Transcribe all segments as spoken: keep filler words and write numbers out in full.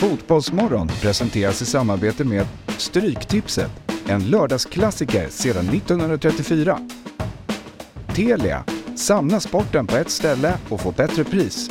Fotbollsmorgon presenteras i samarbete med Stryktipset, en lördagsklassiker sedan nittonhundratrettiofyra. Telia, samla sporten på ett ställe och få bättre pris.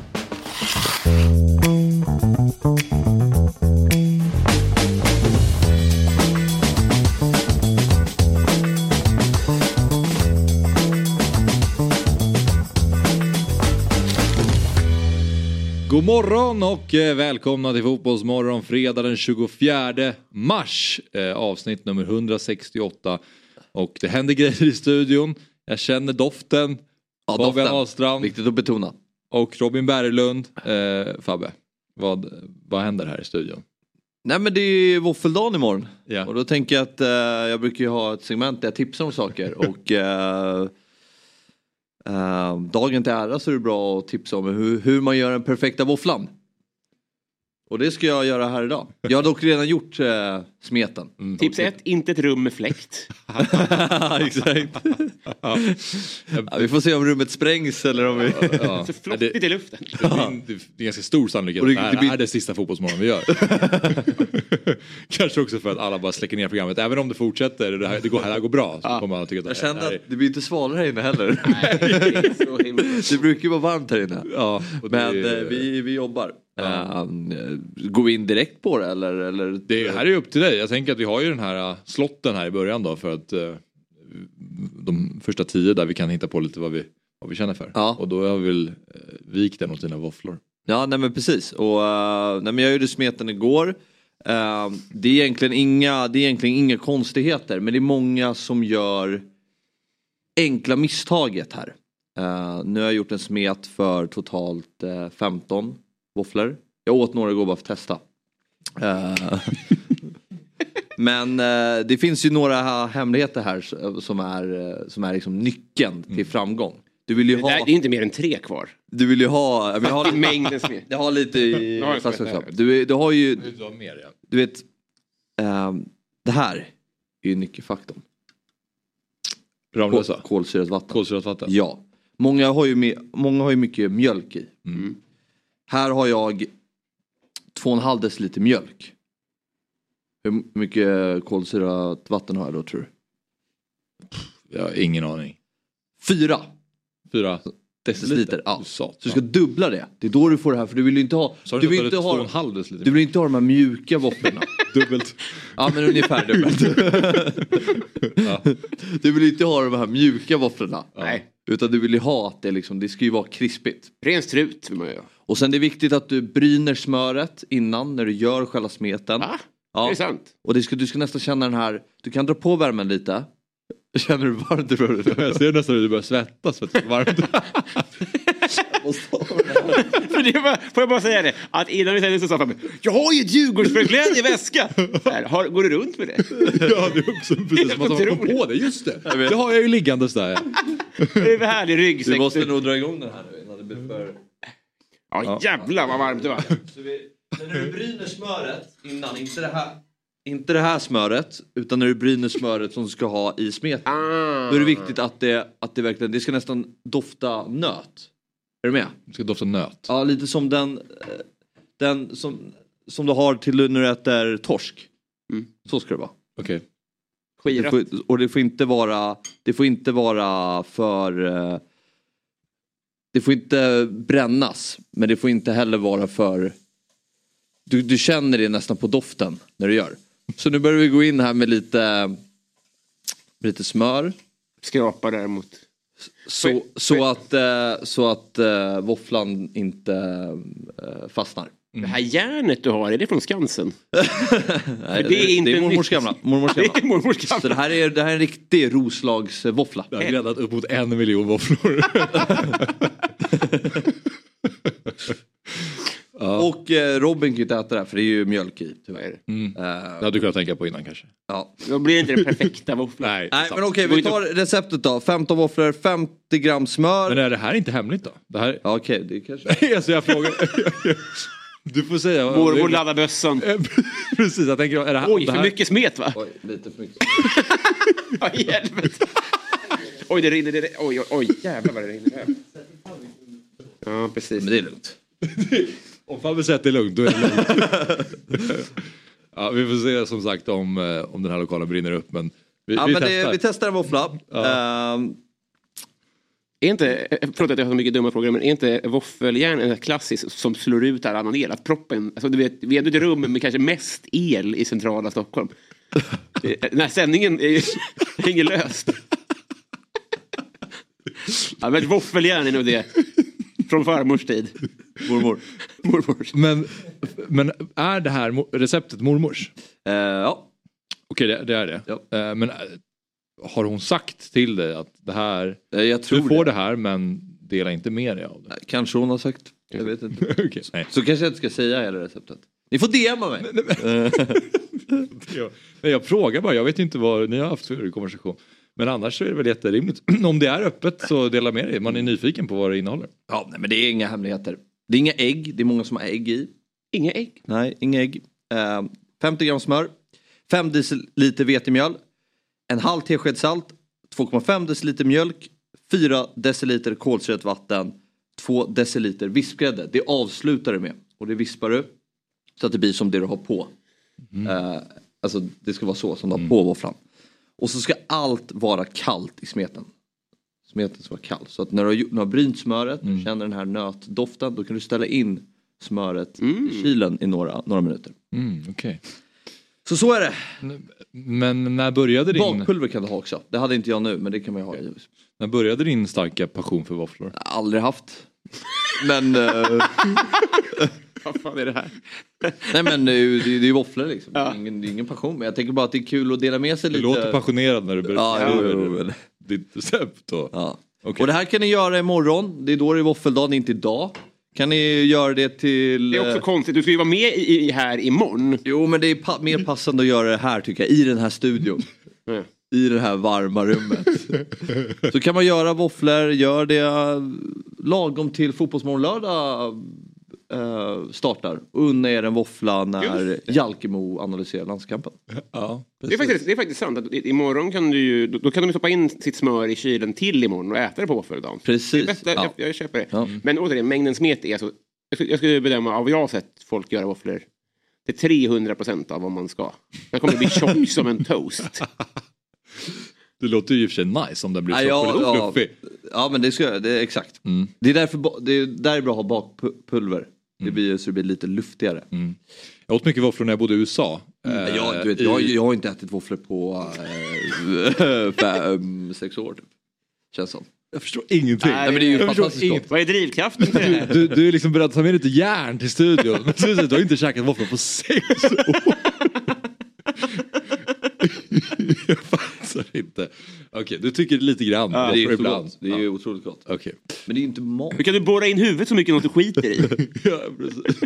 God morgon och välkomna till Fotbollsmorgon fredag den tjugofjärde mars, eh, avsnitt nummer hundrasextioåtta. Och det händer grejer i studion. Jag känner doften. Ja, Fabian Ahlstrand. Viktigt att betona. Och Robin Berglund. Eh, Fabbe, vad, vad händer här i studion? Nej, men det är våffeldagen imorgon. Ja. Och då tänker jag att eh, jag brukar ju ha ett segment där jag tipsar om saker. och eh, eh, dagen till ära så är det bra att tipsa om hur, hur man gör den perfekta våfflan. Och det ska jag göra här idag. Jag har dock redan gjort eh, smeten. Mm. Tips ett, inte ett rum med fläkt. Exakt. Ja. Ja, vi får se om rummet sprängs eller om vi... Ja. Så flottigt i luften. Det, det, det, det är ganska stor sannolikhet att det, det, det blir... är det sista Fotbollsmorgon vi gör. Kanske också för att alla bara släcker ner programmet. Även om det fortsätter och det, här, det, går, det här går bra. Så ja. kommer alla tycka att jag det, kände här är... att det blir inte svalare här inne heller. Nej, det, är så himla... det brukar ju vara varmt här inne. Ja, men det... vi, vi jobbar. Ja. Uh, går vi in direkt på det eller? eller? Det här är upp till dig. Jag tänker att vi har ju den här uh, slotten här i början då. För att uh, de första tio där vi kan hitta på lite vad vi, vad vi känner för. Ja. Och då har vi väl uh, vikt den åt dina våfflor. Ja, nej men precis. Och, uh, nej, men jag gjorde smeten igår. Uh, det, är egentligen inga, det är egentligen inga konstigheter. Men det är många som gör enkla misstaget här. Uh, nu har jag gjort en smet för totalt uh, femton våfflor. Jag åt några igår bara för att testa. Uh, men uh, det finns ju några hemligheter här som är, uh, som är liksom nyckeln till framgång. Du vill ju det, ha... där, det är inte mer än tre kvar. Du vill ju ha... Jag har lite, mängden smet. Jag har lite i... du, du har ju... Du har mer, ja. Du vet... Uh, det här är ju nyckelfaktorn. Ramlösa? Kol, kolsyrat vatten. Kolsyrat vatten? Ja. Många har ju, med, många har ju mycket mjölk i. Mm. Här har jag två och en halv deciliter mjölk. Hur mycket kolsyrat vatten har jag då, tror du? Jag har ingen aning. Fyra. Fyra deciliter. Ja. Så du ska dubbla det. Det är då du får det här. För du vill ju inte ha... Så du vill inte ha, två och en halv deciliter. Du vill inte ha de här mjuka våfflorna. Dubbelt. Ja, men ungefär dubbelt. Ja. Du vill inte ha de här mjuka våfflorna. Nej. Utan du vill ju ha att det liksom, det ska ju vara krispigt. Ren strut vill man göra. Och sen det är viktigt att du bryner smöret innan när du gör själva smeten. Va? Ja. Det är sant. Och det ska, du ska nästan känna den här, du kan dra på värmen lite. Känner du varmt? Jag ser nästan hur du börjar svettas för att det är varmt. För det var, får jag bara säga det, att innan vi säger så sa Fabbe, jag har ju ett Djurgårdsförkläde i väska. Här, har, går du runt med det? Ja, det är också precis som att man får på det, just det. Det har jag ju liggandes där. Ja. Det är härlig ryggsäck. Vi måste nog dra igång den här nu innan det blir för... Ja, ja. Jävlar vad varmt det var. Så vi, när du bryner smöret innan, inte det här... Inte det här smöret, utan när du bryner smöret som du ska ha i smeten. Ah. Då är det viktigt att det, att det verkligen, det ska nästan dofta nöt. Är du med? Det ska dofta nöt. Ja, lite som den, den som, som du har till när du äter torsk. Mm. Så ska det vara. Okej. Okay. Det får, och det får inte vara, det får inte vara för... Det får inte brännas, men det får inte heller vara för... Du, du känner det nästan på doften när du gör. Så nu börjar vi gå in här med lite, lite smör. Skrapa däremot. Så, så att, så att uh, våfflan inte uh, fastnar. Mm. Det här järnet du har, är det från Skansen? Nej, det är inte det är mormors gamla. Mormors gamla. Det är mormors gamla. Så det här är, det här är en riktig Roslagsvåffla. Jag har gräddat upp mot en miljon våfflor. Ja. Och eh, Robin kan ju inte äta det här, för det är ju mjölk i, tyvärr. Mm. Uh, det hade du kunnat tänka på innan kanske. Ja. Då blir det inte den perfekta våfflan. Nej, Nej men okej, vi tar receptet då. femton våfflor, femtio gram smör. Men är det här inte hemligt då? Det här... Ja, okej, det kanske... alltså jag frågar... Du får säga... Mormor laddar bössan. Precis, jag tänker... Är det här, Oj, det här... för mycket smet va? Oj, lite för mycket. Oj, helvete. Oj, det rinner, det rinner. Oj, oj, oj, jävlar vad det rinner här. Ja, precis. Men det är lugnt. Om Fabbe säger att det är lugnt, då är det lugnt. Ja, vi får se som sagt om, om den här lokalen brinner upp. Men vi, ja, vi, men testar. Det, vi testar en våffla. Ja. Um, Är inte, förlåt att jag har så mycket dumma frågor, men är inte våffeljärn en klassisk som slår ut all annan el? Att proppen, alltså du vet, vi är ett rum med kanske mest el i centrala Stockholm. Den här sändningen är ju hänger löst. Ja, men våffeljärn är nog det. Från farmors tid. mormor. Mormors. Men, men är det här mo- receptet mormors? Uh, ja. Okej, det, det är det. Ja. Eh, men äh, har hon sagt till dig att det här, Uh, jag tror du får det. det här men dela inte med dig av det? Kanske hon har sagt. Jag vet inte. Okej, nej. Så kanske jag inte ska säga hela receptet. Ni får D M:a mig. Nej, jag frågar bara, jag vet inte vad ni har haft för konversation. Men annars så är det väl jätterimligt. Om det är öppet så dela med dig. Man är nyfiken på vad det innehåller. Ja, nej, men det är inga hemligheter. Det är inga ägg. Det är många som har ägg i. Inga ägg. Nej, inga ägg. Uh, femtio gram smör. fem deciliter vetemjöl. En halv tesked salt. två komma fem deciliter mjölk. fyra deciliter kolsyrat vatten. två deciliter vispgrädde. Det avslutar du med. Och det vispar du. Så att det blir som det du har på. Mm. Uh, alltså det ska vara så som du har mm. på våfflan. Och så ska allt vara kallt i smeten. Smeten ska vara kall. Så att när du har, när du har brynt smöret. Mm. Känner den här nötdoften. Då kan du ställa in smöret mm. i kylen i några, några minuter. Mm, okay. Så så är det. Men när började din... Bakpulver kan du ha också. Det hade inte jag nu, men det kan man ju ha. Okay. När började din starka passion för våfflor? Jag har aldrig haft. Men... uh... Vad fan är det här? Nej men det är ju, det är ju våfflor liksom. Ja. Det, är ingen, det är ingen passion. Men jag tänker bara att det är kul att dela med sig du lite. Du låter passionerad när du börjar. Ja, jo, jo, jo. Ditt recept då. Ja. Okay. Och det här kan ni göra imorgon. Det är då det är våffeldag, inte idag. Kan ni göra det till... Det är också konstigt. Du ska ju vara med i, i här imorgon. Jo, men det är pa- mer passande att göra det här tycker jag. I den här studion. Mm. I det här varma rummet. Så kan man göra våfflor. Gör det lagom till Fotbollsmorgon lördag uh, startar. Och unna er en våffla när Jalkemo analyserar landskampen. Ja, det, är faktiskt, det är faktiskt sant. Att imorgon kan du ju, då kan de stoppa in sitt smör i kylen till imorgon och äta det på våffeldagen. Precis. Bästa, ja. jag, jag köper det. Ja. Men återigen, mängden smet är så... Jag skulle, jag skulle bedöma, av vad jag har sett folk göra våfflor, det är trehundra procent av vad man ska. Den kommer bli tjock som en toast. Det låter ju i och för sig nice om den blir så ja, ja, fluffig. Ja, men det ska det är exakt. Mm. Det är därför det är där är bra att ha bakpulver. Mm. Det blir så det blir lite luftigare. Mm. Jag åt mycket våfflor när jag bodde i U S A. Mm. Ja, du vet, jag, jag har inte ätit våfflor på äh, fem, sex år typ. Känns som. Jag förstår ingenting. Nej, men det är ju fantastiskt inget. Vad är drivkraften till det här? Du, du är liksom beredd att ta med lite järn till studion. Men du har inte käkat våfflor på sex år. Jag fattar inte. Okej, okay, du tycker lite grann. Ja, det är ibland. Gott. Det är ju otroligt gott. Okej. Okay. Men det är ju inte mat. Hur kan du borra in huvudet så mycket något du skiter i? Ja, precis.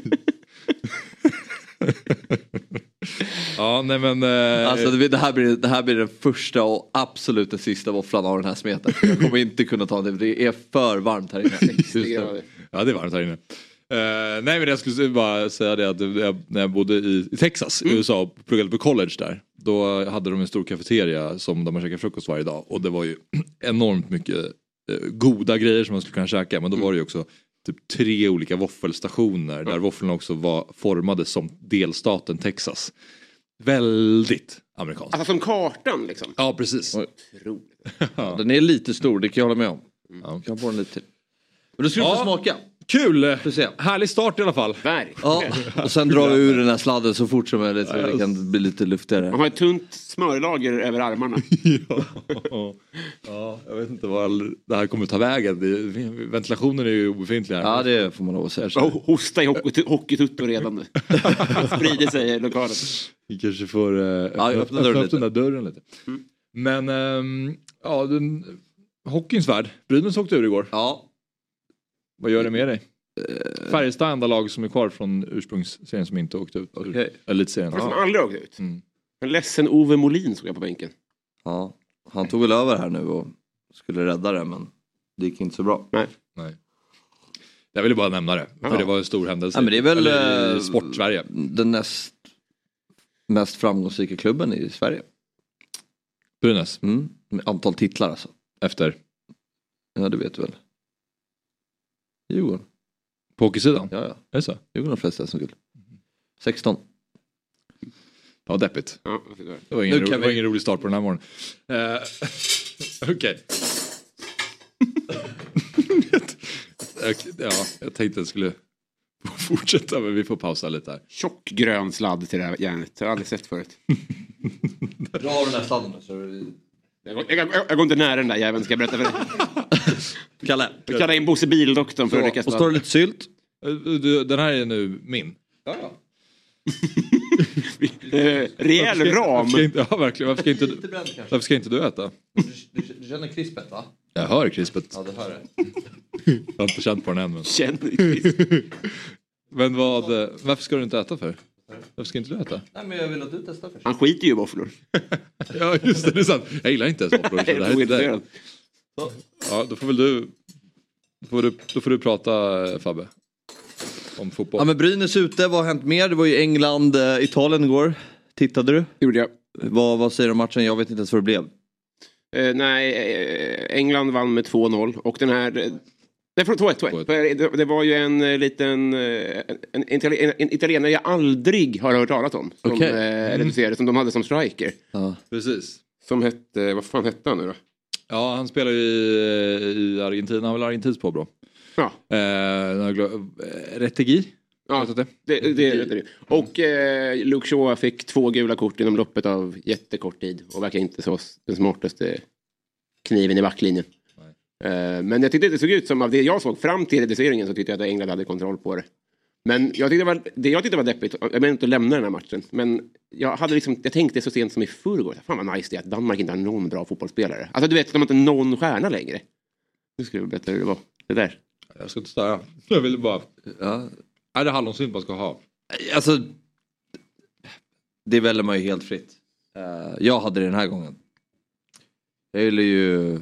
Ja, nej men... Eh, alltså det här, blir, det här blir den första och absolut den sista våfflan av den här smeten. Jag kommer inte kunna ta det, det är för varmt här inne. Ja, det är varmt här inne. Uh, nej men jag skulle bara säga det att jag, när jag bodde i, i Texas, mm. i U S A, och pluggade på college där. Då hade de en stor kafeteria som de man käkade frukost varje dag. Och det var ju enormt mycket uh, goda grejer som man skulle kunna käka. Men då var det ju också typ tre olika våffelstationer. Mm. Där våfflorna också var formade som delstaten Texas. Väldigt amerikanskt. Alltså som kartan liksom? Ja, precis. Ja, den är lite stor, det kan jag hålla med om. Mm. Ja. Kan få den lite till. Men då ska du ja. få smaka. Kul! Härlig start i alla fall. Ja, och sen drar vi ur den här sladden så fort som möjligt så det kan bli lite luftigare. Man har ett tunt smörlager över armarna. Ja. Ja, jag vet inte vad det här kommer ta vägen. Ventilationen är ju obefintlig här. Ja, det får man lov att säga. Oh, hosta i hockeytutto redan nu. Sprider sig i lokalen. Vi kanske får uh, öppna, ja, öppna, öppna upp den där dörren lite. Mm. Men um, ja, den, hockeyns värld. Brynäs åkte ur igår. Ja. Vad gör det med dig? Färjestad är enda lag som är kvar från ursprungsserien som inte åkte ut. Okay. Elitserien. Som aldrig åkte ut. Mm. En ledsen Ove Molin såg jag på bänken. Ja, han tog väl över här nu och skulle rädda det, men det gick inte så bra. Nej. Nej. Jag ville bara nämna det. För ja. Det var en stor händelse. Ja, men det är väl Eller, i Sport-Sverige. Den näst mest framgångsrika klubben i Sverige. Brynäs? Mm, med antal titlar alltså. Efter? Ja, det vet du väl. Djurgården. På hockeysidan? Ja, ja. Är det så? Det går de flesta som guld. sexton. Ja, deppigt. Ja, det var ingen, ro, vi... det var ingen rolig start på den här morgonen. Uh, Okej. Ja, jag tänkte att jag skulle fortsätta, men vi får pausa lite här. Tjock grön sladd till det här järnet. Jag har aldrig sett förut. Dra den här sladden så du... jag, går, jag, jag, jag går inte nära den där jäveln, ska jag berätta för dig. Kalle. Jag kallar in Bosse Bildoktorn för att dricka sladd. Och står det lite sylt? Du, den här är nu min. Ja, ja. Rejäl ram. Ska inte, ja, verkligen. Varför ska inte, du, varför ska inte du äta? Du, du, du känner krispet, va? Jag hör krispet. Ja, du hör det. Jag har inte känt på den än. Men, Känner men vad, varför ska du inte äta för? Varför ska inte du äta? Nej, men jag vill att du testar först. Han skiter ju i våfflor. Ja, just det. Det är sant. Jag gillar inte ens våfflor. Nej, det är det. Ja, då får väl du... Då får du, då får du prata, Fabbe. Om fotboll. Ja, men Brynäs ute, vad har hänt mer? Det var ju England, äh, Italien igår. Tittade du? Gjorde jag. Vad, vad säger du om matchen? Jag vet inte ens vad det blev. Eh, nej, eh, England vann med två noll. Och den här... Eh, nej, två ett. Det, det var ju en eh, liten... Eh, en, en, en, en italienare jag aldrig har hört talas om. Som okay. eh, reducerade, som de hade som striker. Ja. Precis. Som hette... Vad fan hette han nu då? Ja, han spelar ju i, i Argentina. Han har väl Argentins på bra. Ja. Eh, Retegi. Ja, det, det, det är det. Och eh, Luke Shaw fick två gula kort inom loppet av jättekort tid. Och verkar inte så den smartaste kniven i backlinjen. Eh, men jag tyckte det såg ut som, av det jag såg fram till reduceringen, så tyckte jag att England hade kontroll på det. Men jag tyckte det, var, det jag tyckte var deppigt, jag menar inte att lämna den här matchen, men jag, hade liksom, jag tänkte så sent som i förrgår, fan vad nice det är att Danmark inte har någon bra fotbollsspelare. Alltså du vet, de har inte någon stjärna längre. Nu ska jag berätta hur det var. Det där. Jag ska inte störa. Jag ville bara... Ja. Är det hallonsynt man ska ha? Alltså... Det väljer man ju helt fritt. Uh, jag hade det den här gången. Jag gillar ju...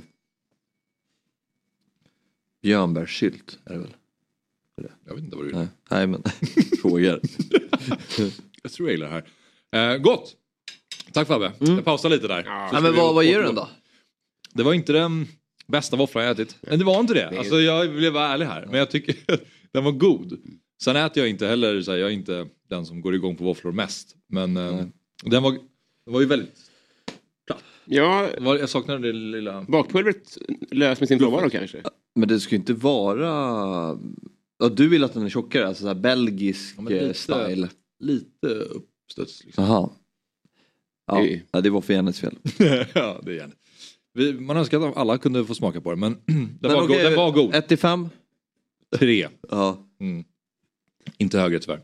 Björnbärssylt, är det väl? Jag vet inte vad du gillar. Nej, Nej men... Frågar. Jag tror jag gillar det här. Uh, gott! Tack Fabbe. Mm. Jag pausar lite där. Ja, ja men vad, vad ger du den då? Det var inte den bästa våfflan jag ätit. Men det var inte det. Alltså jag vill vara ärlig här. Men jag tycker att den var god. Sen äter jag inte heller, så här, jag är inte den som går igång på våfflor mest. Men mm. den, var, den var ju väldigt platt. Ja, jag saknade det lilla... Bakpulvret lös med sin frånvaro kanske. Men det ska ju inte vara... Ja, du vill att den är tjockare, alltså så här belgisk ja, lite, style. Lite uppstuds. Liksom. Jaha. Ja, det... ja, det var för Jennets fel. Ja, det är Jennet. Vi, man önskar att alla kunde få smaka på det, men den, men var, okay, go- den var god. ett till fem? tre. Ja. Mm. Inte högre tyvärr.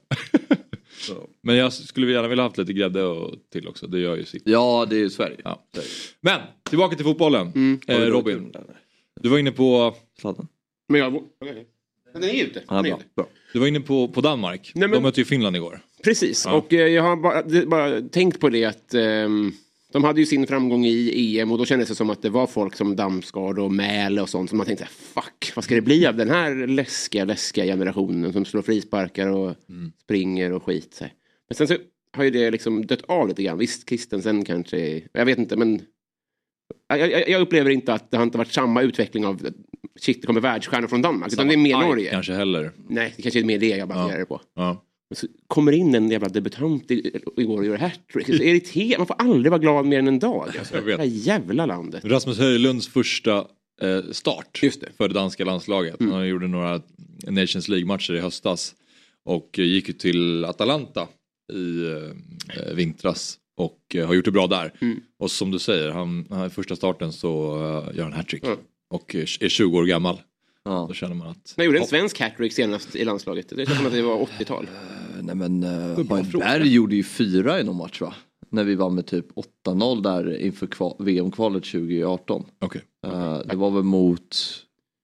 Men jag skulle gärna vilja haft lite grädde och till också. Det gör ju sitt. Ja, det är ju Sverige. Ja. Men, tillbaka till fotbollen. Mm. Eh, Robin, du var inne på... Sladden. Men jag... Okay. Den är ute. Ja, bra. Bra. Du var inne på, på Danmark. Nej, men... De mötte ju Finland igår. Precis, ja. och eh, jag har bara, bara tänkt på det att... Eh, de hade ju sin framgång i E M och då kändes det som att det var folk som Damsgaard och Mäle och sånt som man tänkte, fuck, vad ska det bli av den här läskiga, läskiga generationen som slår frisparkar och mm. springer och skit. Så. Men sen så har ju det liksom dött av lite grann. Visst, Christensen kanske, jag vet inte, men jag, jag, jag upplever inte att det har inte varit samma utveckling av shit, det kommer världsstjärnor från Danmark, utan det är mer Norge. Kanske heller. Nej, det kanske är mer det jag baserar ja. det på. Ja. Så kommer in en jävla debutant igår och gör hattrick. Det är irriterande. Man får aldrig vara glad mer än en dag. Alltså. Det här jävla landet. Rasmus Höjlunds första eh, start Just det. för det danska landslaget. Mm. Han gjorde några Nations League-matcher i höstas. Och eh, gick till Atalanta i eh, vintras. Och eh, har gjort det bra där. Mm. Och som du säger, han, han första starten så uh, gör han hattrick. Mm. Och är tjugo år gammal. Ja. Då känner man att... Jag gjorde en svensk hattrick senast i landslaget. Det känns som att det var åttiotal. Uh, nej men, uh, Berg gjorde ju fyra i någon match va? När vi var med typ åtta noll där inför kval- V M-kvalet tjugo arton. Okay. Uh, det var väl mot...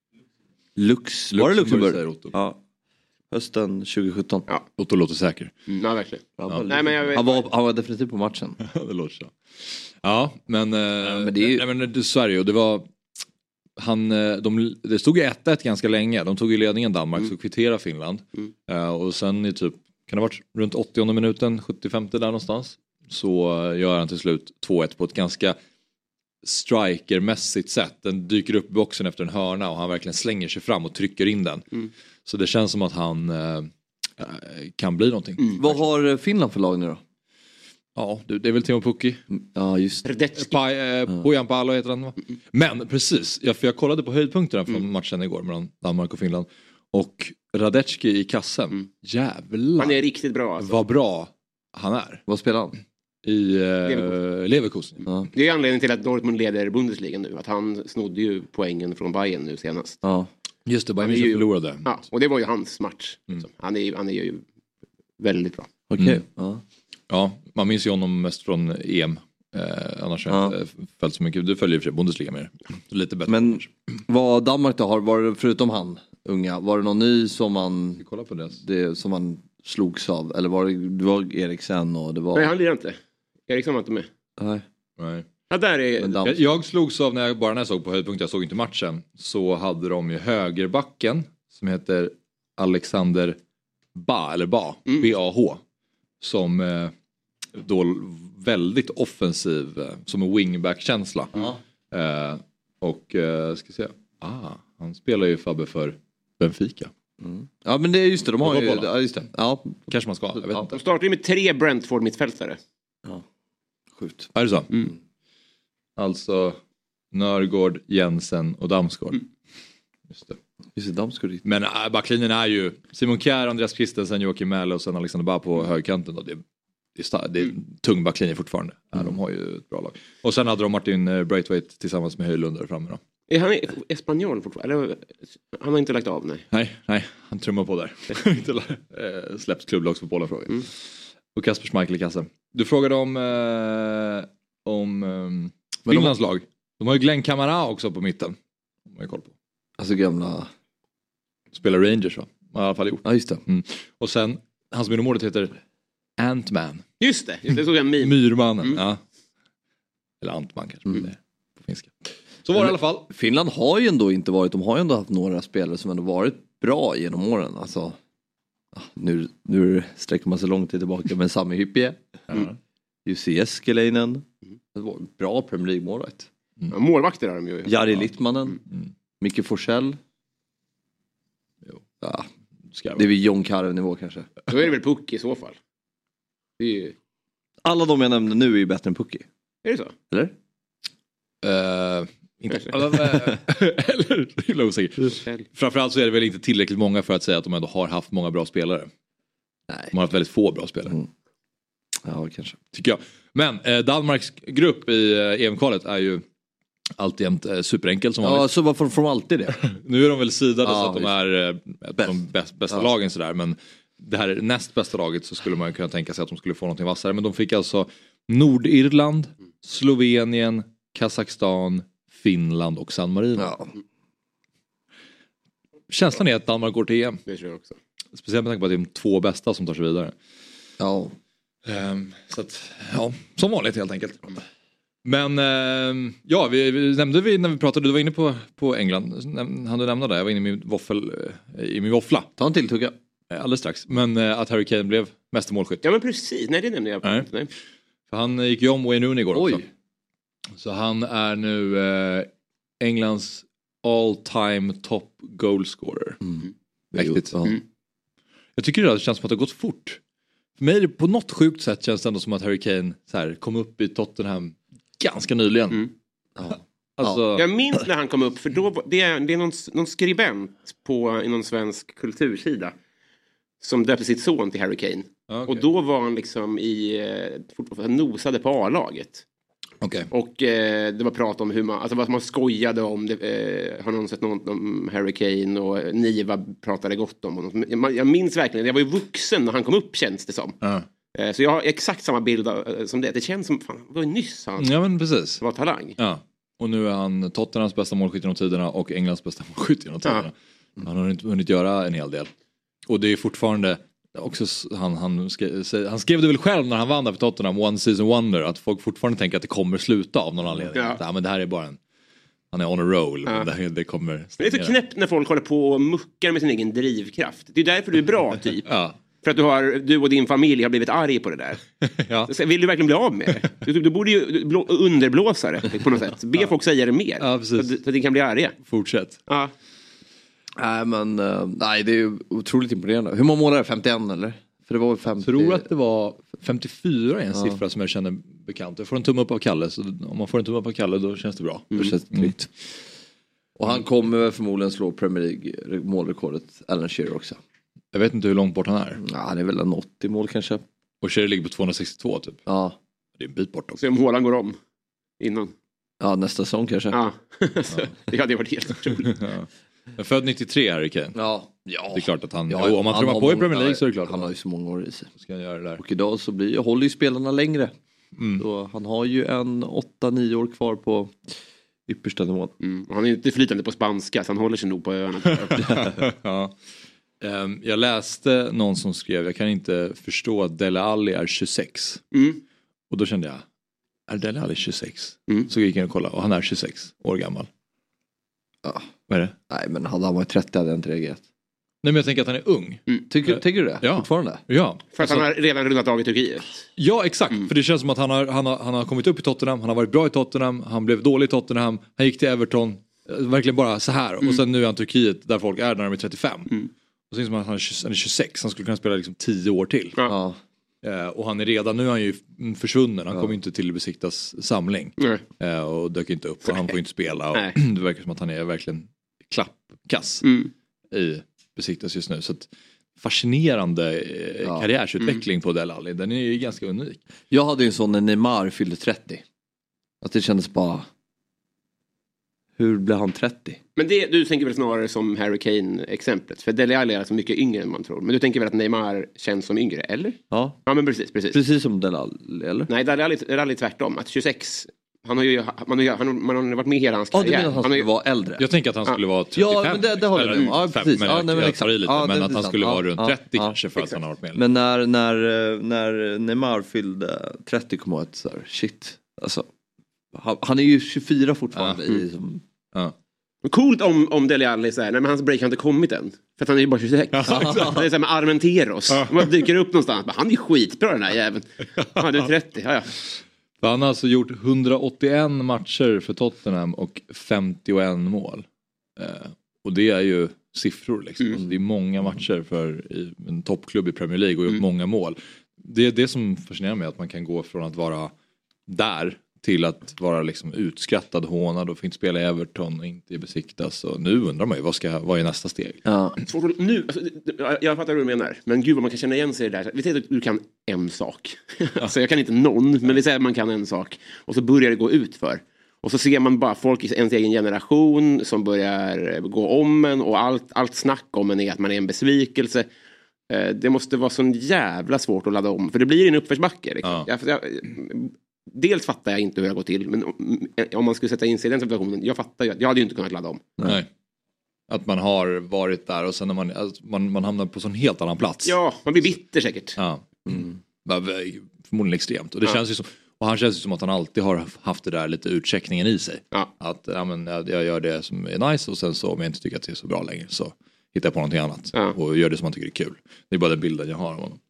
Lux... Var det Luxemburg? Ja. Hösten tjugo sjutton. Ja. Otto låter säker. Mm, ja, verkligen. Ja, ja. Nej, men jag... han, var, han var definitivt på matchen. Det låter så. Ja, men... Uh, ja, men det är ju... Nej, men det, Sverige, och det var... Han, de, det stod ju ett ett ganska länge. De tog ju ledningen Danmark mm. så kvittera Finland. Mm. Uh, och sen i typ, kan det ha varit runt åttionde minuten, sjuttiofemte där någonstans. Så uh, gör han till slut två ett på ett ganska strikermässigt sätt. Den dyker upp i boxen efter en hörna och han verkligen slänger sig fram och trycker in den. Mm. Så det känns som att han eh, kan bli någonting. Mm. Vad har Finland för lag nu då? Ja, det är väl Timo Pukki. Ja, just det. Eh, Pojan Palo heter han, va? Men precis, jag, för jag kollade på höjdpunkterna från mm. matchen igår mellan Danmark och Finland. Och Radecki i kassen. Mm. Jävlar. Han är riktigt bra. Alltså. Vad bra han är. Vad spelar han? I eh, Leverkusen. Ja. Det är anledningen till att Dortmund leder Bundesliga nu. Att han snodde ju poängen från Bayern nu senast. Ja. Just det, Bayern ju förlorade. Ja, och det var ju hans match. Mm. Han, är, han är ju väldigt bra. Okej. Okay. Mm. Ja. Ja, man minns ju honom mest från E M. Eh, annars har jag ja. inte följt så mycket. Du följer ju för sig Bundesliga mer. Lite bättre. Men vad Danmark då har, var det, förutom han, unga, var det någon ny som man... Vi kollar på det. det som man slogs av? Eller var det, det var Eriksen och det var... Nej, han lirar inte. Eriksen var inte med. Nej. Nej. Ja, där är... jag, jag slogs av, när jag bara när jag såg på höjdpunkt, jag såg inte matchen, så hade de ju högerbacken som heter Alexander Ba, eller Ba, mm. B A H, som eh, då väldigt offensiv, eh, som en wingback-känsla. Mm. Eh, och eh, ska se, ah, han spelar ju Fabbe för Benfica. Mm. Ja, men det är just det, de har ju, ja, just det. Ja, kanske man ska, jag vet ja. inte. De startar ju med tre Brentford-mittfältare. Ja, sjukt. Är det så? Mm. Alltså Nørgaard, Jensen och Damsgaard. Mm. Just det. Just det, Damsgaard. Men äh, backlinjen är ju Simon Kjær, Andreas Christensen, Joakim Mähle och sen Alexander Ba på högerkanten. Det, det, är star- det är mm. tung backlinje fortfarande. Mm. Ja, de har ju ett bra lag. Och sen hade de Martin Braithwaite tillsammans med Höjlund där framme då. Är han espanjol fortfarande? Eller, han har inte lagt av, nej. Nej, nej, han trummar på där. Inte äh, släppt klubblagsfotbollen frågor. Mm. Och Kasper Schmeichel i kassen. Du frågade om eh, om eh, Finlands lag. De har ju Glenn Kamara också på mitten. De har ju koll på. Alltså gamla... Spelar Rangers, va? I alla fall gjort. Ja, just det. Mm. Och sen, hans minnemålet heter Ant-Man. Just det, just det såg jag min. Myrmannen, mm. ja. Eller Ant-Man kanske. Mm. På finska. Så var det i alla fall. Finland har ju ändå inte varit, de har ju ändå haft några spelare som ändå varit bra genom åren. Alltså, nu, nu sträcker man sig långt tillbaka, men Sami Hyppie. Mm. Jussi Eskelinen. Det var bra Premier League-målvakt. Mm. Ja, målvakter är de ju. Jari Littmanen. Mm. Micke Forsell. Jo. Ja, det är väl John Carve-nivå kanske. Då är det väl Puck i så fall. Det är ju... Alla de jag nämnde nu är ju bättre än Pucky. Är det så? Eller? Uh, inte. Eller, det är osäkert. Framförallt så är det väl inte tillräckligt många för att säga att de ändå har haft många bra spelare. Nej. De har haft väldigt få bra spelare. Mm. Ja, kanske. Tycker jag. Men eh, Danmarks grupp i eh, E M-kvalet är ju alltid eh, superenkel som vanligt. Ja, så varför får de alltid det? Nu är de väl sidade ja, så att de är eh, bäst. de bäst, bästa ja. lagen sådär. Men det här näst bästa laget så skulle man kunna tänka sig att de skulle få någonting vassare. Men de fick alltså Nordirland, Slovenien, Kazakstan, Finland och San Marino. Ja. Känslan är att Danmark går till E M. Det tror jag också. Speciellt med tanke på att det är de två bästa som tar sig vidare. Ja. Um, så att, ja, som vanligt helt enkelt. Men um, ja, vi, vi nämnde vi när vi pratade, du var inne på, på England. Han du nämnde det, jag var inne i min, våffel, i min våffla. Ta en till tugga. Alldeles strax. Men uh, att Harry Kane blev mästermålskytt. Ja men precis, nej det nämnde jag. Nej. Nej. För han gick ju om Wayne Rooney igår Oj. också. Så han är nu uh, Englands all time top goalscorer. Mm. Mäktigt. Mm. Jag tycker det känns som att det har gått fort. För mig på något sjukt sätt känns det ändå som att Harry Kane så här, kom upp i Tottenham ganska nyligen. Mm. Ja. Alltså... Jag minns när han kom upp, för då det är, det är någon, någon skribent på i någon svensk kultursida som döpte sitt son till Harry Kane. Okay. Och då var han liksom i han nosade på A-laget. Okay. Och eh, det var prat om hur man, alltså vad man skojade om det, eh, har någon sett något om Harry Kane och Niva pratade gott om honom. Jag, jag minns verkligen, jag var ju vuxen när han kom upp känns det som. Uh. Eh, så jag har exakt samma bild av, som det. Det känns som, fan, det var ju nyss han ja, men precis. var talang. Ja. Och nu är han Tottenhams bästa målskytt genom tiderna och Englands bästa målskytt genom tiderna. Ja. Mm. Han har inte hunnit göra en hel del. Och det är fortfarande också, han, han, skrev, han skrev det väl själv när han vann där för Tottenham, One Season Wonder, att folk fortfarande tänker att det kommer sluta av någon anledning. Ja. Ja, men det här är bara en, han är on a roll. Ja. Det, det, kommer det är så knäppt när folk håller på och muckar med sin egen drivkraft. Det är därför du är bra typ. Ja. För att du, har, du och din familj har blivit arg på det där. Ja. Så vill du verkligen bli av med det? Du, du borde ju blå, underblåsa det på något sätt. Be ja. folk säga det mer. Ja, så, att, så att de kan bli arga. Fortsätt. Ja. Nej, men uh, nej, det är ju otroligt imponerande. Hur många mål är det? femtioen eller? För det var femtio... Jag tror att det var femtiofyra, en ja. siffra som jag känner bekant. Jag får en tumme upp av Kalle, så om man får en tumme upp av Kalle då känns det bra. Mm. Det känns tryggt. Mm. Och han kommer förmodligen slå Premier League målrekordet, Alan Shearer också. Jag vet inte hur långt bort han är. Ja, det är väl en åttio mål kanske. Och Shearer ligger på tvåhundrasextiotvå typ. Ja. Det är en bit bort också. Se om Haaland går om innan. Ja, nästa säsong kanske. Ja, ja. Det hade varit helt otroligt. Ja. Jag född nittiotre, Harry Kane. Ja, ja. Det är klart att han, ja, jo, om man trummar på i Premier League så är det klart. Han har ju så många år i sig. Ska han göra det där. Och idag så blir, håller ju spelarna längre. Mm. Så han har ju en åtta nio år kvar på yppersta nivån. Mm. Och han är inte flytande på spanska, så han håller sig nog på öarna. Ja. um, jag läste någon som skrev, jag kan inte förstå att Dele Alli är tjugosex. Mm. Och då kände jag, är Dele Alli tjugosex? Mm. Så gick jag in och kollade, och han är tjugosex år gammal. Ja. Vad är det? Nej, men hade han varit trettio hade jag inte reagerat. Nej, men jag tänker att han är ung. Mm. Tycker, tycker du det? Ja. Fortfarande? Ja. För att alltså, han har redan rundat av i Turkiet. Ja, exakt. Mm. För det känns som att han har, han, har, han har kommit upp i Tottenham, han har varit bra i Tottenham, han blev dålig i Tottenham, han gick till Everton, verkligen bara så här. Mm. Och sen nu är han Turkiet där folk är när de är trettiofem. Mm. Och sen som att han är, han är tjugosex, han skulle kunna spela liksom tio år till. Ja. Uh, och han är redan, nu är han ju försvunnen, han ja. kommer inte till Besiktas samling. Uh, och dök inte upp och han får inte spela. Och det verkar som att han är verkligen klappkass mm. i Besiktas just nu. Så att fascinerande eh, ja. karriärsutveckling mm. på Dele Alli. Den är ju ganska unik. Jag hade ju en sån när Neymar fyllde trettio. Att det kändes bara... Hur blev han trettio? Men det, du tänker väl snarare som Harry Kane-exemplet. För Dele Alli är alltså mycket yngre än man tror. Men du tänker väl att Neymar känns som yngre, eller? Ja. Ja, men precis. Precis, precis som Dele Alli, eller? Nej, Dele Alli, Dele Alli tvärtom. Att tjugosex... Han har ju man har, han, man har varit med hela hans karriär. Ja, du menar att han, han skulle ju... vara äldre? Jag tänker att han skulle ja. vara trettiofem. Ja, men det, det håller jag med om. Ja, precis. Men, ja, nej, men, jag tar i lite, ja, men att han skulle ja, vara runt ja, trettio ja, kanske för exakt. att han har varit med. Men när, när, när Neymar fyllde trettio kom jag ett så här, shit. Alltså, han, han är ju tjugofyra fortfarande. Ja. I, som... ja. Coolt om, om Dele Alli så här, nej, men hans break har inte kommit än. För att han är ju bara tjugosex. Ja, det är så här med Armenteros. Ja. Man dyker upp någonstans. Han är ju skitbra den här jäveln. Han är trettio, ja, ja. Han har alltså gjort hundraåttioen matcher för Tottenham och femtioen mål. Eh, och det är ju siffror liksom. Mm. Alltså, det är många matcher för i en toppklubb i Premier League och gjort mm. många mål. Det är det som fascinerar mig, att man kan gå från att vara där till att vara liksom utskattad, hånad och få inte spela i Everton och inte i Besiktas. Och nu undrar man ju, vad, ska, vad är nästa steg? Ja. Nu, alltså, jag fattar vad du menar. Men gud vad man kan känna igen sig i det där. Vi säger att du kan en sak. Alltså, jag kan inte någon, men vi säger att man kan en sak. Och så börjar det gå ut för. Och så ser man bara folk i ens egen generation som börjar gå om en. Och allt, allt snack om en är att man är en besvikelse. Det måste vara så jävla svårt att ladda om. För det blir en uppförsbacke. Liksom. Ja. Jag, jag, dels fattar jag inte hur det går till. Men om, om man skulle sätta in sig i den situationen. Jag fattar ju. Jag hade ju inte kunnat ladda om. Nej. Att man har varit där och sen när man, alltså, man, man hamnar på en helt annan plats. Ja, man blir bitter säkert. Ja. Mm. Förmodligen extremt. Och det ja. känns ju som, och han känns ju som att han alltid har haft det där lite utcheckningen i sig. Ja. Att ja, men, jag gör det som är nice och sen så om jag inte tycker att det är så bra längre så hittar jag på någonting annat. Ja. Och gör det som man tycker är kul. Det är bara den bilden jag har av honom.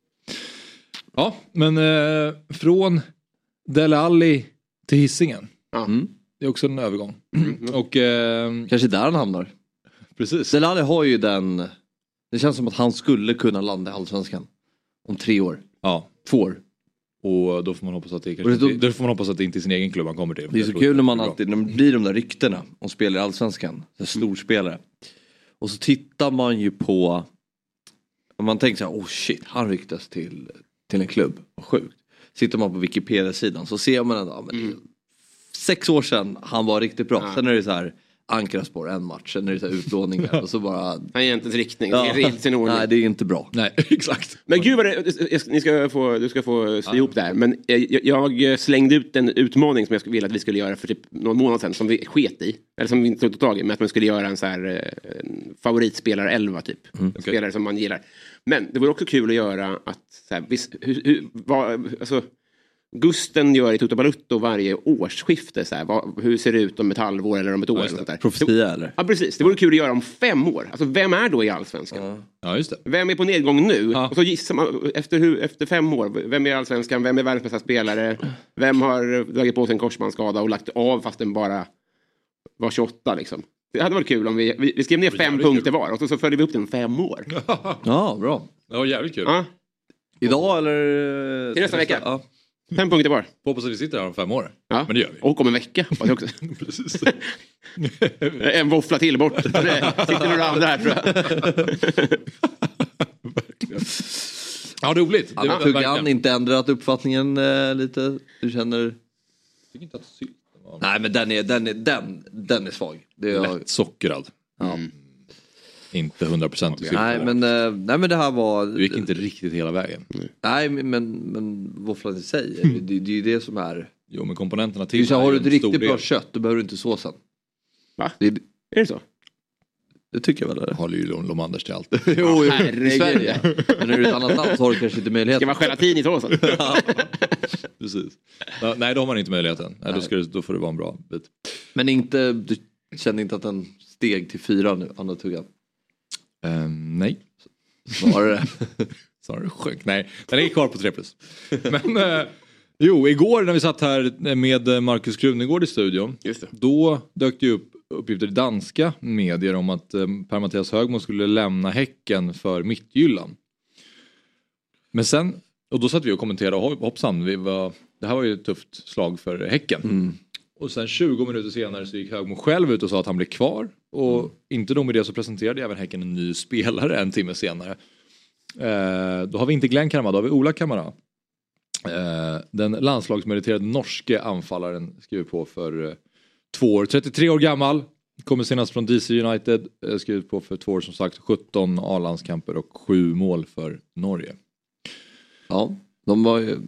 Ja, men eh, från Dele Alli till Hisingen. Ja. Mm. Det är också en övergång. Mm. Och, eh, kanske där han hamnar. Precis. Dele Alli har ju den... Det känns som att han skulle kunna landa i Allsvenskan. Om tre år. Ja. Två år. Och då får man hoppas att det kanske, då, då får man hoppas att det inte är sin egen klubb man kommer till. Det är så kul när man alltid, när det blir de där ryktena om spelare i Allsvenskan. Så storspelare. Och så tittar man ju på... Och man tänker så här, oh shit, han ryktas till, till en klubb. Vad sjukt. Sitter man på Wikipedia-sidan så ser man att ja, mm. sex år sedan han var riktigt bra. Ja. Sen är det så här... Ankarspår en match, sen är det så här utlåningar och så bara... Han är inte riktning, ja. det är sin ordning. Nej, det är inte bra. Nej, exakt. Men gud vad det, ni ska få, du ska få sy ja. ihop det här. Men jag, jag slängde ut en utmaning som jag ville att vi skulle göra för typ någon månad sedan, som vi sket i. Eller som vi inte tog tag i, men att man skulle göra en så här en favoritspelare elva typ. Mm. Okay. Spelare som man gillar. Men det vore också kul att göra att så här, visst, hur, hur, vad, alltså... Gusten gör i Toto Balutto varje årsskifte. Så här, vad, hur ser det ut om ett halvår eller om ett år? Ja, eller sånt där. Profetia eller? Ja, precis. Det vore kul att göra om fem år. Alltså, vem är då i Allsvenskan? Ja, ja just det. Vem är på nedgång nu? Ja. Och så gissar man efter, hur, efter fem år. Vem är i Allsvenskan? Vem är världens bästa spelare? Vem har dragit på sig en korsbandsskada och lagt av fast den bara var tjugoåtta liksom? Det hade varit kul om vi, vi, vi skrev ner fem punkter kul. Var och så, så följde vi upp den fem år. Ja, bra. Det var jävligt kul. Ja. Idag eller? Till nästa vecka. Ja. Fem punkter var. Hoppas att vi sitter här om fem år. Ja. Men det gör vi. Och om en vecka. Också. Precis. En våffla till bort. Det sitter några andra här tror jag. Ja, roligt. Ja, Tuggan inte ändrat uppfattningen eh, lite. Du känner... Jag tycker inte att sylt var... Nej, men den är, den är, den, den är svag. Det är lätt sockrad. Ja. Mm. Inte hundra procent i sylt. Nej, men, eh, nej, men det här var... Du gick inte riktigt hela vägen. Mm. Nej, men, men våfflan i sig, det, det, det är ju det som är... Jo, men komponenterna till... Så har du ett riktigt bra kött, då behöver du inte såsen. Va? Det, är det så? Det tycker jag väl. Det håller ju Lomanders till allt. Jo, i Sverige. Men när du är ett annat land så har du kanske inte möjlighet. Ska vara gelatin i såsen. Ja, precis. Ja, nej, då har man inte möjligheten. Nej, då, ska det, då får det vara en bra bit. Men inte, du kände inte att den steg till fyra nu, andra tuggan? Um, nej. Snarare. Snarare sjönk. Nej, den är kvar på tre plus. Men... Uh, Jo, igår när vi satt här med Marcus Krunegård i studion. Just det. Då dök det upp uppgifter i danska medier om att eh, Per-Mattias Högmo skulle lämna Häcken för Midtjylland. Men sen, och då satt vi och kommenterade, och hoppsan, vi var, det här var ju ett tufft slag för Häcken. Mm. Och sen tjugo minuter senare så gick Högmo själv ut och sa att han blev kvar. Och mm. inte nog med det så presenterade även Häcken en ny spelare en timme senare. Eh, då har vi inte Glenn Kamara, då har vi Ola Kamara. Uh, den landslagsmeriterade norske anfallaren skriver på för uh, två år, trettiotre år gammal, kommer senast från D C United, uh, skriver på för två år som sagt, sjutton A-landskamper och sju mål för Norge. Ja, de var ju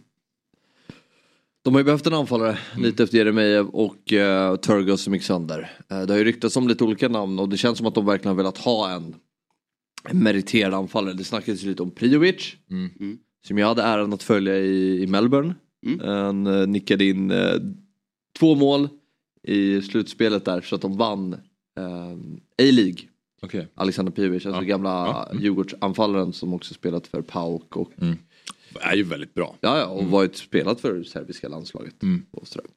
de har ju behövt en anfallare mm. lite efter Jeremejeff och uh, Turgos som gick sönder. Uh, det har ju ryktats om lite olika namn och det känns som att de verkligen har velat ha en, en meriterad anfallare. Det snackades ju lite om Prijovic. Mm. Mm. Som jag hade äran att följa i, i Melbourne. Mm. Han uh, nickade in uh, två mål i slutspelet där så att de vann uh, A-League. Okay. Alexander Prijovic, alltså ja. gamla ja. Mm. Djurgårdsanfallaren som också spelat för P A O K. Och, mm. Det är ju väldigt bra. Ja, ja och mm. varit spelat för serbiska landslaget. Mm. Och sådär.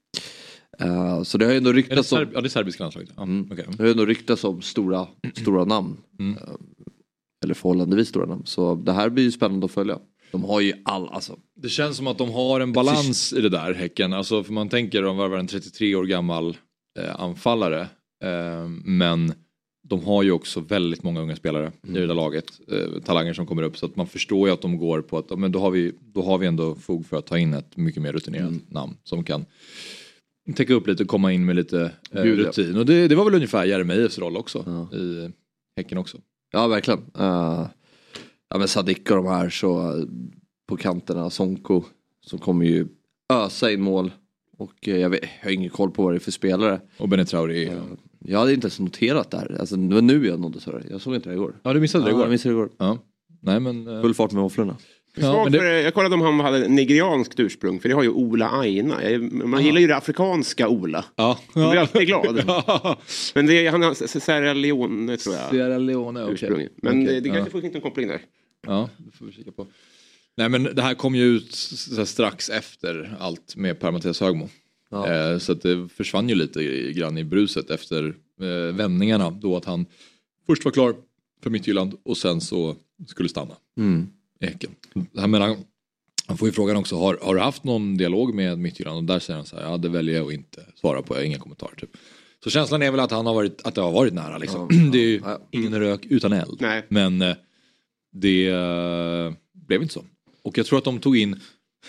Uh, så det har ju ändå ryktats om... Ja, det är serbiska landslaget. Ja. Mm. Okay. Det har ju ändå ryktats om stora, stora namn. Mm. Uh, eller förhållandevis stora namn. Så det här blir ju spännande att följa. De har ju all, alltså. Det känns som att de har en balans i det där, Häcken. Alltså, för man tänker de var en trettiotre år gammal eh, anfallare. Eh, men de har ju också väldigt många unga spelare mm. i det där laget. Eh, talanger som kommer upp. Så att man förstår ju att de går på att men då har vi, då har vi ändå fog för att ta in ett mycket mer rutinerat mm. namn. Som kan täcka upp lite och komma in med lite eh, rutin. Och det, det var väl ungefär Jeremejeffs roll också. Ja. I Häcken också. Ja, verkligen. Uh... Ja, men Sadik och de här så på kanterna, Sonko som kommer ju ösa in mål och jag, vet, jag har ingen koll på vad det är för spelare. Och Benet Traoré. Ja. Jag hade inte ens noterat det här. Alltså, det var nu jag nådde så här. Jag såg inte det igår. Ja, du missade det igår. Ja, jag missade det igår. Ja. Nej, men, uh... full fart med våfflorna. Ja, men det... Jag kollade om han hade nigerianskt ursprung, för det har ju Ola Aina. Man Aha. gillar ju det afrikanska Ola. Ja. Man blir alltid glad. Ja. Men det är, han har Sierra Leone tror jag. Sierra Leone, okej. Okay. Men okay. det, det kanske ja. får inte en koppling där. Ja, det får vi kika på. Nej, men det här kom ju ut så strax efter allt med Per-Mattias Högmo. Ja. Eh, så att det försvann ju lite grann i bruset efter eh, vändningarna. Då att han först var klar för Midtjylland och sen så skulle stanna mm. i Häcken. Han, menar, han får ju frågan också, har, har du haft någon dialog med Midtjylland? Och där säger han så här, ja det väljer jag att inte svara på, jag har inga kommentarer typ. Så känslan är väl att han har varit, att det har varit nära liksom. Ja, det är ju ja. ingen rök utan eld. Nej. Men eh, det uh, blev inte så. Och jag tror att de tog in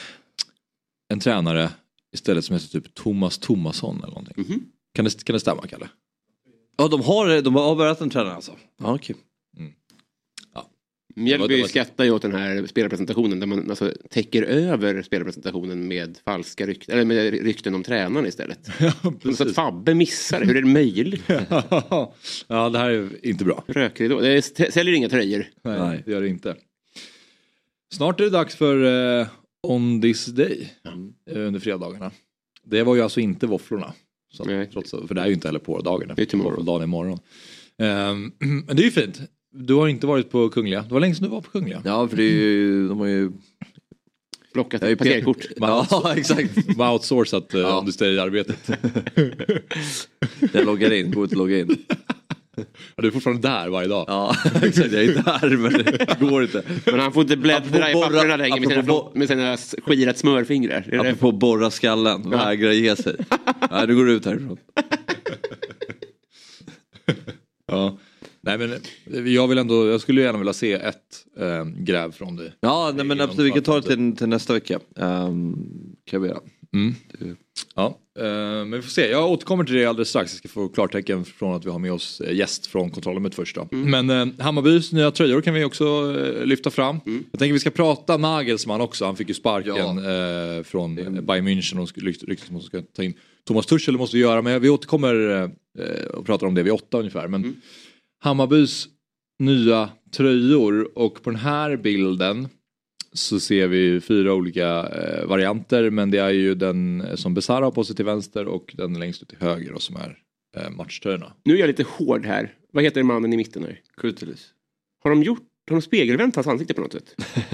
en tränare istället som heter typ Thomas Thomasson eller någonting. Mm-hmm. Kan det, kan det stämma, Kalle? Ja, de har, de har avbörjat en tränare alltså. Ja, okej. Okay. Mm. Ja. Mjällby skrattar ju åt den här spelarpresentationen där man alltså täcker över spelarpresentationen med falska rykten, eller med rykten om tränaren istället. Ja, så att Fabbe missar, hur är det möjligt? Ja, det här är inte bra. Rökrig då. Det säljer inga tröjor. Nej, Nej, det gör det inte. Snart är det dags för eh, On this day mm. under fredagarna. Det var ju alltså inte våfflorna. Så, trots, för det är ju inte heller på dagen. Det är imorgon. Dagen imorgon. Um, men det är ju fint. Du har inte varit på Kungliga. Det var länge sedan du var på Kungliga. Ja, för det är ju, de har ju blockat ett passerkort. Ja, exakt. De har outsourcat uh, ja. understöd-arbetet. Jag loggar in, går ut och loggar in. Ja, du är fortfarande där varje dag. Ja, exakt. Jag är där, men det går inte. Men han får inte bläddra i papperna längre med sina, med sina skirat smörfingrar. Det är apropå det. Borra skallen, ja. Vägra ge sig. Nej, du går ut härifrån. Ja. Nej, men jag vill ändå, jag skulle gärna vilja se ett äh, gräv från dig. Ja, nej, men absolut, vi kan ta det till, till nästa vecka. Um, kan vi göra. Mm. Ja, uh, men vi får se. Jag återkommer till det alldeles strax. Jag ska få klartecken från att vi har med oss gäst från kontrollrummet först då. Mm. Men uh, Hammarbys nya tröjor kan vi också uh, lyfta fram. Mm. Jag tänker vi ska prata Nagelsmann också. Han fick ju sparken ja. uh, från mm. Bayern München och ryktas att ska ta in Thomas Tuchel, måste vi göra. Men vi återkommer uh, och pratar om det vid åtta ungefär. Men mm. Hammarbys nya tröjor, och på den här bilden så ser vi fyra olika eh, varianter, men det är ju den som Besara har på sig till vänster och den längst ut till höger och som är eh, matchtröjorna. Nu är jag lite hård här. Vad heter mannen i mitten här? Kurtelis. Har de gjort, har de spegelvänt hans ansikte på något sätt?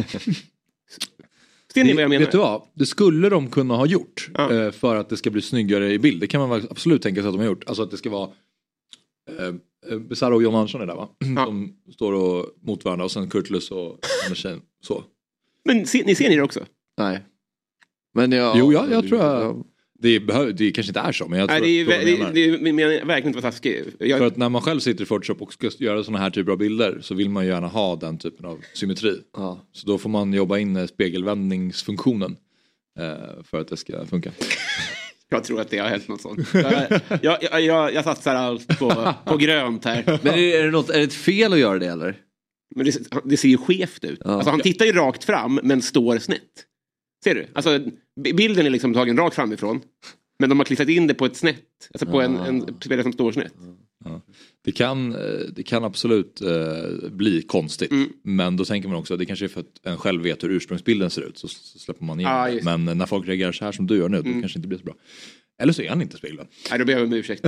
Ser ni vad jag menar? Vet du vad? Det skulle de kunna ha gjort ja. eh, för att det ska bli snyggare i bild. Det kan man absolut tänka sig att de har gjort. Alltså att det ska vara eh, Besara och John Andersson är där, va? Ja. De står och mot varandra och sen Kurtelis och Andersen så. Men se, ni ser ni det också? Nej. Men jag, jo, ja, jag tror jag... Det, behöver, det kanske inte är så, men jag tror Nej, det är, att det, det, det menar verkligen inte vara taskig. Jag... För att när man själv sitter i Photoshop och ska göra såna här typer av bilder så vill man ju gärna ha den typen av symmetri. Ja. Så då får man jobba in spegelvändningsfunktionen eh, för att det ska funka. Jag tror att det har hänt något sånt. Jag, jag, jag, jag, jag satsar allt på, på grönt här. Men är det, något, är det ett fel att göra det, eller? Men det, det ser ju skevt ut. Ja. Alltså han tittar ju rakt fram men står snett. Ser du? Alltså bilden är liksom tagen rakt framifrån. Men de har klistrat in det på ett snett. Alltså på ja. en, en spelare som står snett. Ja. Det, kan, det kan absolut uh, bli konstigt. Mm. Men då tänker man också att det kanske är för att en själv vet hur ursprungsbilden ser ut. Så, så släpper man in ah, det. Men när folk reagerar så här som du gör nu, mm. då kanske det inte blir så bra. Eller så är han inte spegelvänd. Nej, då ber jag om ursäkt.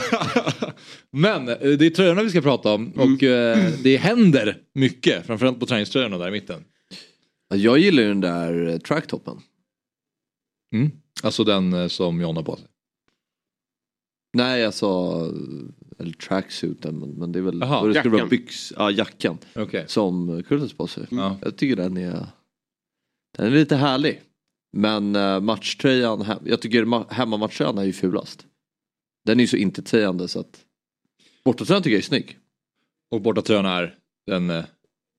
Men det är tröjorna vi ska prata om. Mm. Och uh, det händer mycket. Framförallt på träningströjorna där i mitten. Jag gillar ju den där tracktoppen. Mm. Alltså den som John har på sig. Nej, jag sa eller tracksuiten, men, men det är väl Aha, det ska vara byx, ja, jackan okay. som Kurtis på sig. Mm. Jag tycker den är den är lite härlig. Men uh, matchtröjan, jag tycker hemmamatchtröjan är ju fulast. Den är ju så intetsägande så att bortatröjan tycker jag är snygg. Och bortatröjan är den uh...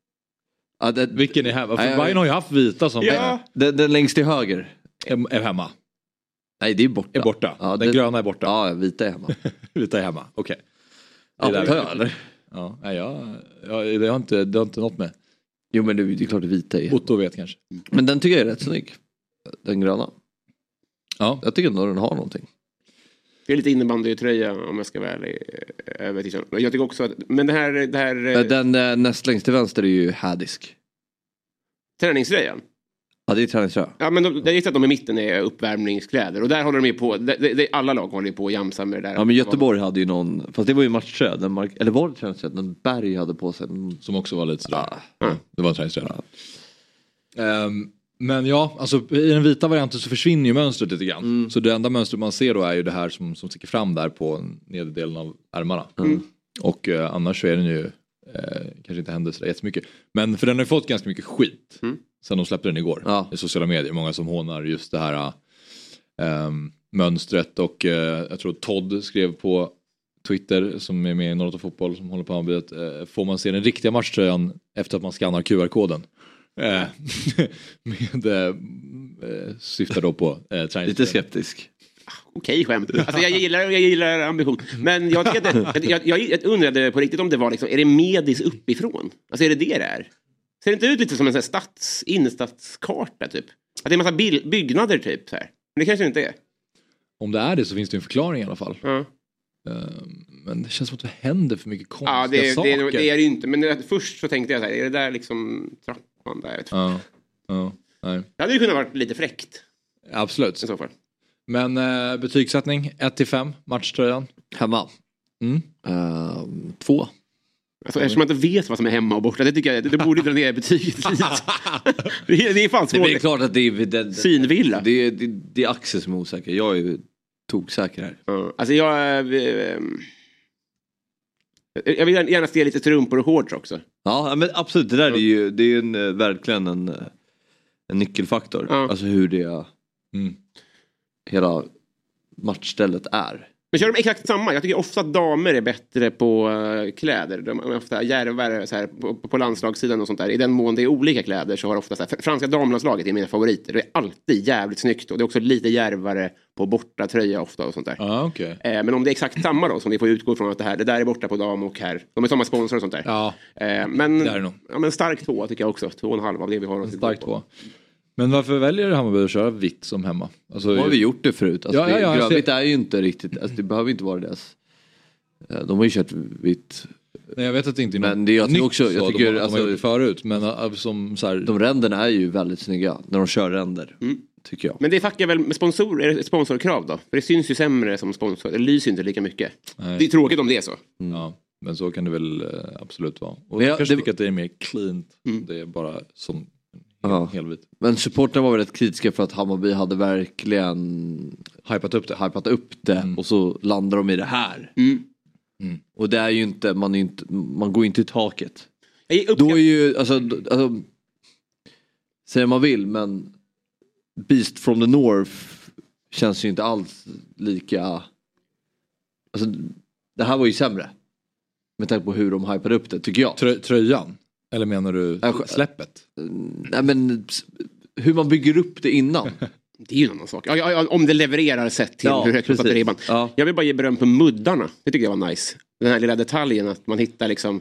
ja, det, vilken är hemma? För Bayern har ju haft vita som ja. den, den längst till höger är, är hemma. Nej, det är borta. Är borta. Ja, den det... gröna är borta. Ja, vita är hemma. Vita är hemma, okej. Okay. Ja, det eller? Ja, nej, ja, ja, det har inte det har inte något med. Jo, men det, det är klart det vita är. Otto vet kanske. Men den tycker jag är rätt snygg. Den gröna. Ja. Jag tycker nog den har någonting. Det är lite innebandytröja om jag ska vara ärlig. Jag tycker också att, men det här, det här den äh, näst längst till vänster är ju Haddisk. Träningströjan. Ja, det är träningströja. Ja, men de, det är att de i mitten är uppvärmningskläder. Och där håller de ju på, det, det, alla lag håller på att jamsa med det där. Ja, men Göteborg hade ju någon, fast det var ju matchtröja, den mark, eller var det träningströja? Den Berg hade på sig. Som också var lite sådär. Ja. Ja, det var en träningströja. Ja. Um, men ja, alltså i den vita varianten så försvinner ju mönstret lite grann. Mm. Så det enda mönstret man ser då är ju det här som, som sticker fram där på nederdelen av ärmarna. Mm. Och uh, annars så är den ju uh, kanske inte händer sådär jättemycket. Men för den har ju fått ganska mycket skit. Mm. Sen de släppte den igår ja. i sociala medier. Många som hånar just det här um, mönstret. Och uh, jag tror Todd skrev på Twitter, som är med i Norrbotten Fotboll, som håller på att anbjuda, uh, får man se den riktiga matchtröjan efter att man skannar Q R-koden. Uh, med uh, syftar då på uh, lite skeptisk. Okej, skämt. Alltså jag gillar, jag gillar ambition. Men jag, jag, jag, jag undrade på riktigt om det var liksom, är det medis uppifrån? Alltså är det det det är? Ser det inte ut lite som en sån här stats, innerstadskarta typ? Att det är en massa bil, byggnader typ så här. Men det kanske inte är. Om det är det så finns det en förklaring i alla fall. Ja. Men det känns som att det händer för mycket konstiga ja, det är, saker. Det är, det är det ju inte. Men det, först så tänkte jag så här, är det där liksom trappan där? Ja. Ja. Nej. Det hade ju kunnat varit lite fräckt. Absolut. I så fall. Men eh, betygssättning ett till fem, matchtröjan. Hemma. Mm. Uh, två. Alltså, eftersom man inte vet vad som är hemma och borta, det tycker jag, det, det borde dra ner betyget lite. det, är, det är fan svårt. Det är klart att det är det, synvilla. Det, det, det är Axel som är osäker. Jag är ju toksäker här. Ja, alltså jag äh, jag vill gärna se lite strumpor och shorts också. Ja, men absolut, det där är ju det är en, verkligen en, en nyckelfaktor. Ja. Alltså hur det mm. hela matchstället är. Men kör de exakt samma? Jag tycker ofta att damer är bättre på uh, kläder. De är ofta järvare så här, på, på landslagssidan och sånt där. I den mån det är olika kläder så har ofta så här, franska damlandslaget är mina favoriter. Det är alltid jävligt snyggt och det är också lite järvare på borta tröja ofta och sånt där. Ah, okay. eh, men om det är exakt samma då som vi får utgå från att det här, det där är borta på dam och här. De är samma sponsor och sånt där. Ja, eh, men, det är nog. Ja, men stark två tycker jag också. Två och en halv av det vi har. En stark två. Men varför väljer Hammarby att köra vitt som hemma? Alltså, de har vi gjort det förut. Alltså, ja, ja, ja, det, grövigt är ju inte riktigt, alltså, det behöver inte vara deras. De har ju kört vitt. Nej, jag vet att det inte är men det jag nytt också, jag tycker, de, de alltså, har gjort det förut. Men uh, som så här... de ränderna är ju väldigt snygga när de kör ränder. Mm. Tycker jag. Men det fuckar väl med sponsor, är det sponsorkrav då? För det syns ju sämre som sponsor. Det lyser inte lika mycket. Nej. Det är tråkigt om det är så. Mm. Ja, men så kan det väl uh, absolut vara. Och ja, jag kanske det... tycker att det är mer clean. Mm. Det är bara som ja. helvit. Men supporterna var väldigt kritiska för att Hammarby hade verkligen hypat upp det. Hypat upp det mm. och så landar de i det här. Mm. Mm. Och det är ju inte, man, är inte, man går inte i taket. Uppskatt... Då är ju, alltså, alltså säger man vill, men Beast from the North känns ju inte alls lika, alltså det här var ju sämre med tanke på hur de hypade upp det, tycker jag. Trö- tröjan? Eller menar du släppet? Nej, men hur man bygger upp det innan. Det är ju en annan sak. Ja, ja, om det levererar sett till ja, hur högt man satte ribban. Ja. Jag vill bara ge beröm på muddarna. Det tycker jag var nice. Den här lilla detaljen att man hittar liksom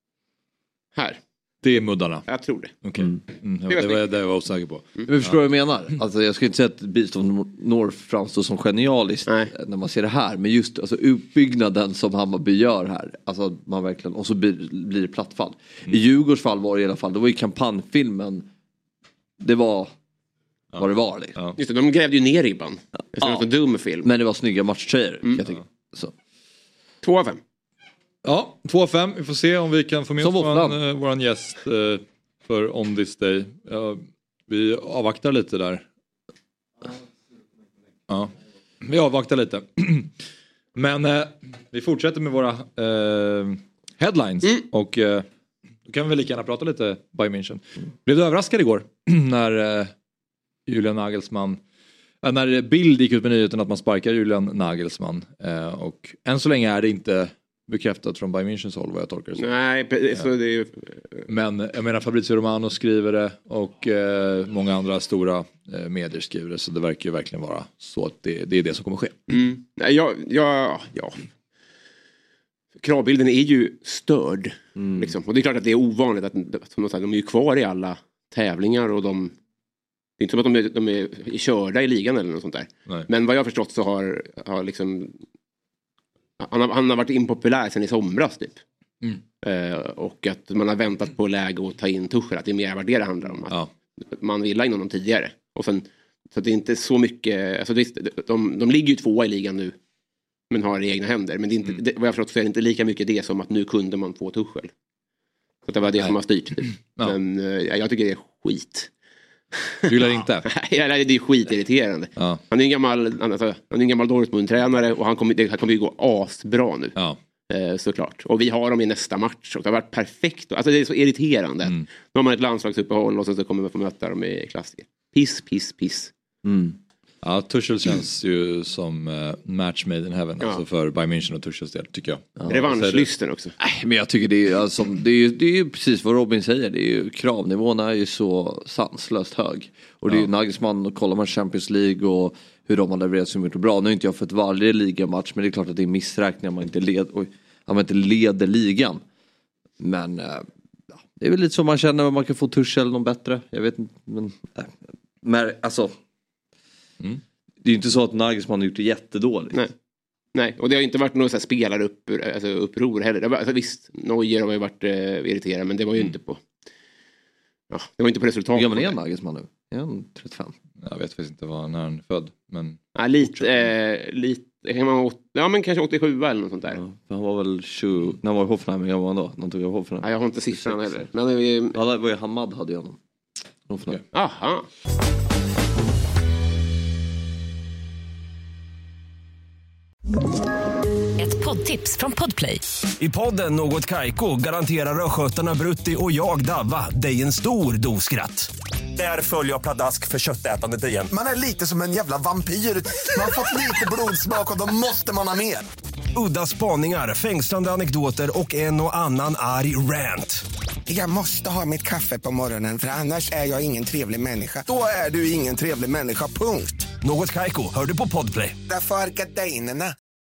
här. Det är muddarna. Jag tror det. Okej. Okay. Mm. Mm. Det var det jag var osäker på. Mm. Men förstår du vad jag menar? Alltså jag ska inte säga att Beast of North framstår som genialiskt Nej. när man ser det här. Men just alltså, uppbyggnaden som Hammarby gör här. Alltså man verkligen, och så blir, blir det plattfall. Mm. I Djurgårds fall var det i alla fall, det var ju kampanjfilmen. Det var ja. vad det var. Liksom. Ja. Just det, de grävde ju ner ribban. Ja. Det var en dum film. Men det var snygga matchtröjor. Mm. Jag tycker. Så. Två av fem. Ja, två av fem. Vi får se om vi kan få med oss våran, eh, våran gäst eh, för On This Day. Ja, vi avvaktar lite där. Ja, vi avvaktar lite. Men eh, vi fortsätter med våra eh, headlines. Mm. Och eh, då kan vi väl lika gärna prata lite Bayern München. Blev du överraskad igår när eh, Julian Nagelsmann... Äh, när Bild gick ut med nyheten att man sparkar Julian Nagelsmann. Eh, och än så länge är det inte... bekräftat från Bayern Münchens håll vad jag tolkar det så. Nej, så det är ju... Men jag menar Fabrizio Romano skriver det och eh, många andra stora eh, medier skriver det, så det verkar ju verkligen vara så att det, det är det som kommer ske. Mm. Nej, ja, ja, ja. Kravbilden är ju störd. Mm. Liksom. Och det är klart att det är ovanligt att, som de, säger, de är ju kvar i alla tävlingar och de... Det är inte som att de är, de är körda i ligan eller något sånt där. Nej. Men vad jag har förstått så har, har liksom... Han har, han har varit impopulär sedan i somras typ. Mm. Eh, och att man har väntat på läge att ta in Tuchel. Att det är mer vad det det handlar om. Att ja. Man vill ha in honom tidigare. Och sen, så det är inte så mycket... Alltså det, de, de ligger ju tvåa i ligan nu. Men har det i egna händer. Men det är inte, mm. det, vad jag förstått så är det inte lika mycket det som att nu kunde man få Tuchel. Så det var det Nej. som har styrt. Typ. Ja. Men eh, jag tycker det är skit. Du gillar inte? Nej, det är skitirriterande. Ja. Han är en gammal, alltså, han är en gammal Dortmund-tränare och han kommer, det kommer ju gå asbra nu. Ja. Eh, såklart. Och vi har dem i nästa match och det har varit perfekt. Alltså det är så irriterande. Mm. Nu har man ett landslagsuppehåll och sen så kommer man få möta dem i klassiker. Piss, piss, piss. Mm. Ja, Tuchel känns ju som uh, match made in heaven. Ja. Alltså för Bayern München och Tuchels del, tycker jag. Ja. Revanschlysten också. Nej, men jag tycker det är, alltså, det, är, det är ju precis vad Robin säger. Det är ju, kravnivån är ju så sanslöst hög. Och det är ju Nagelsmann, och kollar man Champions League och hur de har levererat så mycket bra. Nu är inte jag för ett varje ligamatch, men det är klart att det är missräkningar man inte, led, oj, man inte leder ligan. Men äh, det är väl lite så man känner att man kan få Tuchel någon bättre. Jag vet inte, men, äh, men alltså... Mm. Det är ju inte så att Nagelsmann har gjort det jättedåligt. Nej. Nej, och det har inte varit någon så här spelarupp, alltså uppror heller. Alltså, visst, Neuer har ju varit eh, irriterad, men det var ju mm. inte på Ja, det var inte på resultat. Hur gammal är Nagelsmann nu? Är han trettiofem? Jag vet faktiskt inte vad, när han är född. Men... Ja, lite, eh, lite ja men kanske åttiosju eller något sånt där. Ja, han var väl tjugo, när han var i Hoffenheim, hur gammal var han då? Han tog jag Hoffenheim. Ja, jag har inte siffran heller. Men det är... Ja, det var ju Hamad hade jag honom. Hoffenheim. Okay. Aha. Ett poddtips från Podplay. I podden Något Kaiko garanterar röskötarna Brutti och jag Davva dig en stor dos skratt. Där följer jag pladask för köttätandet igen. Man är lite som en jävla vampyr. Man har fått lite blodsmak och då måste man ha mer. Udda spaningar, fängslande anekdoter och en och annan arg rant. Jag måste ha mitt kaffe på morgonen för annars är jag ingen trevlig människa. Då är du ingen trevlig människa, punkt. Något Kaiko, hör du på Podplay. Därför är gardinerna.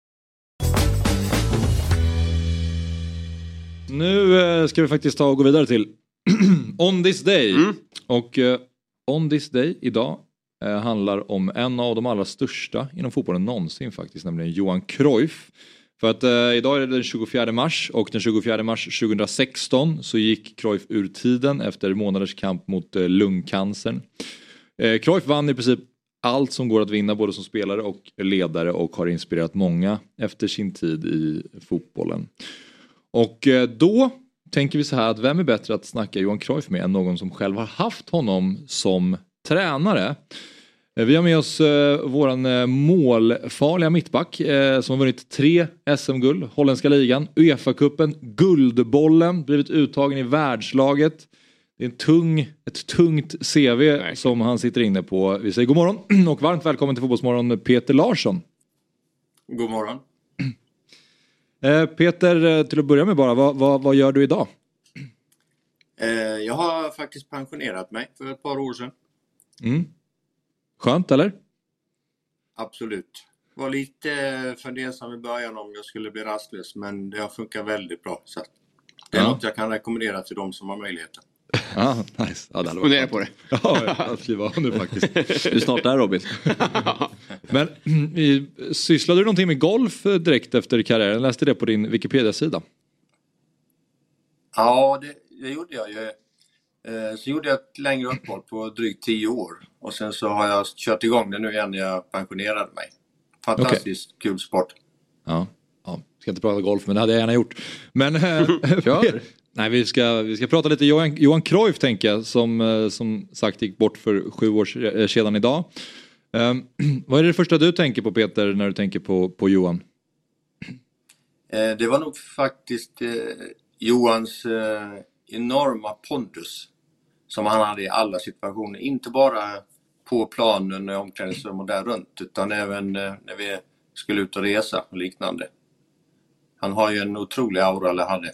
Nu eh, ska vi faktiskt ta och gå vidare till On This Day. Mm. Och eh, On This Day idag eh, handlar om en av de allra största inom fotbollen någonsin faktiskt, nämligen Johan Cruyff. För att eh, idag är det den tjugofjärde mars och den tjugofjärde mars tjugohundrasexton så gick Cruyff ur tiden efter månaders kamp mot eh, lungcancern. Eh, Cruyff vann i princip allt som går att vinna både som spelare och ledare och har inspirerat många efter sin tid i fotbollen. Och eh, då tänker vi så här att vem är bättre att snacka Johan Cruyff med än någon som själv har haft honom som tränare. Vi har med oss eh, våran eh, målfarliga mittback eh, som har vunnit tre S M-guld, holländska ligan, UEFA-cupen, guldbollen, blivit uttagen i världslaget. Det är en tung, ett tungt C V Nej. som han sitter inne på. Vi säger god morgon och varmt välkommen till Fotbollsmorgon Peter Larsson. God morgon. Eh, Peter, till att börja med bara, vad, vad, vad gör du idag? Eh, jag har faktiskt pensionerat mig för ett par år sedan. Mm. Skönt, eller? Absolut. Var lite fundersam i början om jag skulle bli rastlös, men det har funkat väldigt bra. Så det är ja. något jag kan rekommendera till de som har möjligheten. Ja, nice. Ja, det Fundera på det. Ja, jag skriver nu faktiskt. Du är snart där, Robin. Men sysslade du någonting med golf direkt efter karriären? Jag läste det på din Wikipedia-sida. Ja, det, det gjorde jag ju. Så gjorde jag ett längre uppehåll på drygt tio år. Och sen så har jag kört igång det nu igen när jag pensionerade mig. Fantastiskt okay. Kul sport. Ja, ja, ska inte prata golf, men det hade jag gärna gjort. Men Kör. Nej, vi ska, vi ska prata lite Johan, Johan Cruyff, tänker jag, som, som sagt gick bort för sju år sedan idag. Um, vad är det första du tänker på, Peter, när du tänker på, på Johan? Eh, det var nog faktiskt eh, Johans eh, enorma pondus som han hade i alla situationer. Inte bara på planen, omklädningsrum och där runt, utan även eh, när vi skulle ut och resa och liknande. Han har ju en otrolig aura, eller hade.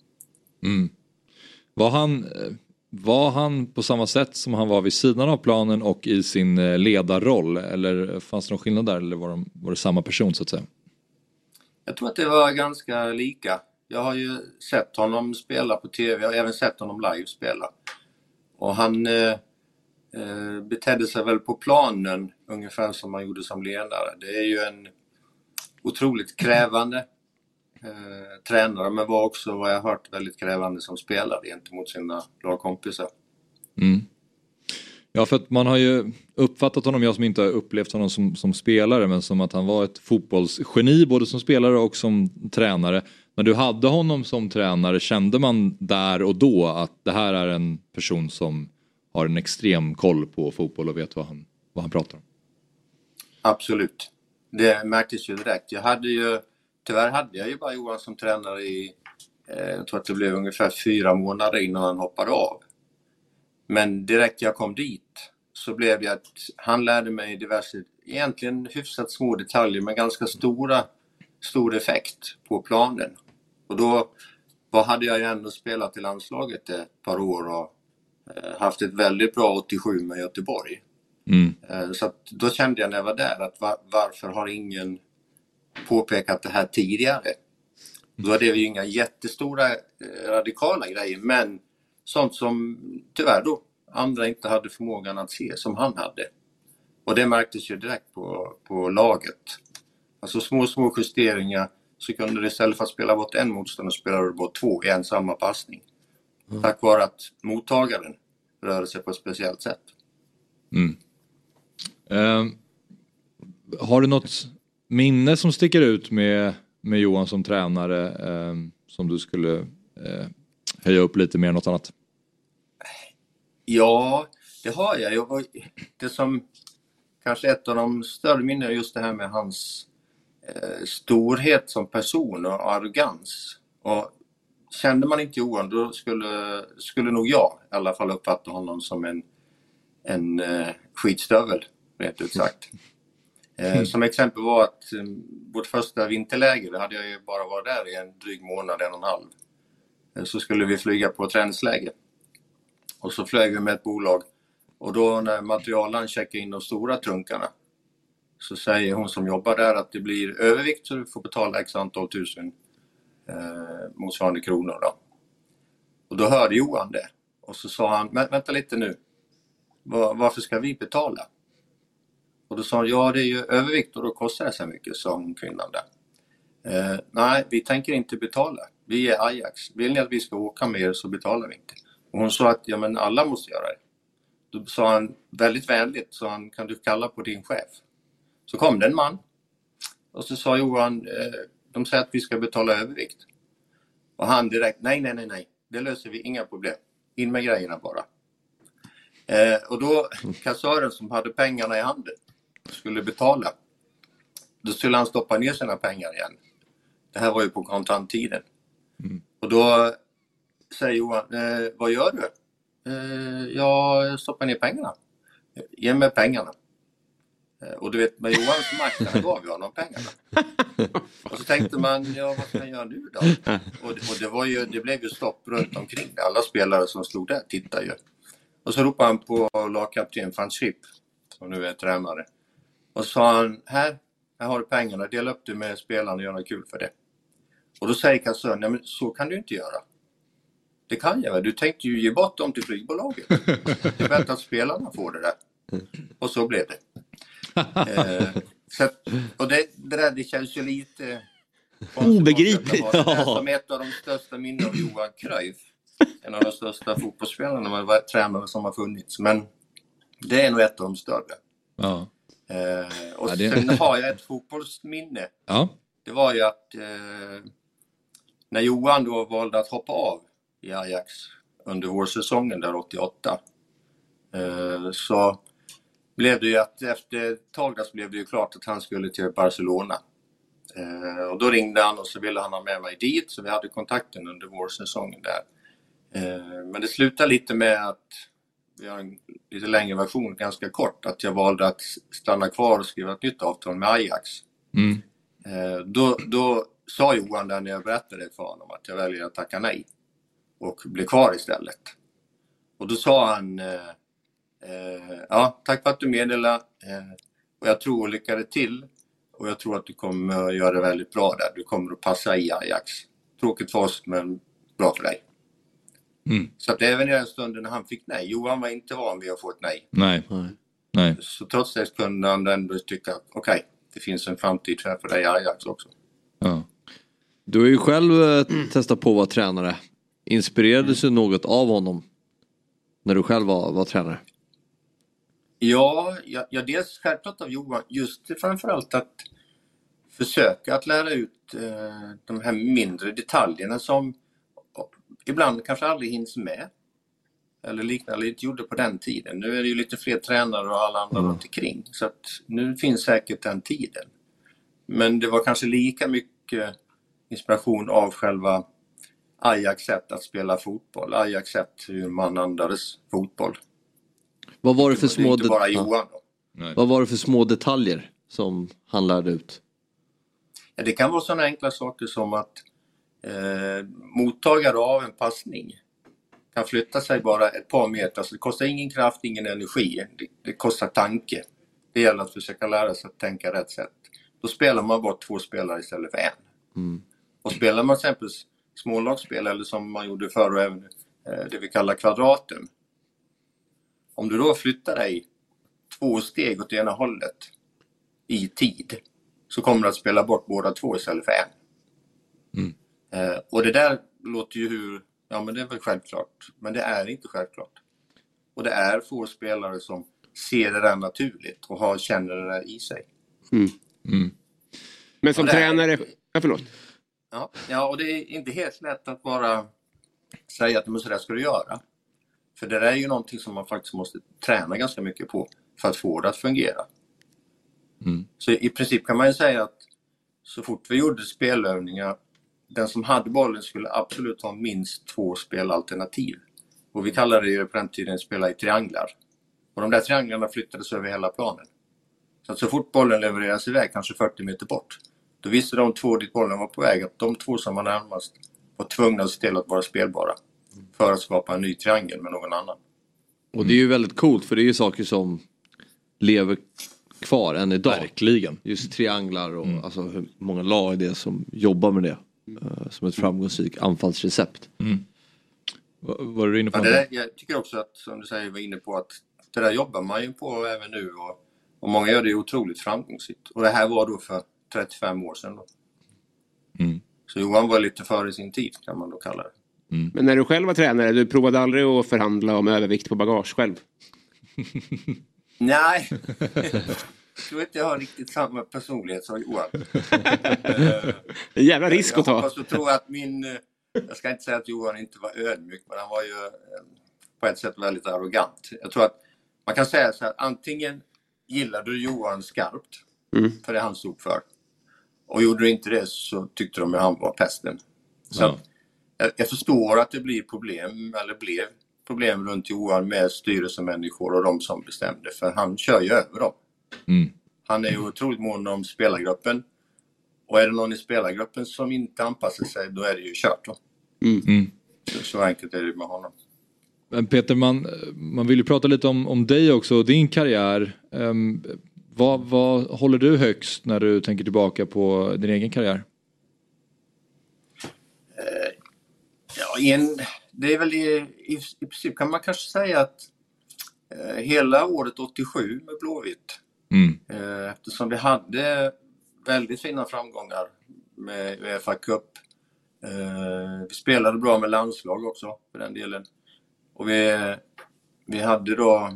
Mm. Var han, var han på samma sätt som han var vid sidan av planen och i sin ledarroll? Eller fanns det någon skillnad där? Eller var, de, var det samma person, så att säga? Jag tror att det var ganska lika. Jag har ju sett honom spela på tv. Jag har även sett honom live spela. Och han eh, betedde sig väl på planen ungefär som han gjorde som ledare. Det är ju en otroligt krävande Eh, tränare, men var också, vad jag har hört, väldigt krävande som spelare gentemot sina lagkompisar. Mm. Ja, för att man har ju uppfattat honom, jag som inte har upplevt honom som, som spelare, men som att han var ett fotbollsgeni både som spelare och som tränare. När du hade honom som tränare, kände man där och då att det här är en person som har en extrem koll på fotboll och vet vad han, vad han pratar om? Absolut. Det märktes ju direkt. Jag hade ju Tyvärr hade jag ju bara Johan som tränare i, eh, jag tror att det blev ungefär fyra månader innan han hoppade av. Men direkt jag kom dit så blev det att han lärde mig diverse, egentligen hyfsat små detaljer, men ganska stora, stor effekt på planen. Och då vad hade jag ju ändå spelat i landslaget ett par år och eh, haft ett väldigt bra åttiosju med Göteborg. Mm. Eh, så att då kände jag när jag var där att var, varför har ingen påpekat det här tidigare. Då är det ju inga jättestora eh, radikala grejer, men sånt som tyvärr då andra inte hade förmågan att se som han hade. Och det märktes ju direkt på, på laget. Alltså små små justeringar, så kunde det istället för att spela bort en motståndare spela bort två i en samma passning. Mm. Tack vare att mottagaren rör sig på ett speciellt sätt. Mm. Uh, har du något minne som sticker ut med, med Johan som tränare uh, som du skulle uh, höja upp lite mer än något annat? Ja, det har jag. jag var, det som kanske ett av de större minnen är just det här med hans eh, storhet som person och arrogans. Och kände man inte Johan, då skulle, skulle nog jag i alla fall uppfatta honom som en, en eh, skitstövel, rätt ut sagt. Eh, som exempel var att eh, vårt första vinterläger, det hade jag ju bara varit där i en dryg månad, en och en halv. Eh, så skulle vi flyga på träningsläger. Och så flög vi med ett bolag. Och då när materialen checkar in de stora trunkarna, så säger hon som jobbar där att det blir övervikt, så du får betala x antal tusen eh, motsvarande kronor då. Och då hörde Johan det. Och så sa han, Vä- vänta lite nu. Var, varför ska vi betala? Och då sa han, ja det är ju övervikt och då kostar det så mycket, sa hon kvinnan där. Eh, nej, vi tänker inte betala. Vi är Ajax. Vill ni att vi ska åka med er så betalar vi inte. Och hon sa att ja, men alla måste göra det. Då sa han väldigt vänligt, så han, kan du kalla på din chef? Så kom det en man. Och så sa Johan, eh, de säger att vi ska betala övervikt. Och han direkt, nej, nej, nej, nej. Det löser vi, inga problem. In med grejerna bara. Eh, och då kassören som hade pengarna i handen skulle betala. Då skulle han stoppa ner sina pengar igen. Det här var ju på kontanttiden. Mm. Och då säger Johan, eh, vad gör du? Eh, jag stoppar ner pengarna. Ge mig pengarna. Eh, och du vet, med Johans makt, gav jag honom pengarna. Och så tänkte man, ja vad ska jag göra nu då? Och, och det, var ju, det blev ju stopp runt omkring. Alla spelare som stod där tittade ju. Och så ropade han på lagkapten van Schip, som nu är tränare. Och så sa han, här, här har du pengarna, dela upp det med spelarna och gör något kul för det. Och då säger kassören, nej men så kan du inte göra. Det kan jag, du tänkte ju ge bort dem till flygbolaget. Det är bättre att spelarna får det där. Och så blev det. Eh, så att, och det, det där, det känns ju lite obegripligt. Det är som ett av de största minnen av Johan Cruyff. En av de största fotbollsspelarna man var tränare som har funnits. Men det är nog ett av de större. Ja. Eh, och ja, det... sen har jag ett fotbollsminne. Ja. Det var ju att eh, när Johan då valde att hoppa av i Ajax under vårsäsongen där åttioåtta, eh, så blev det ju att efter ett tag där så blev det ju klart att han skulle till Barcelona. Eh, och då ringde han och så ville han ha med mig dit, så vi hade kontakten under vårsäsongen där. Eh, men det slutade lite med att vi har en lite längre version, ganska kort, att jag valde att stanna kvar och skriva ett nytt avtal med Ajax. Mm. Eh, då, då sa Johan där när jag berättade för honom att jag väljer att tacka nej och bli kvar istället. Och då sa han, eh, eh, ja tack för att du meddelade, eh, och jag tror lyckade till, och jag tror att du kommer att göra det väldigt bra där. Du kommer att passa i Ajax. Tråkigt för oss, men bra för dig. Mm. Så att även i den stunden när han fick nej, Johan var inte van vid att få ett nej. Nej. nej. Så trots det kunde han ändå tycka, okej, okay, det finns en framtid för dig i Ajax också. Ja. Du har ju själv eh, testat på att vara tränare. Inspirerades mm. du något av honom när du själv var, var tränare? Ja, jag, jag dels självklart av Johan, just framförallt att försöka att lära ut eh, de här mindre detaljerna som ibland kanske aldrig hinns med. Eller liknande inte gjorde på den tiden. Nu är det ju lite fler tränare och alla andra mm. runt omkring. Så att nu finns säkert den tiden. Men det var kanske lika mycket inspiration av själva Ajax sätt att spela fotboll. Ajax sätt hur man andades fotboll. Vad var det för små det bara Johan då. Nej. Vad var det för små detaljer som han lärde ut? Ja, det kan vara sådana enkla saker som att eh, mottagare av en passning kan flytta sig bara ett par meter. Så det kostar ingen kraft, ingen energi. Det, det kostar tanke. Det gäller att försöka lära sig att tänka rätt sätt. Då spelar man bara två spelare istället för en. Mm. Och spelar man exempelvis smålagsspel eller som man gjorde förr och även eh, det vi kallar kvadraten. Om du då flyttar dig två steg åt ena hållet i tid, så kommer du att spela bort båda två istället för en. Mm. Eh, och det där låter ju hur, ja men det är väl självklart, men det är inte självklart. Och det är få spelare som ser det där naturligt och har, känner det där i sig. Mm. Mm. Men som tränare... Ja, förlåt. Ja, ja, och det är inte helt lätt att bara säga att så där ska du göra. För det där är ju någonting som man faktiskt måste träna ganska mycket på för att få det att fungera. Mm. Så i princip kan man ju säga att så fort vi gjorde spelövningar, den som hade bollen skulle absolut ha minst två spelalternativ. Och vi kallade det ju på den tiden spela i trianglar. Och de där trianglarna flyttades över hela planen. Så att så fort bollen levereras iväg, kanske fyrtio meter bort, då visste de två dit bollen var på väg att de två som var närmast var tvungna att se till att vara spelbara. För att skapa en ny triangel med någon annan. Och det är ju väldigt coolt, för det är ju saker som lever kvar än idag. Verkligen. Just trianglar och mm. alltså hur många lag är det som jobbar med det. Uh, som ett framgångsrikt anfallsrecept. Mm. Vad är du inne på? Ja, det där, jag tycker också att, som du säger, var inne på att det där jobbar man ju på även nu. Och, och många gör det otroligt framgångsrikt. Och det här var då för trettiofem år sedan då. Mm. Så Johan var lite före sin tid, kan man då kalla det. Mm. Men när du själv var tränare, du provade aldrig att förhandla om övervikt på bagage själv? Nej. Jag tror inte jag har riktigt samma personlighet som Johan. En jävla risk att ta. Jag hoppas och tror att min... Jag ska inte säga att Johan inte var ödmjuk, men han var ju på ett sätt väldigt arrogant. Jag tror att man kan säga så här, antingen gillade du Johan skarpt, mm. för det han stod för. Och gjorde du inte det så tyckte de att han var pesten. Så ja. jag, jag förstår att det blir problem, eller blev problem runt Johan med styrelsemänniskor och de som bestämde. För han kör ju över dem. Mm. Han är ju otroligt mån om spelargruppen. Och är det någon i spelargruppen som inte anpassar sig, då är det ju kört då. Mm. Mm. Så, så enkelt är det med honom. Men Peter, man, man vill ju prata lite om, om dig också och din karriär. Um, vad, vad håller du högst när du tänker tillbaka på din egen karriär? Uh, ja, en, det är väl i, i, i princip kan man kanske säga att uh, hela året åttiosju med Blåvitt. Mm. Uh, eftersom vi hade väldigt fina framgångar med U E F A Cup. Uh, vi spelade bra med landslag också för den delen. Och vi, vi hade då uh,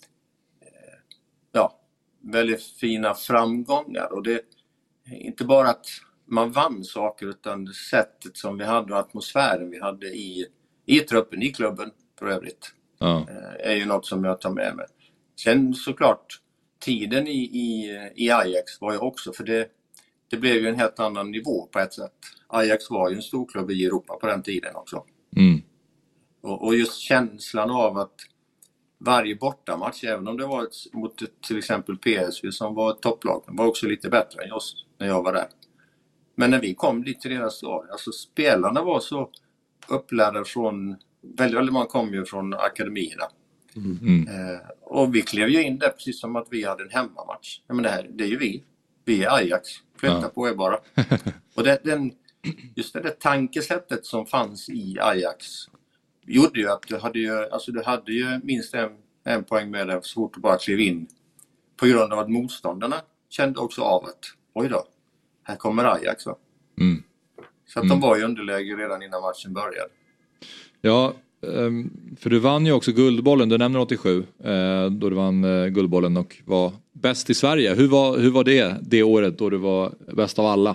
ja, väldigt fina framgångar. Och det är inte bara att man vann saker, utan sättet som vi hade och atmosfären vi hade i, i truppen, i klubben för övrigt. Ja. Uh, är ju något som jag tar med mig. Sen såklart tiden i, i, i Ajax var ju också, för det, det blev ju en helt annan nivå på ett sätt. Ajax var ju en stor klubb i Europa på den tiden också. Mm. Och, och just känslan av att varje bortamatch, även om det var ett, mot ett, till exempel P S V som var ett topplag, var också lite bättre än oss när jag var där. Men när vi kom dit till deras lag, alltså spelarna var så upplärda från, väldigt, väldigt många kom ju från akademierna. Mm. Eh, och vi klev ju in där precis som att vi hade en hemmamatch. Ja, men det, här, det är ju vi. Vi är Ajax. Flytta ja. på er bara. Och det, den, just det där tankesättet som fanns i Ajax gjorde ju att du hade ju, alltså du hade ju minst en, en poäng med det så fort du bara klev in. På grund av att motståndarna kände också av att oj då, här kommer Ajax va? Mm. Så att mm. de var i underläge redan innan matchen började. Ja, för du vann ju också Guldbollen, du nämner åttiosju, då du vann Guldbollen och var bäst i Sverige. Hur var, hur var det det året då du var bäst av alla?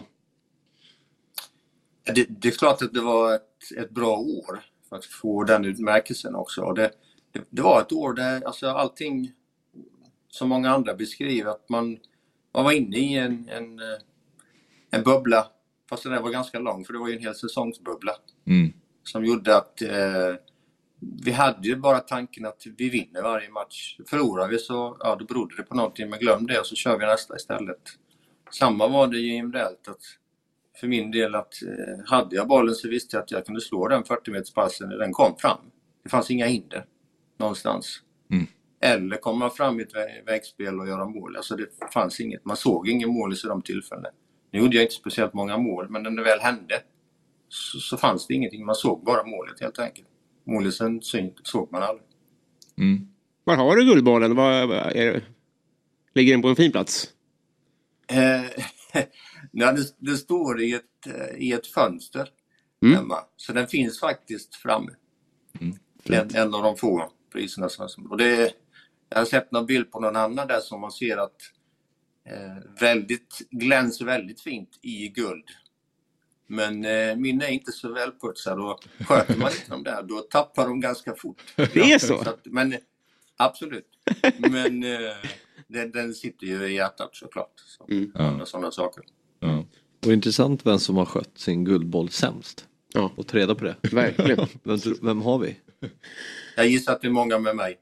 Det, det är klart att det var ett, ett bra år för att få den utmärkelsen också. Och det, det, det var ett år där alltså allting som många andra beskriver, att man, man var inne i en, en, en bubbla, fast den var ganska lång för det var ju en hel säsongsbubbla. Mm. Som gjorde att eh, vi hade ju bara tanken att vi vinner varje match. Förlorar vi så, ja då berodde det på någonting, men glöm det och så kör vi nästa istället. Samma var det ju individuellt, att för min del att eh, hade jag bollen så visste jag att jag kunde slå den fyrtio meters passen när den kom fram. Det fanns inga hinder någonstans. Mm. Eller komma fram i ett vä- vägspel och göra mål. Alltså det fanns inget, man såg ingen mål i de tillfällena. Nu gjorde jag inte speciellt många mål, men när det väl hände Så, så fanns det ingenting. Man såg bara målet helt enkelt. Målet sen såg man aldrig. Mm. Var har du Guldbollen? Var, är, ligger den på en fin plats? Eh, ja, det, det står i ett, i ett fönster mm. hemma. Så den finns faktiskt framme. Mm. En, en av de få priserna. Och det, jag har sett någon bild på någon annan där som man ser att eh, väldigt, glänser väldigt fint i guld. Men eh, min är inte så välputsad och sköter man inte dem där, då tappar de ganska fort. Det är så? så att, men absolut. Men eh, den, den sitter ju i hjärtat såklart. Så, mm. ja. Sådana saker. Ja. Och intressant vem som har skött sin guldboll sämst. Ja. Och ta reda på det. Verkligen. vem, vem har vi? Jag gissar att det är många med mig.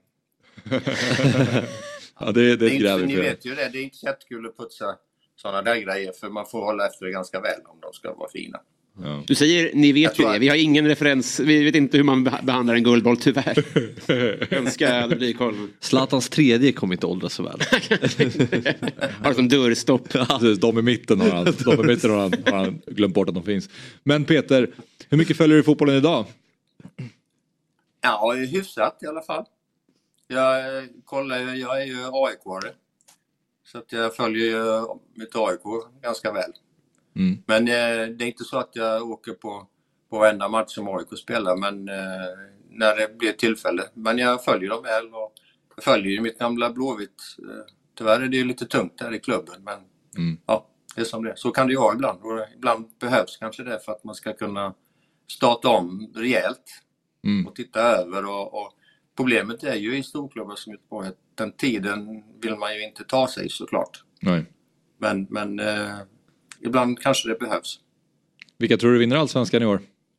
Ja, det, det är det är ett gräv inte, i ni flera. vet ju det, det är inte jättekul att putsa sådana där grejer, för man får hålla efter det ganska väl om de ska vara fina. Ja. Du säger, ni vet ju att... det. Vi har ingen referens. Vi vet inte hur man behandlar en guldboll, tyvärr. Önskar det blir koll. Zlatans tredje kommer inte åldras så väl. Har det som dörrstopp. Precis, de i mitten har han, de i mitten har han, har han glömt bort att de finns. Men Peter, hur mycket följer du fotbollen idag? Ja, hyfsat i alla fall. Jag kollar, jag är ju A I K-are. Så att jag följer ju mitt A I K ganska väl. Mm. Men eh, det är inte så att jag åker på, på varenda match som A I K spelar, men eh, när det blir tillfälle. Men jag följer dem väl och jag följer ju mitt gamla Blåvitt. Eh, tyvärr är det ju lite tungt där i klubben, men Mm. ja, det är som det är. Så kan det ju vara ibland. Och ibland behövs kanske det för att man ska kunna starta om rejält Mm. och titta över. Och, och problemet är ju i storklubbar som Göteborg att den tiden vill man ju inte ta sig såklart. Nej. Men, men eh, ibland kanske det behövs. Vilka tror du vinner Allsvenskan i år?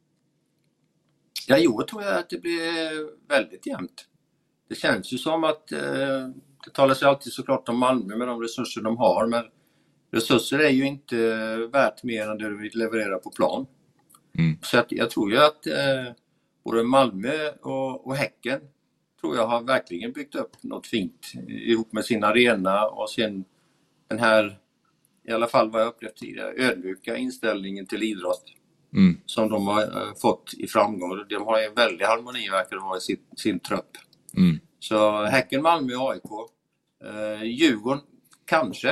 Ja, i år tror jag att det blir väldigt jämnt. Det känns ju som att eh, det talas ju alltid såklart om Malmö med de resurser de har, men resurser är ju inte värt mer än det du vill leverera på plan. Mm. Så att jag tror ju att eh, både Malmö och, och Häcken tror jag har verkligen byggt upp något fint ihop med sin arena och sen den här, i alla fall vad jag upplevt tidigare, ödmjuka inställningen till idrott Mm. som de har uh, fått i framgång. De har en väldig harmoni verkar det vara i sin, sin trupp. Mm. Så Häcken, Malmö och A I K. Uh, Djurgården kanske.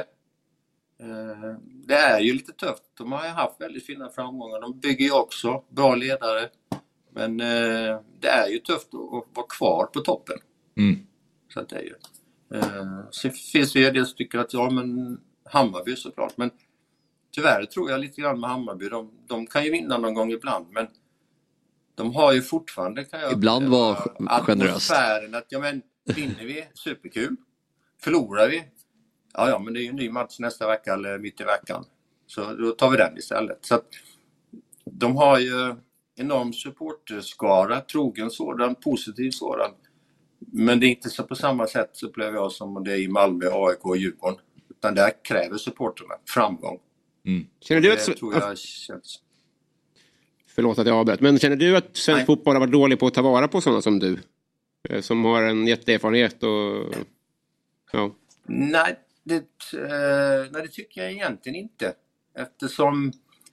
Uh, det är ju lite tufft. De har ju haft väldigt fina framgångar. De bygger ju också bra ledare. Men uh, det är ju tufft att, att vara kvar på toppen. Mm. Så att det är ju. Uh, så finns det ju det som tycker att ja, men Hammarby såklart. Men tyvärr tror jag lite grann med Hammarby. De, de kan ju vinna någon gång ibland, men de har ju fortfarande, kan jag Ibland var generöst. Atmosfären att, ja men, vinner vi, superkul. Förlorar vi, ja ja, men det är ju en ny match nästa vecka eller mitt i veckan. Så då tar vi den istället. Så att de har ju enorm supporterskara, trogen sådan, positiv sådan. Men det är inte så på samma sätt, så upplever jag, som det är i Malmö, A I K och Djurgården. Utan där kräver supporterna framgång. Mm. Känner du det att... tror jag känns... Förlåt att jag avbröt. Men känner du att svensk Nej. fotboll har varit dålig på att ta vara på sådana som du? Eh, Som har en jätteerfarenhet och... Ja. Nej, det, eh, nej, det tycker jag egentligen inte. Eftersom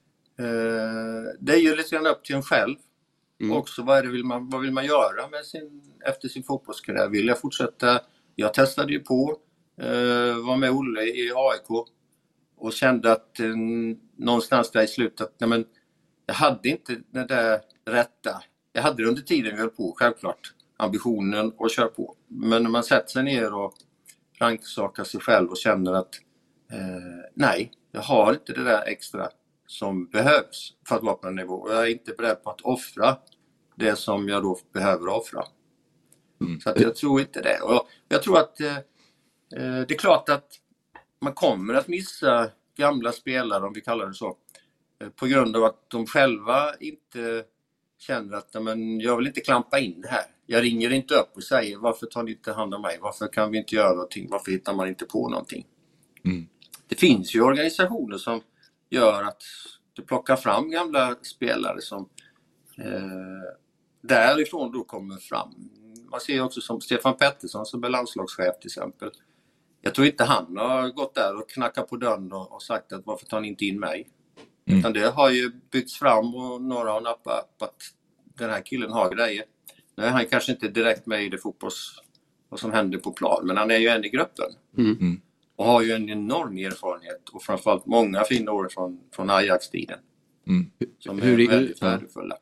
eh, det är ju lite grann upp till en själv. Mm. Också vad, är det vill man, vad vill man göra med sin, efter sin fotbollskarriär? Vill jag fortsätta? Jag testade ju på, eh, var med Olle i A I K och kände att eh, någonstans där i slutet, nej men jag hade inte det där rätta. Jag hade det under tiden vi höll på, självklart. Ambitionen att köra på. Men när man sätter sig ner och rannsakar sig själv och känner att eh, nej, jag har inte det där extra som behövs för att vara på en nivå. Och jag är inte beredd på att offra det som jag då behöver offra. Mm. Så att jag tror inte det. Och jag, jag tror att eh, det är klart att man kommer att missa gamla spelare, om vi kallar det så, eh, på grund av att de själva inte känner att men, jag vill inte klampa in här. Jag ringer inte upp och säger varför tar ni inte hand om mig? Varför kan vi inte göra någonting? Varför hittar man inte på någonting? Mm. Det finns ju organisationer som gör att du plockar fram gamla spelare som eh, därifrån då kommer fram. Man ser också som Stefan Pettersson som är landslagschef till exempel. Jag tror inte han har gått där och knackat på dörren och, och sagt att varför tar ni inte in mig? Mm. Utan det har ju byggts fram och några har nappat på att den här killen har grejer. Nu är han kanske inte direkt med i det fotbolls vad som händer på plan, men han är ju en i gruppen. Mm. Mm. Och har ju en enorm erfarenhet och framförallt många fina år från, från Ajax-tiden. Mm. Som Hur är är- väldigt ja. värdefulla.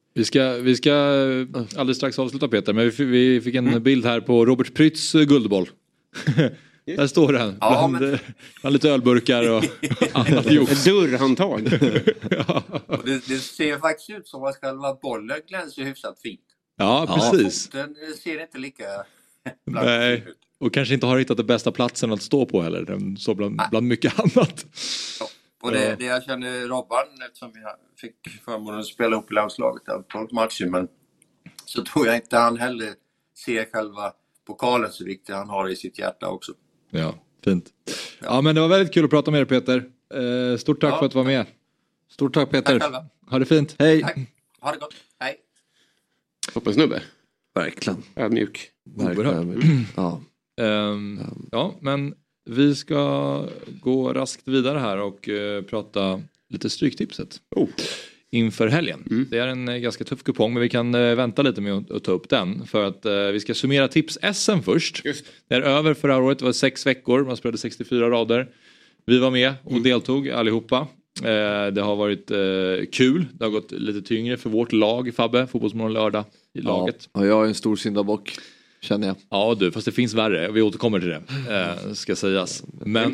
Vi ska, vi ska alldeles strax avsluta Peter, men vi, vi fick en mm. bild här på Robert Prytz guldboll. Där står den, ja, bland, men... bland lite ölburkar och annat jox. Dörrhandtag. Ja. Och det, det ser faktiskt ut som att själva bollen glänser hyfsat fint. Ja, precis. Ja, foten ser inte lika Nej. ut. Och kanske inte har hittat den bästa platsen att stå på heller. Så bland, bland mycket annat. Ja. Och det, det jag känner Robban, eftersom vi fick förmånen att spela upp i landslaget antalet matcher, men så tror jag inte han heller ser själva pokalen så viktigt han har i sitt hjärta också. Ja, fint. Ja, ja men det var väldigt kul att prata med er Peter. Eh, stort tack ja, för att du var med. Stort tack Peter. Tack själva. Ha det fint. Hej. Tack. Ha det gott. Hej. Hoppasnubbe. Verkligen. Ödmjuk. Verkligen. Ja. Um, ja, men vi ska gå raskt vidare här och uh, prata lite stryktipset oh. inför helgen. Mm. Det är en uh, ganska tuff kupong, men vi kan uh, vänta lite med att, att ta upp den för att uh, vi ska summera tips-S M först. Just. Det är över förra året, det var sex veckor, man spelade sextiofyra rader. Vi var med och mm. deltog allihopa. Uh, det har varit uh, kul, det har gått lite tyngre för vårt lag, Fabbe, Fotbollsmorgon lördag i ja. laget. Ja, jag är en stor syndabock. Känner jag. Ja du, fast det finns värre. Vi återkommer till det. Eh, ska sägas. Men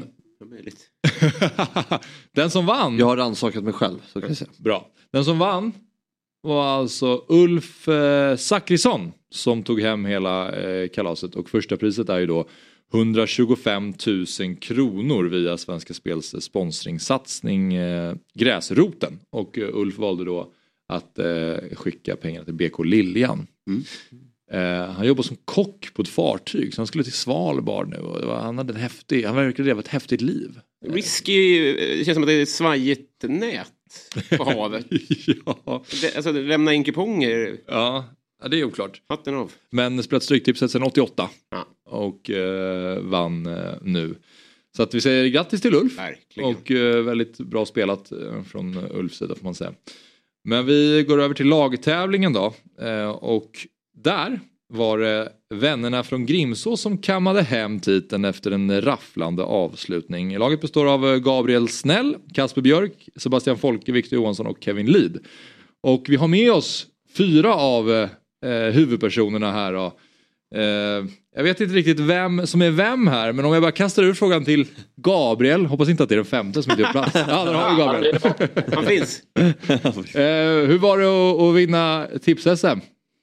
den som vann. Jag har rannsakat mig själv. Så kan jag säga. Bra. Den som vann var alltså Ulf eh, Zachrisson. Som tog hem hela eh, kalaset. Och första priset är ju då hundratjugofem tusen kronor via Svenska Spels sponsringssatsning eh, Gräsroten. Och eh, Ulf valde då att eh, skicka pengarna till B K Liljan. Mm. Uh, han jobbar som kock på ett fartyg så han skulle till Svalbard nu och det var, han hade en häftig, han verkade leva ett häftigt liv. Risky, det känns som att det är ett svajigt nät på havet. Ja. Det, alltså lämna in kuponger. Ja, ja, det är oklart. Hatten av. Men spelat stryktipset sedan åttioåtta ja. och uh, vann uh, nu. Så att vi säger grattis till Ulf. Verkligen. Och uh, väldigt bra spelat uh, från Ulfs sida får man säga. Men vi går över till lagtävlingen då uh, och där var det vännerna från Grimså som kammade hem titeln efter en rafflande avslutning. Laget består av Gabriel Snäll, Kasper Björk, Sebastian Folke, Victor Johansson och Kevin Lid. Och vi har med oss fyra av eh, huvudpersonerna här då. Eh, jag vet inte riktigt vem som är vem här, men om jag bara kastar ur frågan till Gabriel, hoppas inte att det är den femte som inte gör plats. Ja, där har vi Gabriel. Han finns. eh, hur var det att, att vinna tips-S M?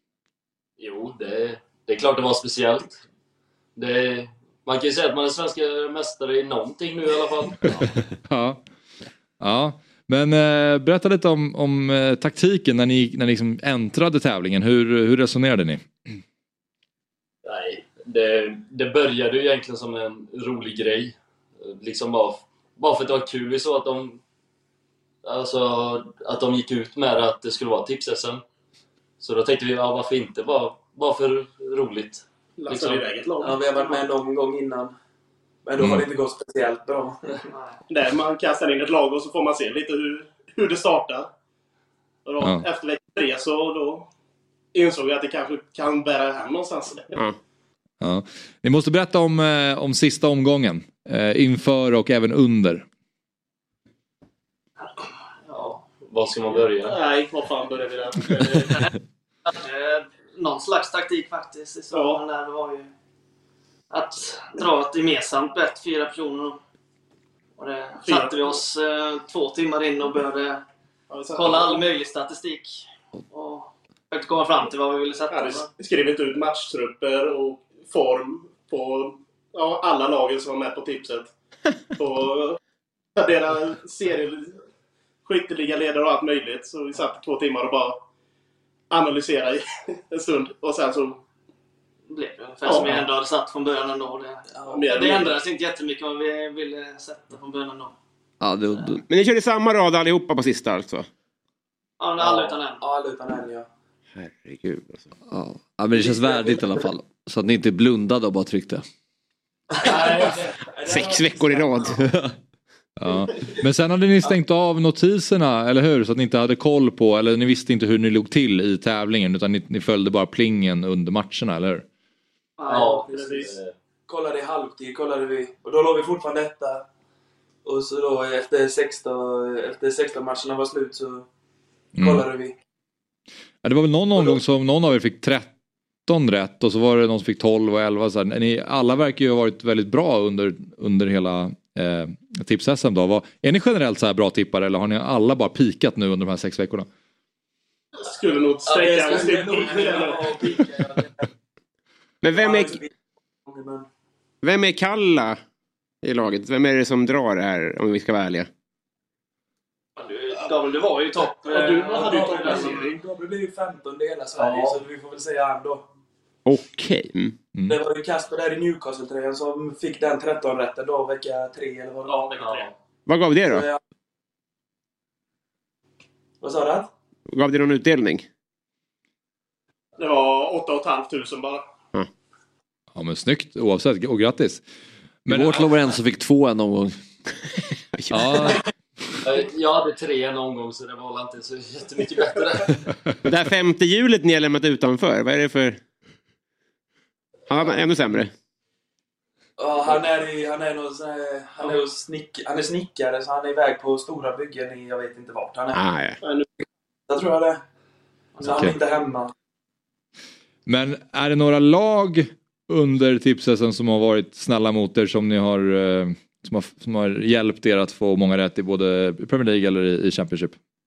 Jo, det, det är klart det var speciellt. Det, man kan ju säga att man är svenska mästare i någonting nu i alla fall. Ja, ja. Men eh, berätta lite om, om eh, taktiken när ni, när ni liksom äntrade tävlingen. Hur, hur resonerade ni? Nej, det, det började ju egentligen som en rolig grej. Liksom bara, bara för att det var kul. Vi såg att de, alltså, att de gick ut med att det skulle vara tips-S M. Så då tänkte vi, ja, varför inte? Bara, bara för roligt. Liksom. Ja, vi har varit med någon gång innan. Men då mm. har det inte gått speciellt bra. Nej, man kastar in ett lag och så får man se lite hur, hur det startar. Och då, ja. Efter vecka tre så då insåg jag att det kanske kan bära hem någonstans. Ja. Ja. Ni måste berätta om, eh, om sista omgången. Eh, inför och även under. Ja, var ska man börja? Nej, vad fan börjar vi där? Någon slags taktik faktiskt. Så ja. Där var ju att dra ett gemensamt bett, fyra personer. Och det fyra. Satte vi oss eh, två timmar in och började ja, kolla all möjlig statistik. Och försökte komma fram till vad vi ville sätta. Ja, vi skrev inte ut matchtrupper och form på ja, alla lagen som var med på tipset. Och deras serier, skytteliga ledare och allt möjligt. Så vi satt två timmar och bara analysera i en stund. Och sen så blev det ungefär ja. Som vi ändå hade satt från början ändå. Det, ja, det, det ändrades inte jättemycket vad vi ville sätta från början ändå. Ja, det, det. Men ni körde samma rad allihopa på sista alltså? Ja, alla utan en. Ja, alla utan en, ja. Herregud alltså. Ja. Ja, men det känns värdigt i alla fall. Så att ni inte blundade och bara tryckte. Sex veckor i rad. Ja. Men sen hade ni stängt av notiserna, eller hur? Så att ni inte hade koll på, eller ni visste inte hur ni låg till i tävlingen, utan ni, ni följde bara plingen under matcherna, eller hur? Ja, precis. Kollade i halvtid, kollade vi. Och då låg vi fortfarande detta. Och så då efter sexton, efter sexton matcherna var slut så kollade mm. vi. Ja, det var väl någon omgång som någon av er fick tretton rätt och så var det någon som fick tolv och elva. Så här. Ni, alla verkar ju ha varit väldigt bra under, under hela eh, tips-S M då. Var, är ni generellt så här bra tippare eller har ni alla bara pikat nu under de här sex veckorna? Skulle nog sträcka ja, skulle nog Men vem är Vem är Kalla i laget? Vem är det som drar det här om vi ska vara ärliga? Gabriel, du var ju topp. Ja, du hade ju toppplacering. Gabriel blev ju femton i hela Sverige ja. Så vi får väl säga han då. Okej. Okay. Mm. Det var ju Kasper där i Newcastle-tröjan som fick den tretton rätten då vecka tre eller vad det var. Ja, vecka tre. Vad gav det då? Så, ja. Vad sa du? Gav det någon utdelning? Det var åtta och ett halvt tusen bara. Mm. Ja men snyggt oavsett och grattis. Men vårt låg en som fick två en omgång. Ja. Jag hade tre en omgång så det var inte så jättemycket bättre. Det här femte hjulet ni har lämnat utanför, vad är det för... Han är ännu sämre. Ja, han är i, han är någon sån här, han är snick, han är snickare så han är iväg på stora byggen i jag vet inte vart han är. Ah, ja. Jag tror jag det. Så okay. Han är inte hemma. Men är det några lag under tipsen som har varit snälla mot er som ni har som har, som har hjälpt er att få många rätt i både Premier League eller i, i Championship?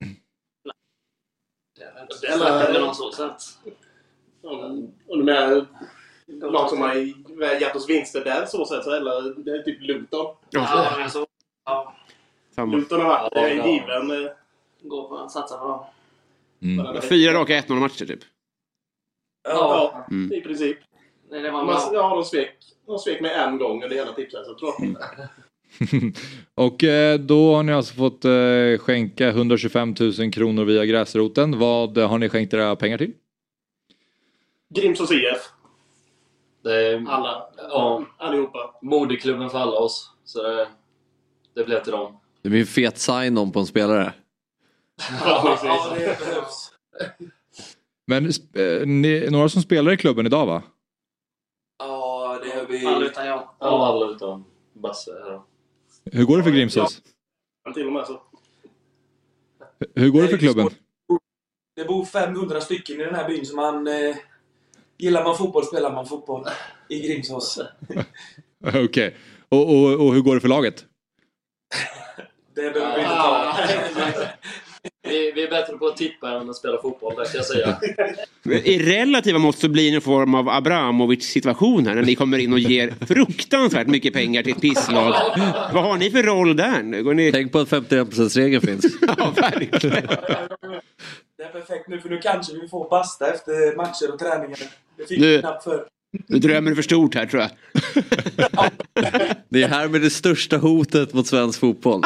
Det är väl något så sätt. Och de är lag som har gett oss vinster där så sätt eller det är typ Luton. Ja, men så. Ja. Luton har varit ja, ja. given. Gå på satsa på dem. Mm. Fyra raka ett noll matcher typ. Ja, mm. i princip. Nej, det var Man, ja, de svek, de svek med en gång under hela tipsen så tror jag. Och eh, då har ni alltså fått eh, skänka hundratjugofem tusen kronor via gräsroten. Vad har ni skänkt era pengar till? Grimsås I F. Det är, alla. Ja, allihopa. Moderklubben för alla oss. Så det, det blev till dem. Det blir en fet sign-on på en spelare. Ja, ja, det behövs. Men eh, ni, några som spelar i klubben idag va? Ja, det har vi. Alla utan jag. Ja, alla utan Basse. Ja. Hur går det för Grimsås? Ja, till och med så. Hur går det för klubben? Det bor femhundra stycken i den här byn som man eh, gillar man fotboll spelar man fotboll i Grimsås. Okej. Okay. Och, och, och hur går det för laget? Det behöver vi inte ta. vi, vi är bättre på att tippa än att spela fotboll, det kan jag säga. I relativa mått så blir det en form av Abramovic-situation här när ni kommer in och ger fruktansvärt mycket pengar till ett pisslag. Vad har ni för roll där? Går ni... Tänk på att femtioen procent-regeln finns. Ja, verkligen. Det är perfekt nu för nu kanske vi får basta efter matcher och träningar. Det fick du, vi knappt för. Du drömmer för stort här tror jag. Det är här med det största hotet mot svensk fotboll.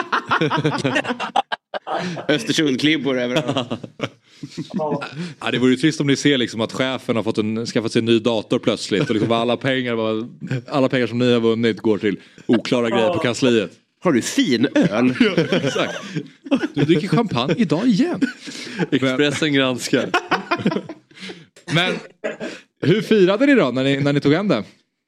Östersund-klibbor överallt. Ja, det vore ju trist om ni ser liksom att chefen har fått en, skaffat sig en ny dator plötsligt och liksom alla pengar alla pengar som ni har vunnit går till oklara grejer på kansliet. Har du fin öl? Ja, exakt. Du dricker champagne idag igen. Expressen granskar. Men hur firade ni då när ni, när ni tog hem det?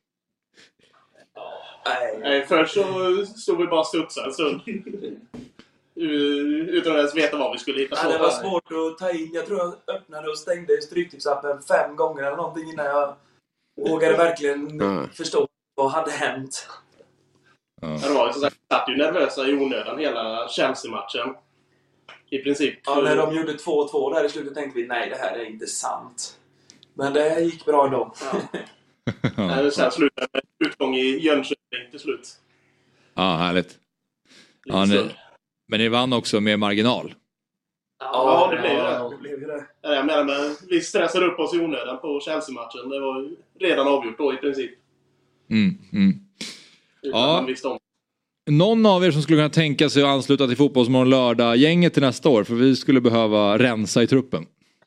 Nej, först så stod vi bara studsade en stund. Utan att ens veta vad vi skulle hitta på. Ja, det var svårt att ta in. Jag tror jag öppnade och stängde stryktipsappen fem gånger eller någonting innan jag vågade verkligen mm. förstå vad hade hänt. Ja. Ja, det var ju så sagt, jag satt ju nervösa i onödan hela Chelsea-matchen. I princip. Ja, när de gjorde två två där i slutet tänkte vi nej, det här är inte sant. Men det gick bra ändå. Ja. Ja. Sen slutade med utgång i Jönköping till slut. Ja, härligt. Ja, ni, men ni vann också med marginal. Ja, det blev det. det, blev det. Ja, jag menar, men vi stressade upp oss i onödan på Chelsea-matchen. Det var redan avgjort då i princip. Mm, mm. Ja. Någon av er som skulle kunna tänka sig att ansluta till Fotbollsmorgon lördag-gänget till nästa år. För vi skulle behöva rensa i truppen.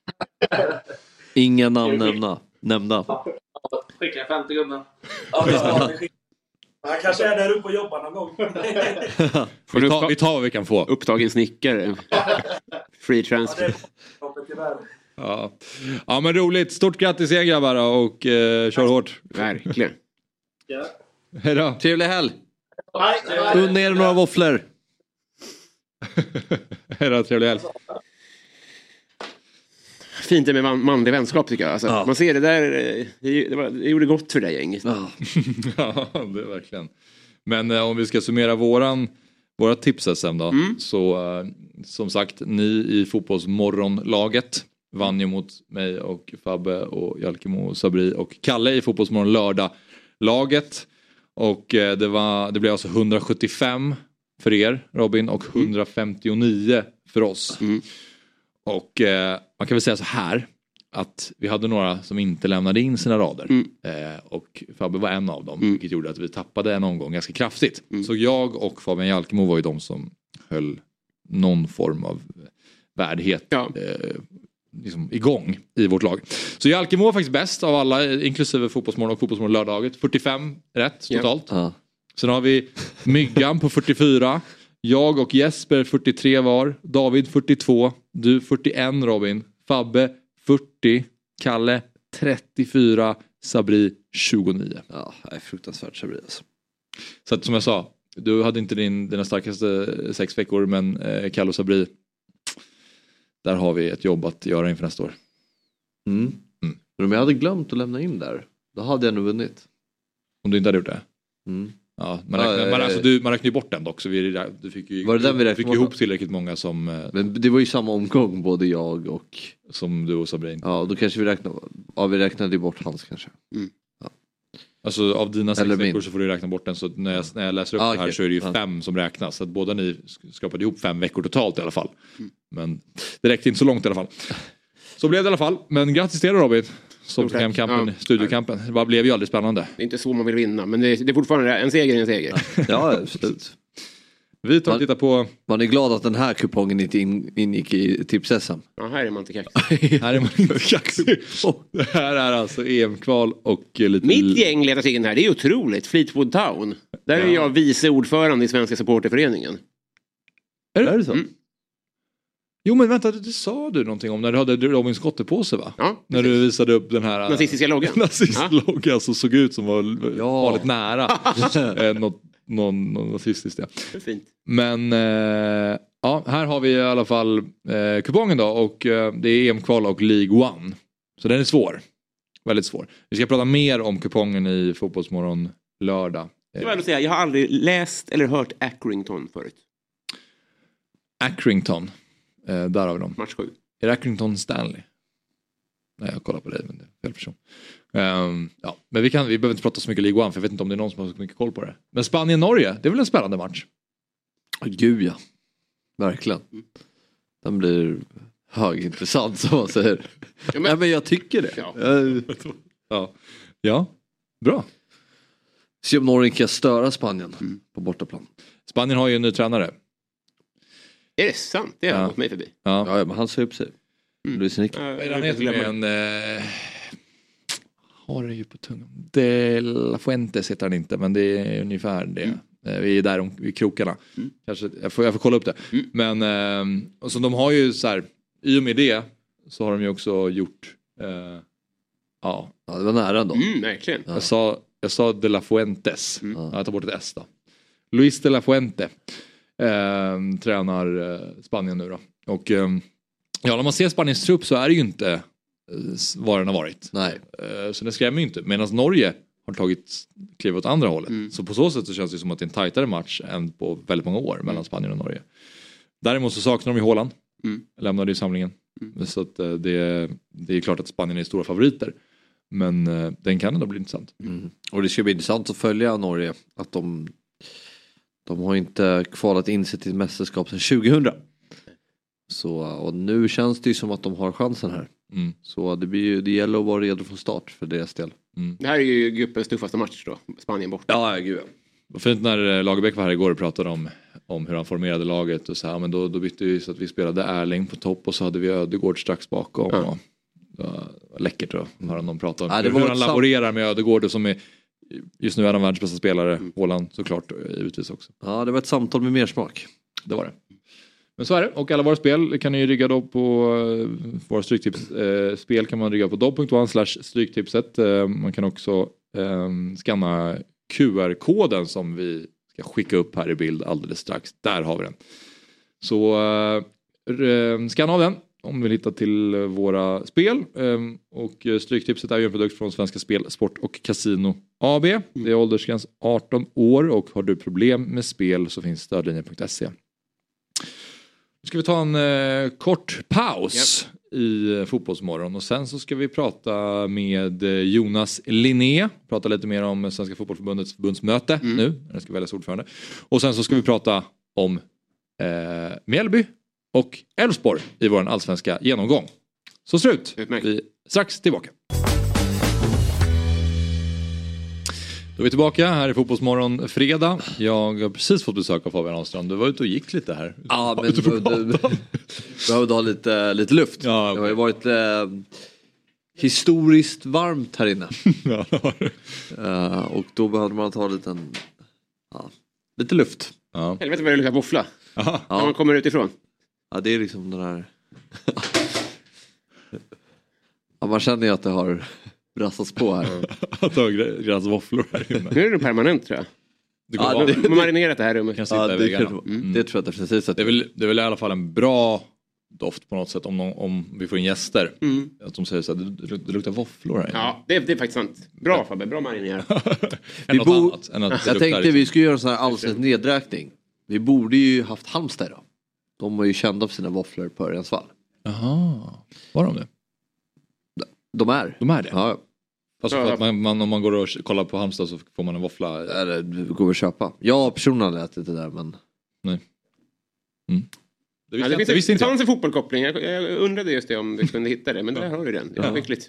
Inga namn nämna. Nämnda. Skickar jag femtio gubben. Ja, han kanske är där uppe och jobbar någon gång. vi, tar, vi tar vad vi kan få. Upptagen snickare. Free transfer. Ja, ja. ja, men roligt. Stort grattis igen grabbar och eh, kör hårt. Verkligen. Ja. Hej då. Trevlig helg. Hej. Unna er några våfflor. Hej då, trevlig helg. fint det med man, manlig vänskap tycker jag. Alltså, Ja. Man ser det där, det, det, var, det gjorde gott för det gänget. Ja. Ja, det är verkligen. Men eh, om vi ska summera våran, våra tips-S M då. Mm. Så eh, som sagt, ni i fotbollsmorgonlaget vann ju mot mig och Fabbe och Jalkemo och Sabri och Kalle i fotbollsmorgon lördag-laget. Och eh, det, var, det blev alltså hundrasjuttiofem för er, Robin, och hundrafemtionio för oss. Mm. Och eh, man kan väl säga så här, att vi hade några som inte lämnade in sina rader. Mm. Eh, och Fabbe var en av dem, Mm. vilket gjorde att vi tappade en omgång ganska kraftigt. Mm. Så jag och Fabian Jalkemo var ju de som höll någon form av värdighet Ja. eh, liksom igång i vårt lag. Så Jalkemo var faktiskt bäst av alla, inklusive fotbollsmorgon och fotbollsmorgon lördaget. fyrtiofem rätt Ja. totalt. Ja. Sen har vi Myggan på fyrtiofyra. Jag och Jesper fyrtiotre var. David fyrtiotvå. Du fyrtioen, Robin. Fabbe fyrtio. Kalle trettiofyra. Sabri tjugonio. Ja, det är fruktansvärt Sabri alltså. Så att, som jag sa, du hade inte din, dina starkaste sex veckor, men eh, Kalle och Sabri, där har vi ett jobb att göra inför nästa år. Mm. Mm. Men om jag hade glömt att lämna in där, då hade jag nog vunnit. Om du inte hade gjort det? Mm. Ja, man Ja, räknar, ja, man, ja. alltså, du, man räknar ju bort den dock, så vi, du fick ju, Var det den vi du räknade fick bort ihop då? tillräckligt många som, eh, Men det var ju samma omgång, både jag och... som du och Sabri. Ja, och då kanske vi räknade... Ja, vi räknade ju bort hans kanske. Alltså av dina sex Eller veckor min. så får du räkna bort den, så när jag, när jag läser upp Ah, det här okej. så är det ju Ja. fem som räknas. Så att båda ni skrapade ihop fem veckor totalt i alla fall. Mm. Men det räckte inte så långt i alla fall. Så blev det i alla fall. Men grattis till dig Robin. Som Stort tog hem tack. kampen, Ja. studiokampen. Det bara blev ju aldrig spännande. Det är inte så man vill vinna, men det är, det är fortfarande en seger, en seger. Ja, absolut. Vi tar och tittar på... Man är glad att den här kupongen inte in, ingick i tips-S M. Ja, här är man inte kaxig. Här är man inte kaxig. Det här är alltså E M-kval och eh, lite... Mitt gäng letar sig in här, det är otroligt. Fleetwood Town. Där är jag vice ordförande i Svenska supporterföreningen. Är det, är det så? Mm. Jo men vänta, det, det sa du någonting om när du hade Robins skottepåse va? Ja, när du visade upp den här... nazistiska loggan. Nazistloggan som såg ut som var Ja. farligt nära. eh, något, någon, någon nazistiskt ja. Det är fint. Men eh, ja, här har vi i alla fall eh, kupongen då. Och eh, det är E M-kval och League One. Så den är svår. Väldigt svår. Vi ska prata mer om kupongen i Fotbollsmorgon lördag. Jag vill ändå säga, jag har aldrig läst eller hört Accrington förut. Accrington. Eh, där har vi dem. Match sju. Är det Accrington Stanley? Nej, jag kollar på dig, men det är fel person. Um, ja, men vi, kan, vi behöver inte prata så mycket League One, för jag vet inte om det är någon som har så mycket koll på det. Men Spanien-Norge, det är väl en spännande match? Gud ja. Verkligen. Den blir högintressant som man säger. Ja, men, ja, men jag tycker det. Ja. Jag... Ja, ja. Bra. Se om Norge kan störa Spanien mm. på bortaplan. Spanien har ju en ny tränare. Är det sant? Det har Ja. gått mig förbi. Ja, ja men han sa upp sig. Mm. Luis Enrique. Vad är han heter med en... Eh, har det ju på tungan. De La Fuentes heter han inte, men det är ungefär det. Mm. Eh, vi är där om, vid krokarna. Mm. Kanske, jag, får, jag får kolla upp det. Mm. Men eh, och så de har ju så här, i och med det så har de ju också gjort... Eh, ja. ja, det var nära då. Mm, verkligen. Jag, sa, jag sa De La Fuentes. Mm. Ja, jag tar bort ett S då. Luis De La Fuente eh, tränar eh, Spanien nu då. Och eh, ja, när man ser Spaniens trupp så är det ju inte eh, vad den har varit. Nej. Eh, så det skrämmer ju inte. Medan Norge har tagit kliv åt andra hållet. Mm. Så på så sätt så känns det som att det är en tajtare match än på väldigt många år mellan Spanien och Norge. Däremot så saknar de ju Haaland. Mm. Lämnade i samlingen. Mm. Så att eh, det, det är klart att Spanien är stora favoriter. Men eh, den kan ändå bli intressant. Mm. Och det ska bli intressant att följa Norge. Att de, de har inte kvalat in sig till ett mästerskap sedan tjugohundra. Så, och nu känns det ju som att de har chansen här. Mm. Så det, blir ju, det gäller att vara redo från start för deras del. Mm. Det här är ju gruppens tuffaste match då. Spanien bort. Ja, gud. Vad fint när Lagerbäck var här igår och pratade om, om hur han formerade laget. Och så här, men då, då bytte vi så att vi spelade Erling på topp och så hade vi Ödegård strax bakom. Ja. Och, ja, läckert att höra någon prata om Ja, det hur var han ett sam- laborerar med Ödegård och som är just nu är han världens bästa spelare. Mm. Håland såklart givetvis också. Ja, det var ett samtal med mer smak. Det var det. Men så är det. Och alla våra spel kan ni rigga då på uh, våra stryktips. Uh, spel kan man rigga på dobb punkt one slash stryktipset. Uh, man kan också um, scanna Q R-koden som vi ska skicka upp här i bild alldeles strax. Där har vi den. Så uh, scanna av den om vi vill hitta till våra spel. Och Stryktipset är ju en produkt från Svenska Spel, Sport och Casino A B. Det är åldersgräns arton år och har du problem med spel så finns stödlinjen punkt se. Nu ska vi ta en eh, kort paus yep. i Fotbollsmorgon och sen så ska vi prata med Jonas Linné. Prata lite mer om Svenska Fotbollförbundets förbundsmöte mm. nu. Den ska väljas ordförande. Och sen så ska vi prata om eh, Mjällby och Elfsborg i vår allsvenska genomgång. Så slut. Vi är strax tillbaka. Då är vi tillbaka här i Fotbollsmorgon fredag. Jag har precis fått besök av Fabian Ahlstrand. Du var ute och gick lite här. Ja, men du behöver ha lite, lite luft. Ja, okay. Det har ju varit eh, historiskt varmt här inne. Ja, det har det. Uh, och då behövde man ta lite, en, ja, lite luft. Ja. Helvete vad det luktar våffla. Ja. När man kommer utifrån. Ja, det är liksom den här... ja, man känner ju att det har... brassas på här. Att det har gräns våfflor här inne. Nu är det permanent tror jag. Det går ja, det, man marinerat det här rummet. Kan ja, det, kan, mm. det tror jag definitivt att det är väl, det är väl i alla fall en bra doft på något sätt om, någon, om vi får in gäster. Mm. Att de säger så här, det, det luktar våfflor här inne. Ja, det, det är faktiskt sant. Bra ja. Fabbe, bra marinerat. vi bo- annat, än att jag tänkte liksom. Vi skulle göra en sån här allsett nedräkning. Vi borde ju haft Halmstad då. De var ju kända för sina våfflor på Örjansvall. Jaha, var de det? De är. De är det? Ja. Alltså för att man, man, om man går och kollar på Halmstad så får man en våffla. Eller går och köpa. Jag personligen ätit det där men... Nej. Mm. Det, ja, det, finns, det visste inte. Det fanns en fotbollkoppling. Jag, jag undrade just det om vi kunde hitta det. Men där har du den. Det är ja. skickligt.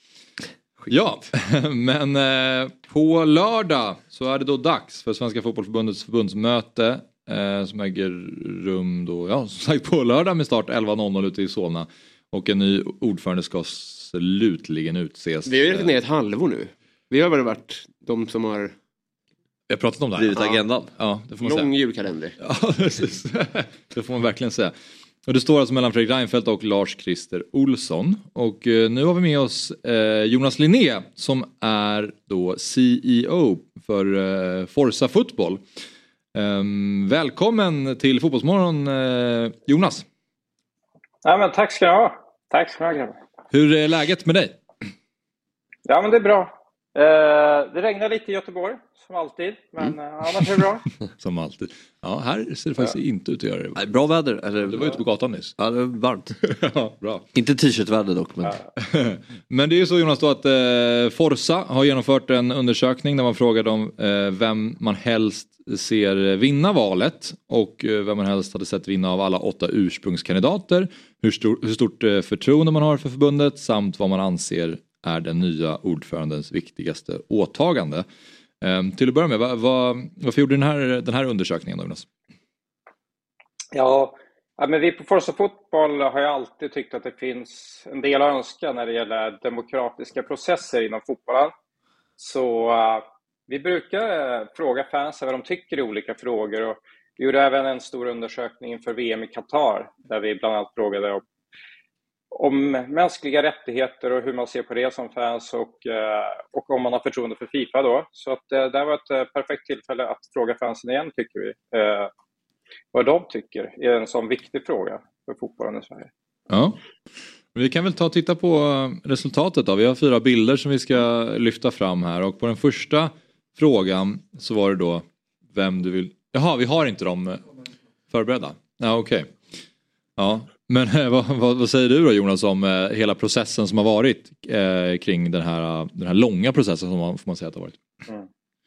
Ja, men eh, på lördag så är det då dags för Svenska Fotbollförbundets förbundsmöte. Eh, som äger rum då, ja, som sagt på lördag med start elva noll noll ute i Solna. Och en ny ordförande ska slutligen utses. Vi har ju rätt ner ett halvår nu. Vi har väl varit de som har... Vi har pratat om det här. Blivit agendan. Ja, det får man Lång säga. Lång julkalender. Ja, precis. Det får man verkligen säga. Och det står alltså mellan Fredrik Reinfeldt och Lars-Christer Olsson. Och eh, nu har vi med oss eh, Jonas Linné som är då C E O för eh, Forza Fotboll. Um, välkommen till Fotbollsmorgon eh, Jonas. Ja, men tack ska du ha. Tack ska du ha. Hur är läget med dig? Ja, men det är bra. Eh, det regnar lite i Göteborg som alltid, men mm. eh, annars är det bra. Som alltid. Ja, här ser det faktiskt ja. inte ut att göra det. Nej, bra väder. Eller... Det var ute på gatan nyss. Ja, det var varmt. Ja, bra. Inte t-shirtväder dock. Men... Ja. Men det är ju så Jonas då att eh, Forza har genomfört en undersökning där man frågade om eh, vem man helst ser vinna valet och eh, vem man helst hade sett vinna av alla åtta ursprungskandidater. Hur, stor, hur stort eh, förtroende man har för förbundet samt vad man anser är den nya ordförandens viktigaste åtagande. Um, till att börja med, vad, vad, varför gjorde den här, den här undersökningen då, Jonas? Ja, men vi på Forza Fotboll har ju alltid tyckt att det finns en del att önska när det gäller demokratiska processer inom fotbollen. Så uh, vi brukar uh, fråga fans vad de tycker i olika frågor. Och vi gjorde även en stor undersökning för V M i Qatar där vi bland annat frågade om om mänskliga rättigheter och hur man ser på det som fans och, och om man har förtroende för FIFA då. Så att det där var ett perfekt tillfälle att fråga fansen igen, tycker vi. Eh, vad de tycker är en sån viktig fråga för fotbollen i Sverige. Ja, vi kan väl ta och titta på resultatet då. Vi har fyra bilder som vi ska lyfta fram här och på den första frågan så var det då vem du vill... Jaha, vi har inte dem förberedda. Ja, okej. Okay. Ja. Men vad, vad, vad säger du då Jonas om eh, hela processen som har varit eh, kring den här, den här långa processen som man, får man säga att det har varit? Mm.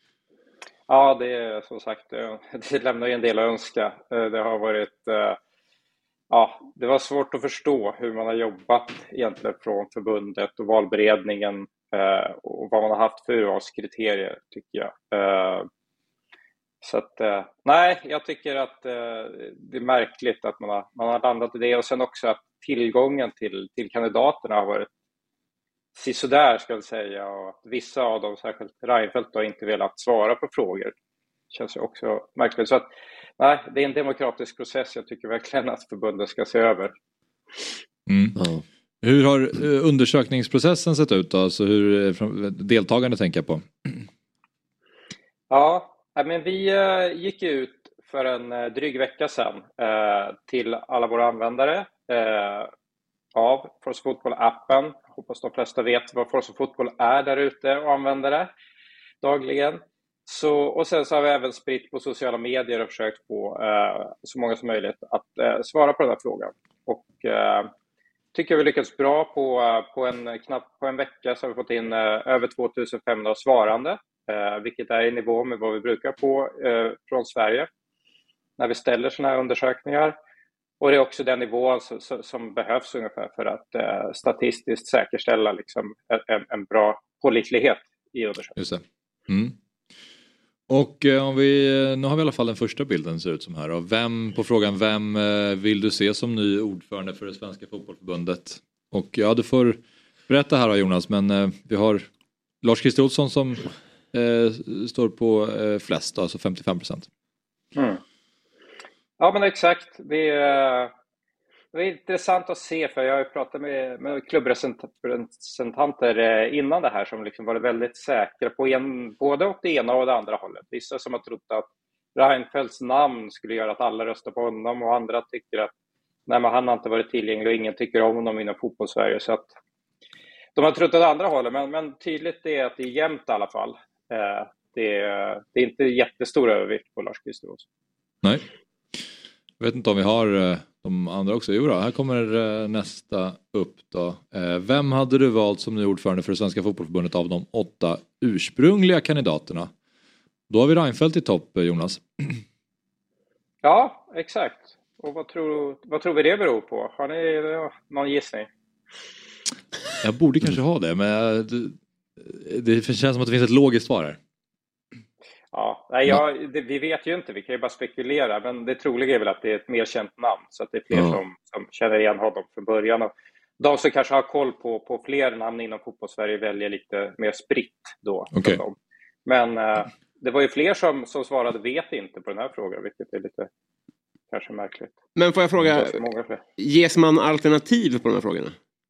Ja, det är som sagt, det, det lämnar ju en del att önska. Det har varit, eh, ja, det var svårt att förstå hur man har jobbat egentligen från förbundet och valberedningen eh, och vad man har haft för urvalskriterier tycker jag. Eh, Så att, eh, nej, jag tycker att eh, det är märkligt att man har, man har landat i det och sen också att tillgången till, till kandidaterna har varit sisådär ska jag säga och att vissa av dem, särskilt Reinfeldt, har inte velat svara på frågor. Det känns ju också märkligt. Så att, nej, det är en demokratisk process jag tycker verkligen att förbundet ska se över. Mm. Ja. Hur har undersökningsprocessen sett ut då? Alltså hur deltagande tänker jag på? Ja, men vi gick ut för en dryg vecka sedan till alla våra användare av Forza Fotboll-appen. Hoppas de flesta vet vad Forza Fotboll är där ute och använder det dagligen. Så, och sen så har vi även spritt på sociala medier och försökt få eh, så många som möjligt att eh, svara på den här frågan. Och eh, tycker vi lyckats bra på, uh, på, en, knapp, på en vecka så har vi fått in uh, över tvåtusen-femhundra svarande. Uh, vilket är i nivå med vad vi brukar få uh, från Sverige när vi ställer sådana här undersökningar. Och det är också den nivå som, som behövs ungefär för att uh, statistiskt säkerställa liksom, en, en bra pålitlighet i undersökningen. Just det. Mm. Och eh, om vi, nu har vi i alla fall den första bilden ser ut som här. Och vem, på frågan vem eh, vill du se som ny ordförande för det svenska fotbollförbundet? Och ja, du får berätta här då, Jonas, men eh, vi har Lars-Christer Olsson som eh, står på eh, flest, alltså femtiofem procent. Mm. Ja, men exakt. Det är, det är intressant att se, för jag har ju pratat med, med klubbrepresentanter innan det här som liksom varit väldigt säkra på en, både åt det ena och det andra hållet. Vissa som har trott att Reinfeldts namn skulle göra att alla röstar på honom, och andra tycker att nej, men han har inte varit tillgänglig och ingen tycker om honom inom fotbollssverige. Så att de har trott åt andra hållet, men, men tydligt är att det är jämnt i alla fall. Eh, det, är, det är inte jättestor övervikt på Lars-Christer Olsson. Nej. Jag vet inte om vi har eh, de andra också. Jo då, här kommer eh, nästa upp då. Eh, vem hade du valt som ny ordförande för det svenska fotbollförbundet av de åtta ursprungliga kandidaterna? Då har vi Reinfeldt i topp, eh, Jonas. Ja, exakt. Och vad tror, vad tror vi det beror på? Har ni ja, någon gissning? Jag borde kanske ha det, men det, det känns som att det finns ett logiskt svar här. Ja, nej, jag, det, vi vet ju inte, vi kan ju bara spekulera, men det troliga är väl att det är ett mer känt namn, så att det är fler ja. som, som känner igen honom från början. Och de som kanske har koll på, på fler namn inom fotbollssverige väljer lite mer spritt då. Okay. Men eh, det var ju fler som, som svarade vet inte på den här frågan, vilket är lite kanske märkligt. Men får jag fråga, ges man alternativ på de här frågorna?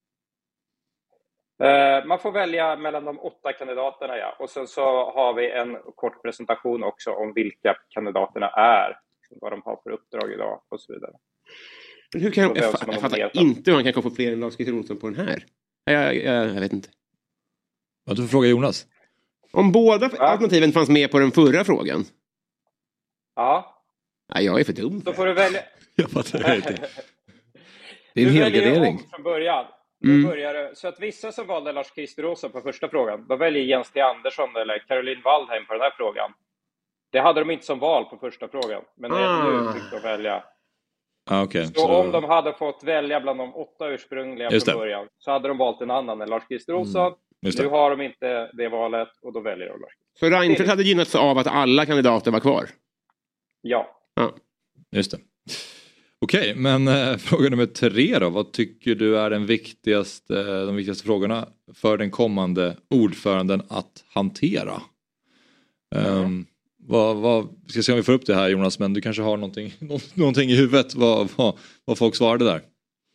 Uh, man får välja mellan de åtta kandidaterna, ja. Och sen så har vi en kort presentation också om vilka kandidaterna är, vad de har för uppdrag idag och så vidare. Men hur kan, jag, jag, jag fattar inte hur man kan få fler än Lars-Christer Olsson på den här. Jag, jag, jag vet inte. Vad du får fråga Jonas. Om båda ja. alternativen fanns med på den förra frågan. Ja. Nej, jag är för dum. Då får du välja. Jag fattar inte. Det är en helgardering. Från början. Mm. Börjar, så att vissa som valde Lars-Christer Olsson på första frågan, då väljer Jens T. Andersson eller Caroline Waldheim på den här frågan. Det hade de inte som val på första frågan, men ah. nu fick de välja. Ah, okay. Så, så om de hade fått välja bland de åtta ursprungliga från början, så hade de valt en annan än Lars-Christer Olsson. Mm. Nu har de inte det valet och då väljer de Lars. Så Reinfeldt hade gynnats av att alla kandidater var kvar? Ja. Ah. Just det. Okej, men äh, fråga nummer tre då. Vad tycker du är den viktigaste, äh, de viktigaste frågorna för den kommande ordföranden att hantera? Mm. Um, vad, vad, ska se om vi får upp det här, Jonas, men du kanske har någonting, någonting i huvudet vad, vad, vad folk svarade där.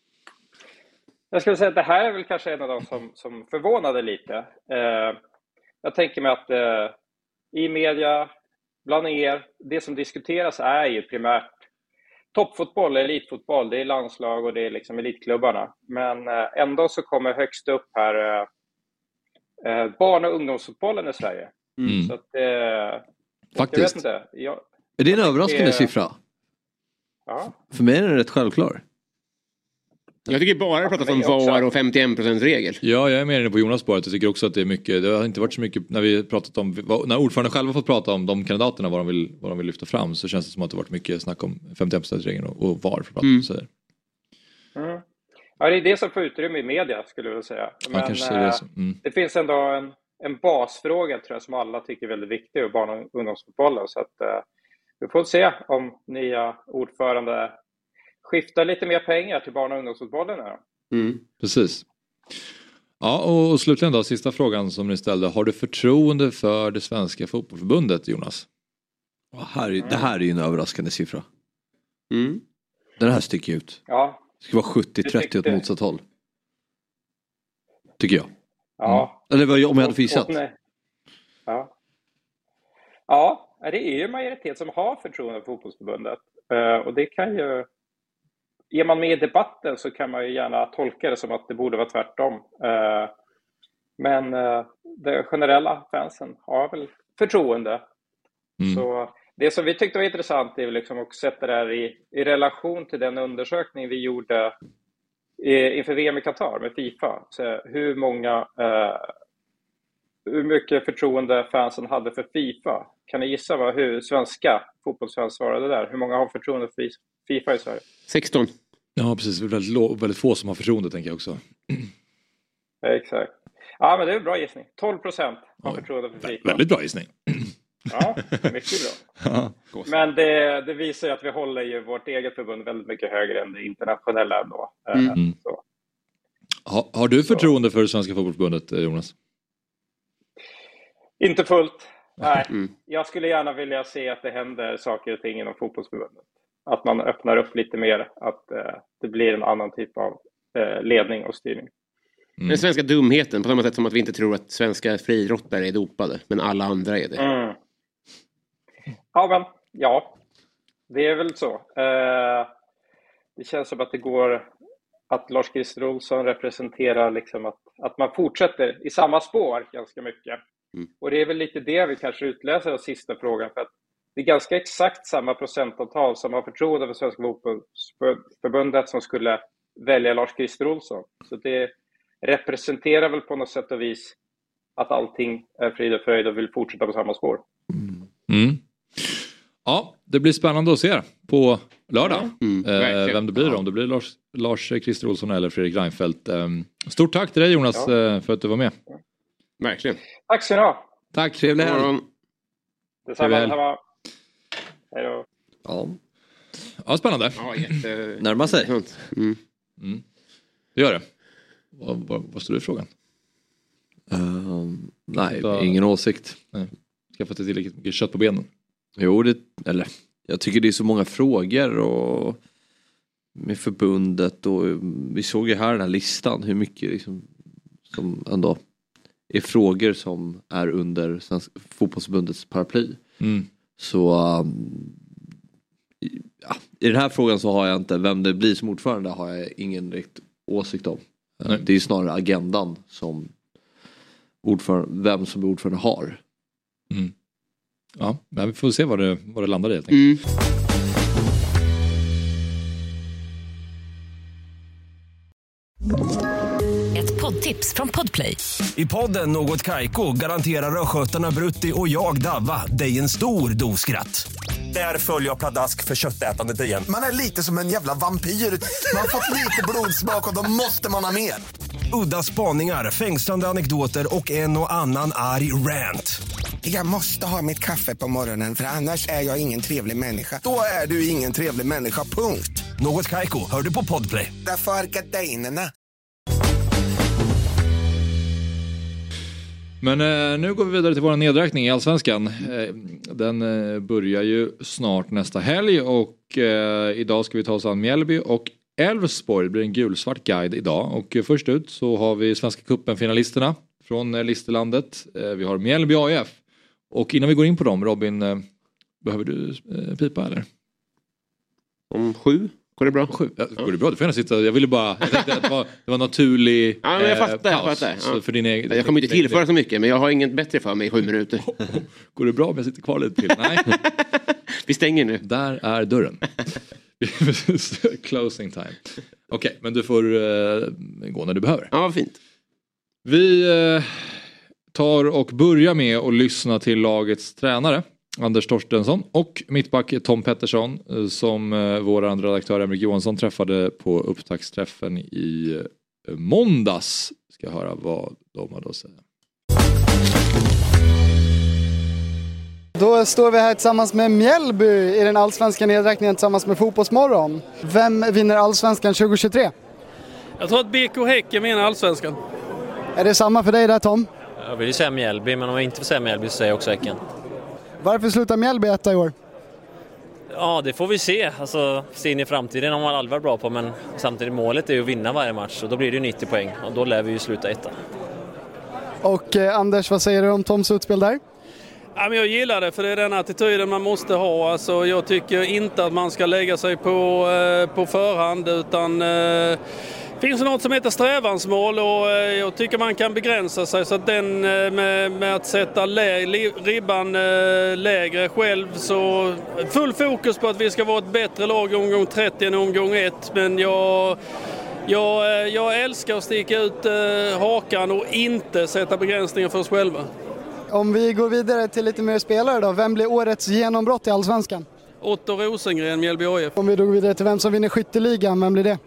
Jag skulle säga att det här är väl kanske en av de som, som förvånade lite. Uh, jag tänker mig att uh, i media, bland er, det som diskuteras är ju primärt toppfotboll, elitfotboll, det är landslag och det är liksom elitklubbarna. Men ändå så kommer högst upp här eh, barn- och ungdomsfotbollen i Sverige. Mm. Så att, eh, faktiskt. Jag vet inte. Jag, är det en överraskande det... siffra? Ja. För mig är den rätt självklar. Jag tycker bara det pratas om V A R och femtioen procent regel. Ja, jag är mer inne på Jonas spåret. Jag tycker också att det är mycket, det har inte varit så mycket när vi pratat om, när ordförande själva fått prata om de kandidaterna, vad de vill, vad de vill lyfta fram, så känns det som att det varit mycket snack om femtioen procent regeln och, och V A R för att mm. säga. Mm. Ja, det är det som får utrymme i media, skulle jag vilja säga. Men ja, det, så. Mm. det finns ändå en, en basfråga, tror jag, som alla tycker är väldigt viktig, och barn- och ungdomsfotbollen. Så att uh, vi får se om nya ordförande skiftar lite mer pengar till barn- och ungdomsfotbollen här. Mm. Precis. Ja, och, och slutligen då, sista frågan som ni ställde. Har du förtroende för det svenska fotbollförbundet, Jonas? Oh, här, det här är ju en överraskande siffra. Mm. Den här sticker ut. Ja. Det ska vara sjuttio trettio åt motsatt håll. Tycker jag. Ja. Mm. Eller om jag hade fysat. Ja. Ja, det är ju majoritet som har förtroende för fotbollsförbundet. Och det kan ju är man med i debatten så kan man ju gärna tolka det som att det borde vara tvärtom. Eh, men eh, de generella fansen har väl förtroende. Mm. Så det som vi tyckte var intressant är liksom att sätta det här i, i relation till den undersökning vi gjorde i, inför V M i Qatar med FIFA. Så hur många eh, hur mycket förtroende fansen hade för FIFA. Kan ni gissa vad, hur svenska fotbollsfans svarade där? Hur många har förtroende för FIFA i Sverige? sexton. Ja, precis. Väldigt, lo- väldigt få som har förtroende, tänker jag också. Exakt. Ja, men det är en bra gissning. tolv procent har förtroende för FIFA. Väldigt bra gissning. Ja, mycket bra. Men det, det visar ju att vi håller ju vårt eget förbund väldigt mycket högre än det internationella ändå. Mm. Så. Ha, har du förtroende för Svenska fotbollsförbundet, Jonas? Inte fullt. Nej, mm. Jag skulle gärna vilja se att det händer saker och ting inom fotbollsförbundet. Att man öppnar upp lite mer, att eh, det blir en annan typ av eh, ledning och styrning. Mm. Den svenska dumheten, på samma sätt som att vi inte tror att svenska friidrottare är dopade, men alla andra är det. Mm. Ja, men ja, det är väl så. Eh, det känns som att det går, att Lars-Christer Olsson representerar liksom att, att man fortsätter i samma spår ganska mycket. Mm. Och det är väl lite det vi kanske utläser av sista frågan, för att det är ganska exakt samma procentantal som har förtroende för Svenska fotbollsförbundet som skulle välja Lars-Christer Olsson. Så det representerar väl på något sätt och vis att allting är frid och fröjd och vill fortsätta på samma spår. Mm. Ja, det blir spännande att se på lördag. Mm. Eh, vem det blir, ja. Om det blir Lars, Lars-Christer Olsson eller Fredrik Reinfeldt. Eh, stort tack till dig, Jonas, ja. eh, för att du var med. Verkligen. Tack ska ni ha. Tack, trevlig helg. Detsamma, detsamma. Hej då. Ja. Ja, spännande. Ja, jätte... Närmar sig. Mm. Mm. Det gör det. Vad, vad, vad står du i frågan? Uh, nej, så... ingen åsikt. Nej. Ska jag få tillräckligt mycket kött på benen? Jo, det, eller jag tycker det är så många frågor och med förbundet, och vi såg ju här den här listan hur mycket liksom, som ändå är frågor som är under Svenska fotbollsförbundets paraply. Mm. Så um, ja, i den här frågan så har jag inte, vem det blir som ordförande har jag ingen direkt åsikt om. Mm. Det är snarare agendan som ordförande, vem som är ordförande har. Mm. Ja, men vi får se vad det, vad det landar i helt enkelt. Mm. Ett poddtips från Podplay. I podden Något Kaiko garanterar röskötarna Brutti och jag Davva dig en stor doskratt. Där följer jag pladask för köttätandet igen. Man är lite som en jävla vampyr. Man har fått lite blodsmak och då måste man ha mer. Udda spaningar, fängslande anekdoter och en och annan arg rant. Jag måste ha mitt kaffe på morgonen, för annars är jag ingen trevlig människa. Då är du ingen trevlig människa, punkt. Något Kaiko, hör du på Podplay. Därför är gardinerna. Men eh, nu går vi vidare till vår nedräkning i Allsvenskan. Eh, den eh, börjar ju snart nästa helg och eh, idag ska vi ta oss an Mjällby och Elfsborg. Det blir en gulsvart guide idag. Och eh, först ut så har vi Svenska cupen-finalisterna från eh, Listerlandet. Eh, vi har Mjällby A I F. Och innan vi går in på dem, Robin, eh, behöver du eh, pipa eller? Om sju? Går det bra? Sju. Ja, går det bra? Du får gärna sitta. Jag ville bara, jag tänkte att det var, det var naturlig ja, men jag fattar, eh, paus. Jag, fattar. Ja. För din egen, jag kommer inte tillföra så mycket, men jag har inget bättre för mig i sju minuter. Går det bra om jag sitter kvar lite till? Nej. Vi stänger nu. Där är dörren. Closing time. Okej, okay, men du får uh, gå när du behöver. Ja, fint. Vi uh, tar och börjar med att lyssna till lagets tränare Anders Torstensson och mittback Tom Pettersson som uh, vår andra redaktör Emrik Johansson träffade på upptaktsträffen i uh, måndags. Ska höra vad de har att säga. Då står vi här tillsammans med Mjällby i den allsvenska nedräkningen tillsammans med Fotbollsmorgon. Vem vinner allsvenskan tjugohundratjugotre? Jag tror att B K Häcken vinner allsvenskan. Är det samma för dig där, Tom? Jag vill ju säga Mjällby, men om jag inte får säga Mjällby så säger jag också Häcken. Varför slutar Mjällby etta i år? Ja, det får vi se. Alltså, se in i framtiden har man aldrig varit bra på, men samtidigt målet är ju att vinna varje match och då blir det ju nittio poäng och då lär vi ju sluta etta. Och eh, Anders, vad säger du om Toms utspel där? Ja, men jag gillar det, för det är den attityden man måste ha. Alltså, jag tycker inte att man ska lägga sig på, eh, på förhand, utan eh, finns det något som heter strävansmål, och eh, jag tycker man kan begränsa sig. Så att den eh, med, med att sätta lä, li, ribban eh, lägre själv, så full fokus på att vi ska vara ett bättre lag i omgång trettio än omgång ett. Men jag... Jag, jag älskar att sticka ut eh, hakan och inte sätta begränsningar för oss själva. Om vi går vidare till lite mer spelare då, vem blir årets genombrott i Allsvenskan? Otto Rosengren, Mjällby A I F. Om vi då går vidare till vem som vinner skytteligan, vem blir det?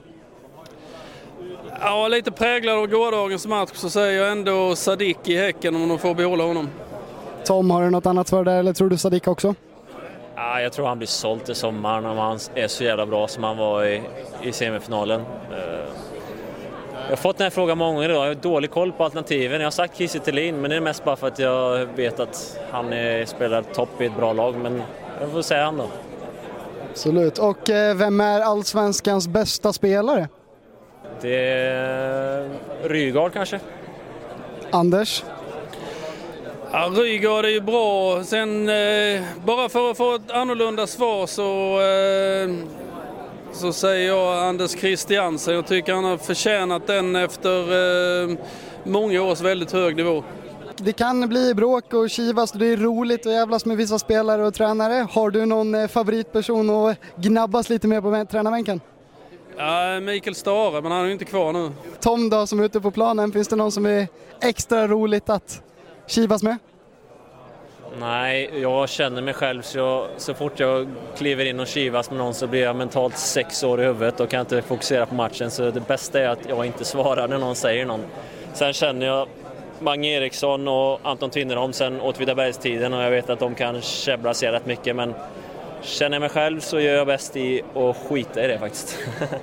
Ja, lite präglad av gårdagens match så säger jag ändå Sadik i Häcken, om de får behålla honom. Tom, har du något annat för det, eller tror du Sadik också? Ja, jag tror han blir såld i sommar när han är så jävla bra som han var i, i semifinalen. Jag har fått den här frågan många gånger idag. Jag har dålig koll på alternativen. Jag har sagt Kiese Thelin, men det är mest bara för att jag vet att han är, spelar topp i ett bra lag. Men jag får säga han då. Absolut. Och eh, vem är Allsvenskans bästa spelare? Det är Rygaard kanske. Anders? Ja, Rygaard är ju bra. Sen eh, bara för att få ett annorlunda svar så... Eh, så säger jag Anders Christiansen. Jag tycker han har förtjänat den efter eh, många års väldigt hög nivå. Det kan bli bråk och kivas, det är roligt att jävlas med vissa spelare och tränare. Har du någon eh, favoritperson att gnabbas lite mer på tränarbänken? Ja, Mikael Stare, men han är ju inte kvar nu. Tom då, som är ute på planen, finns det någon som är extra roligt att kivas med? Nej, jag känner mig själv så, jag, så fort jag kliver in och kivas med någon så blir jag mentalt sex år i huvudet och kan inte fokusera på matchen. Så det bästa är att jag inte svarar när någon säger någon. Sen känner jag Mange Eriksson och Anton Tvinnerholm sen Åtvidabergstiden, och jag vet att de kan käbbla sig rätt mycket, men känner jag mig själv så gör jag bäst i att skita i det faktiskt.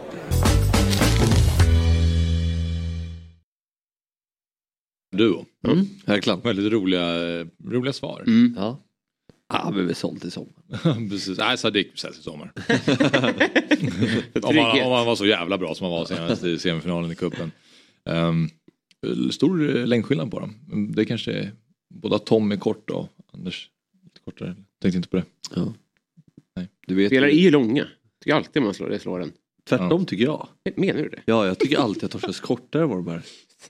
Duo. Mm. Verkligen. Väldigt roliga, roliga svar. Mm. Ja. Ja, vi är väl sålt i sommar. Precis. Nej, Sadik säljs i sommar. om, man, om man var så jävla bra som man var senast i semifinalen i cupen. Um, stor längdskillnad på dem. Det kanske är både Tom är kort och Anders lite kortare. Tänkte inte på det. Ja. Nej. Du vet, spelare är ju långa. Tycker alltid man slår det slår den. Tvärtom ja. Tycker jag. Menar du det? Ja, jag tycker alltid att de känns kortare än vad de är.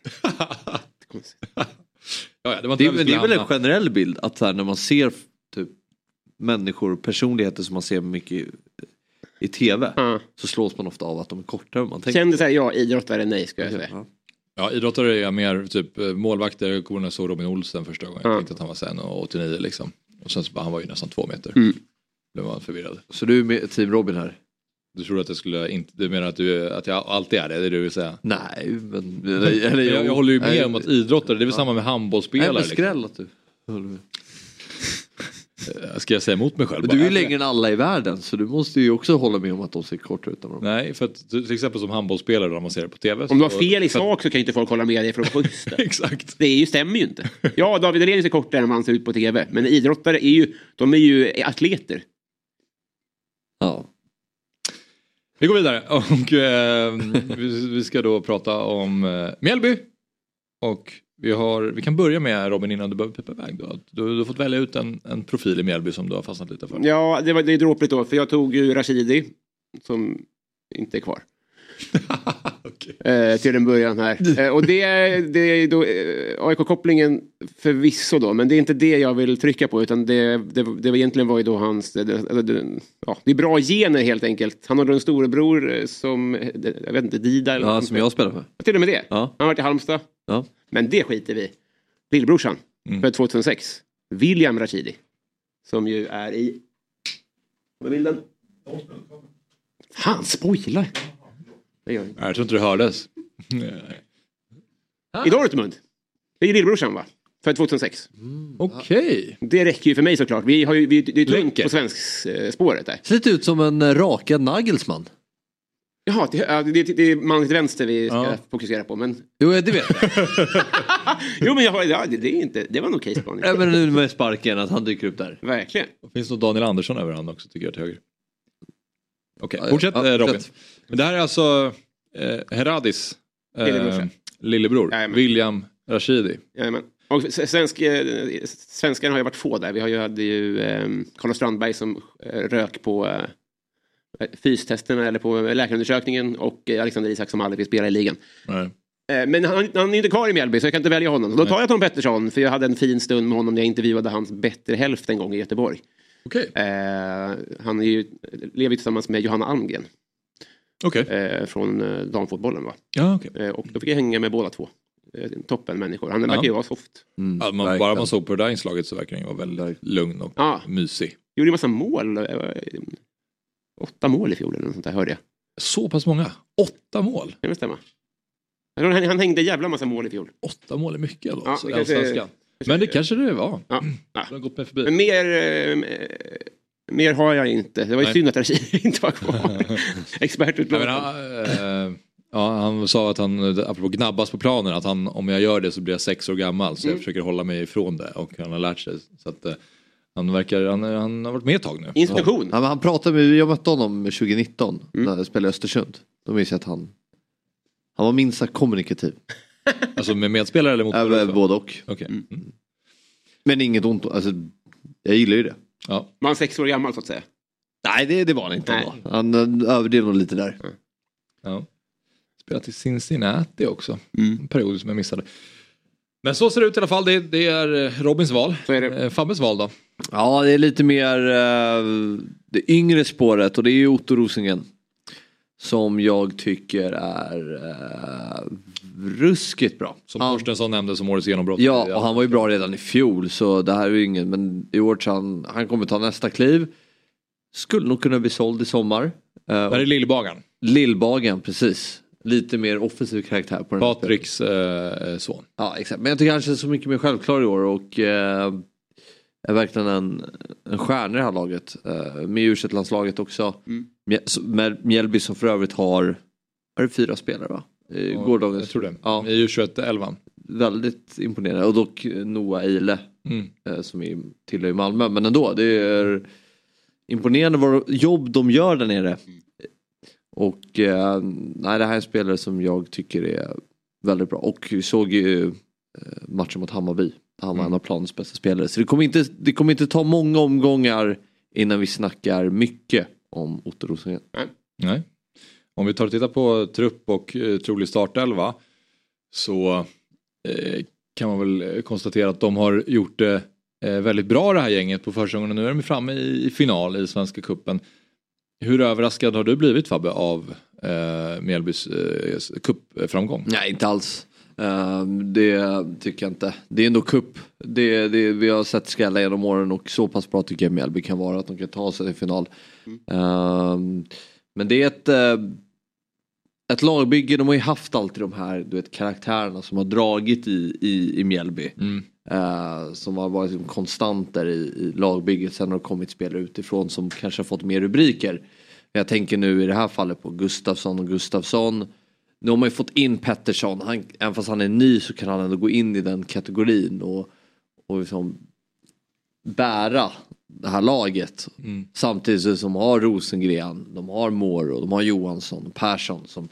ja, ja, det, var det, är, det är väl en generell bild att så här, när man ser typ människor och personligheter som man ser mycket i, i tv mm. så slås man ofta av att de är kortare än man tänker. Kände så här, ja, idrottare nej ska jag säga. Ja, ja idrottare är jag mer typ målvakter. Kommer jag såg Robin Olsen första gången. Jag mm. tänkte att han var sen och åttionio liksom. Och sen så han var ju nästan två meter. Mm. Blev man förvirrad. Så du är med team Robin här? Du tror att jag skulle inte, du menar att, du, att jag alltid är det, det är det du vill säga? Nej, men... Eller, eller, jag, jag håller ju med nej, om att idrottare, det är väl ja. samma med handbollsspelare. Nej, men skräll att du håller med. Ska jag säga emot mig själv? Men du är ju längre än alla i världen, så du måste ju också hålla med om att de ser korta ut. Nej, för att till exempel som handbollsspelare när man ser det på tv. Om du har fel i sak så kan ju inte folk hålla med dig för att få schysst. Exakt. Det är ju, stämmer ju inte. Ja, David Alén ser kortare än man ser ut på tv, men idrottare är ju, de är ju atleter. Ja. Vi går vidare och eh, vi ska då prata om eh, Mjällby. Och vi, har, vi kan börja med Robin innan du behöver peppa iväg. Du, du, du har fått välja ut en, en profil i Mjällby som du har fastnat lite för. Ja, det, var, det är dråpligt då. För jag tog ju Rashidi som inte är kvar. okay. eh, till en början här. Eh, och det är, det är då eh, A I K-kopplingen förvisso då. Men det är inte det jag vill trycka på. Utan det, det, det var egentligen var ju då hans... Det, det, det, ja, det är bra gener helt enkelt. Han har en storebror som... Jag vet inte, Dida eller ja, som jag spelar för. Till och med det. Ja. Han har varit i Halmstad. Ja. Men det skiter vi. Lillbrorsan. Mm. För tjugohundrasex. William Rashidi. Som ju är i... Vad vill den? Fan, spoilar. Det gör jag tror inte det hördes. I Dortmund. Det är lillbrorsan va? För tjugohundrasex. Mm. Okej. Okay. Det räcker ju för mig såklart. Vi har ju vi, det är tungt på svensk eh, spåret där. Ser lite ut som en rakad Nagelsmann. Jaha, det, det, det, det är man till vänster vi ska ja. fokusera på. Men... Jo, det vet jag. jo, men jag, ja, det, det, är inte, det var nog case plan. Även nu med sparken att han dyker upp där. Verkligen. Det finns nog Daniel Andersson över han också tycker jag till höger. Okej, okay. fortsätt ja, Robin. Men det här är alltså eh, Heradis eh, lillebror, Jajamän. William Rashidi. Jajamän. Och svensk, eh, svenskarna har ju varit få där. Vi har ju, hade ju eh, Carlos Strandberg som eh, rök på eh, fystesterna eller på läkarundersökningen och eh, Alexander Isak som aldrig vill spela i ligan. Nej. Eh, men han, han är inte kvar i Mjällby så jag kan inte välja honom. Så då tar jag Tom Pettersson för jag hade en fin stund med honom när jag intervjuade hans bättre hälft en gång i Göteborg. Okay. Eh, han är ju, lever tillsammans med Johanna Almgren. Okay. Eh, från eh, damfotbollen va? Ja, okay. eh, och då fick jag hänga med båda två. Eh, toppen människor. Han verkar ju vara soft. Mm, ja, man, bara man såg på det där inslaget så verkar han vara väldigt lugn och ah. mysig. Gjorde en massa mål. Eh, åtta mål i fjol eller något sånt där hörde jag. Så pass många? Åtta mål? Kan det stämma? Han, han hängde jävla massa mål i fjol. Åtta mål är mycket då. Ja, så det kanske, men det kanske det var. Ja. Ja. Det har gått med förbi. Men mer, eh, mer har jag inte. Det var ju Nej. synd att Rashid inte var kvar. Expertutlåtande. Äh, ja, han sa att han, apropå gnabbas på planen, att han, om jag gör det så blir jag sex år gammal. Så mm. jag försöker hålla mig ifrån det. Och han har lärt sig. Så att han verkar, han, han har varit med ett tag nu. Instruktion. Ja, men han pratade med, jag mötte honom tjugonitton mm. när jag spelade i Östersund. Då minns jag att han, han var minst sagt kommunikativ. Alltså med medspelare eller mot? Ja, både och. Okay. Mm. Men inget ont, alltså jag gillar ju det. Ja. Var han sex år gammal så att säga? Nej, det, det var han inte. Då. Han överdrev nog lite där. Mm. Ja. Spelat i Cincinnati också. Mm. En period som jag missade. Men så ser det ut i alla fall. Det, det är Robins val. Så är det. Fabbes val då? Ja, det är lite mer uh, det yngre spåret. Och det är ju Otto Rosengren. Som jag tycker är uh, ruskigt bra. Som Torstensson nämnde som årets genombrott. Ja, och han var ju bra redan i fjol. Så det här är ju ingen. Men i år så han, han kommer ta nästa kliv. Skulle nog kunna bli såld i sommar. Uh, det är Lillbagan. Lillbagan, precis. Lite mer offensiv karaktär på den. Patriks eh, son. Ja, exakt. Men jag tycker han känns så mycket mer självklar i år. Och eh, är verkligen en, en stjärna i det här laget. Eh, med U tjugoett-landslaget också. Mm. Med Mjällby som för övrigt har, är det fyra spelare va? I ja, gårdagens. Jag tror det. Ja. I U tjugoett-elvan. Väldigt imponerande. Och dock Noah Eile. Mm. Eh, som är tillhör i Malmö. Men ändå, det är imponerande vad jobb de gör där nere. Mm. Och eh, nej, det här är en spelare som jag tycker är väldigt bra. Och vi såg ju eh, matchen mot Hammarby. Han var mm. en av planens bästa spelare. Så det kommer, inte, det kommer inte ta många omgångar innan vi snackar mycket om Otto Rosengren. Nej. nej. Om vi tar och tittar på trupp och eh, trolig startelva så eh, kan man väl konstatera att de har gjort det eh, väldigt bra det här gänget på försäsongen. Nu är de framme i, i final i Svenska cupen. Hur överraskad har du blivit Fabbe av eh, Mjällbys eh, cupframgång? Nej, inte alls. Uh, det tycker jag inte. Det är ändå cup. Det, det, vi har sett skälla genom åren och så pass bra tycker jag Mjällby kan vara att de kan ta sig till final. Mm. Uh, men det är ett, uh, ett lagbygge. De har ju haft alltid de här du vet, karaktärerna som har dragit i, i, i Mjällby. Mm. Uh, som har varit liksom konstanter i, i lagbygget. Sen har det kommit spelare utifrån som kanske har fått mer rubriker. Jag tänker nu i det här fallet på Gustafsson och Gustafsson. Nu har man ju fått in Pettersson. Han, även fast han är ny så kan han ändå gå in i den kategorin. Och, och liksom bära det här laget. Mm. Samtidigt som de har Rosengren. De har Moro. De har Johansson. Persson som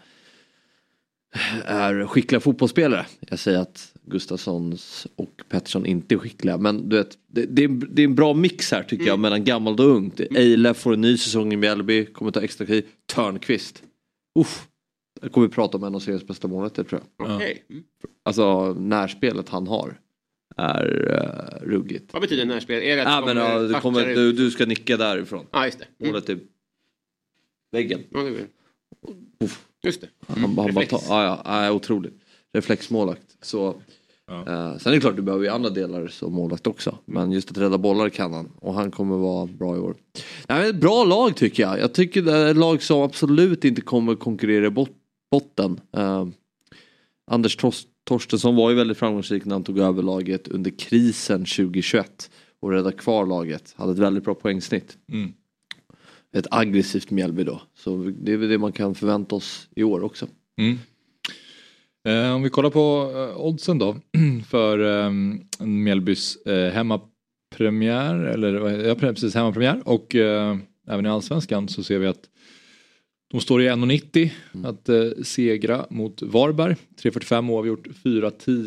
är skickliga fotbollsspelare. Jag säger att Gustafssons och Pettersson inte är skickliga. Men du vet, det, det, är, det är en bra mix här tycker mm. jag. Mellan gammalt och ungt. Mm. Eile får en ny säsong i Mjällby. Kommer ta extra tid. Törnqvist. Uff. Jag kommer att prata om en av seriens bästa månader tror jag. Okay. Mm. Alltså närspelet han har är uh, ruggigt. Vad betyder närspel? Är det att ah, men, ja, du, kommer, du, du ska nicka därifrån. Ja, ah, just det. Mm. Målet till väggen. Ja, det är Uff. Just det. Mm. Han, han bara tar, ah, ja, ah, otroligt. Reflexmålakt. Så, ja. uh, sen är det klart du behöver ju andra delar som målakt också. Mm. Men just att rädda bollar kan han. Och han kommer vara bra i år. Nej, men ett bra lag tycker jag. Jag tycker det är ett lag som absolut inte kommer konkurrera bort botten. Uh, Anders Tor- Torstensson var ju väldigt framgångsrik när han tog över laget under krisen tjugohundratjugoett och räddade kvar laget. Hade ett väldigt bra poängsnitt. Mm. Ett aggressivt Mjällby då. Så det är väl det man kan förvänta oss i år också. Mm. Eh, om vi kollar på eh, oddsen då för eh, Mjällbys eh, hemmapremiär eller ja, precis hemmapremiär och eh, även i allsvenskan så ser vi att de står i en nittio mm. att eh, segra mot Varberg. tre fyrtiofem oavgjort, fyra tio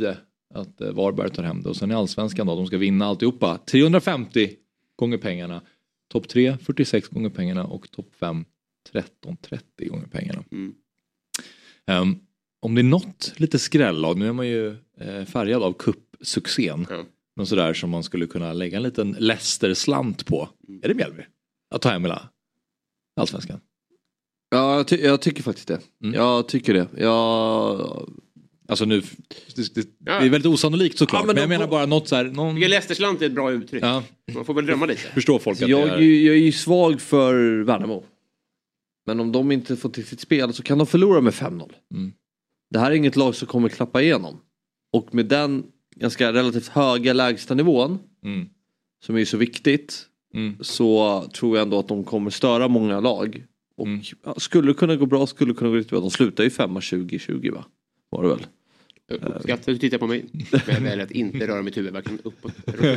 att eh, Varberg tar hem det. Och sen i allsvenskan då, de ska vinna alltihopa. trehundrafemtio gånger pengarna. Topp tre, fyrtiosex gånger pengarna. Och topp fem, tretton trettio gånger pengarna. Mm. Um, om det är något lite skrällag, nu är man ju eh, färgad av kuppsuccén. Mm. Något sådär som man skulle kunna lägga en liten Leicester-slant på. Mm. Är det Mjällby? Att ta hem hela allsvenskan? Ja, jag, ty- jag tycker faktiskt det. Mm. Jag tycker det. Jag... Alltså nu, det, det, det är väldigt osannolikt såklart. Ja, men, men jag menar bara något så här... Någon... Leicesterslant är ett bra uttryck. Ja. Man får väl drömma lite. Förstår folk att jag, det är... jag är ju svag för Värnamo. Men om de inte får till sitt spel så kan de förlora med fem noll. Mm. Det här är inget lag som kommer klappa igenom. Och med den ganska relativt höga lägsta nivån mm. som är så viktigt mm. så tror jag ändå att de kommer störa många lag. Och mm. ja, skulle kunna gå bra, skulle kunna gå riktigt bra. De slutar ju femma tjugo tjugo va? Var det väl? Jag ska titta på mig. Jag väljer att inte röra mitt huvud varken uppåt.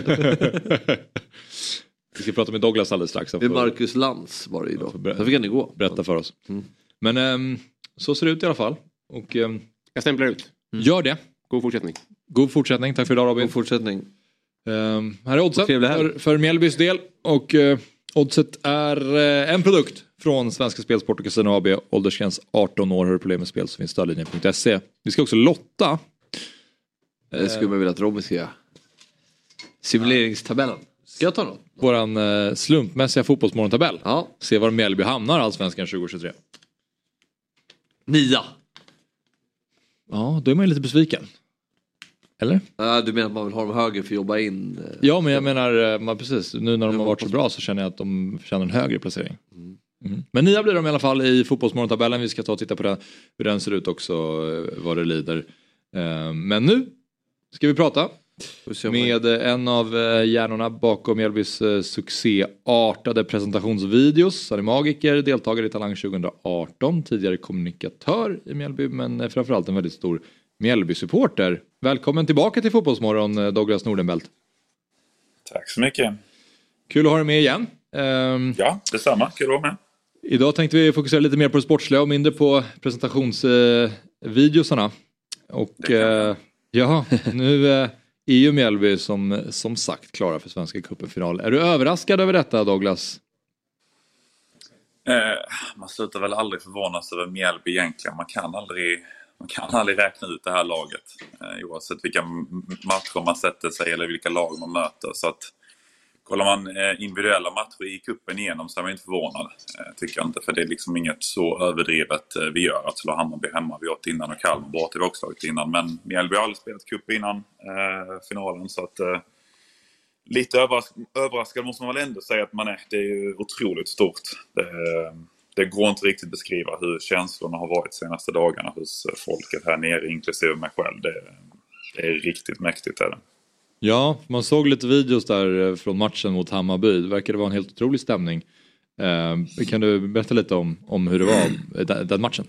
Vi ska prata med Douglas alldeles strax. Det är Marcus Lantz var det idag. Ber- så fick han gå. Berätta för oss. Mm. Men äm, så ser det ut i alla fall. Och, äm, jag stämplar ut. Mm. Gör det. God fortsättning. God fortsättning. Tack för idag Robin. God fortsättning. Um, här är oddset för, för Mjällbys del. Och uh, oddset är uh, en produkt från Svenska Spelsport och Casino A B. Åldersgräns arton år. Har du problem med spel så finns stödlinjen punkt se. Vi ska också lotta. Det skulle man vilja att Robin ska göra. Simuleringstabellen. Ska jag ta något? Våran uh, slumpmässiga fotbollsmorgontabell. Ja. Se var Mjällby hamnar allsvenskan tjugo tjugotre. Nia. Ja, då är man ju lite besviken. Eller? Ja, du menar att man vill ha dem högre för att jobba in? Eh, ja, men jag menar, man, precis. Nu när de har varit så bra så känner jag att de förtjänar en högre placering. Mm. Mm. Men nia blir de i alla fall i fotbollsmorgontabellen. Vi ska ta och titta på den, hur den ser ut också, vad det lider. Men nu ska vi prata med en av hjärnorna bakom Mjällbys succéartade presentationsvideos. Han är magiker, deltagare i Talang tjugo arton, tidigare kommunikatör i Mjällby, men framförallt en väldigt stor Mjällby-supporter. Välkommen tillbaka till Fotbollsmorgon, Douglas Nordenbelt. Tack så mycket. Kul att ha dig med igen. Um, ja, detsamma. Kul att vara med. Idag tänkte vi fokusera lite mer på det sportsliga och mindre på presentationsvideosarna. Uh, och uh, ja, nu uh, är ju Mjällby som, som sagt klara för Svenska cupen-final. Är du överraskad över detta, Douglas? Eh, man slutar väl aldrig förvånas över Mjällby egentligen. Man kan aldrig... Man kan aldrig räkna ut det här laget eh, oavsett vilka matcher man sätter sig eller vilka lag man möter. Så att kollar man eh, individuella matcher i kuppen igenom så är man inte förvånad. Eh, tycker jag inte, för det är liksom inget så överdrivet eh, vi gör. Att slå Hammarby hemma, vi åt innan och Kalmar bort, vi har också slagit innan. Men Mjällby har aldrig spelat kupp innan eh, finalen, så att eh, lite överras- överraskad måste man väl ändå säga att man är. Det är ju otroligt stort. Det eh, Det går inte riktigt beskriva hur känslorna har varit de senaste dagarna hos folket här nere, inklusive mig själv. Det, det är riktigt mäktigt. Är det. Ja, man såg lite videos där från matchen mot Hammarby. Det verkade vara en helt otrolig stämning. Eh, kan du berätta lite om, om hur det var den, den matchen?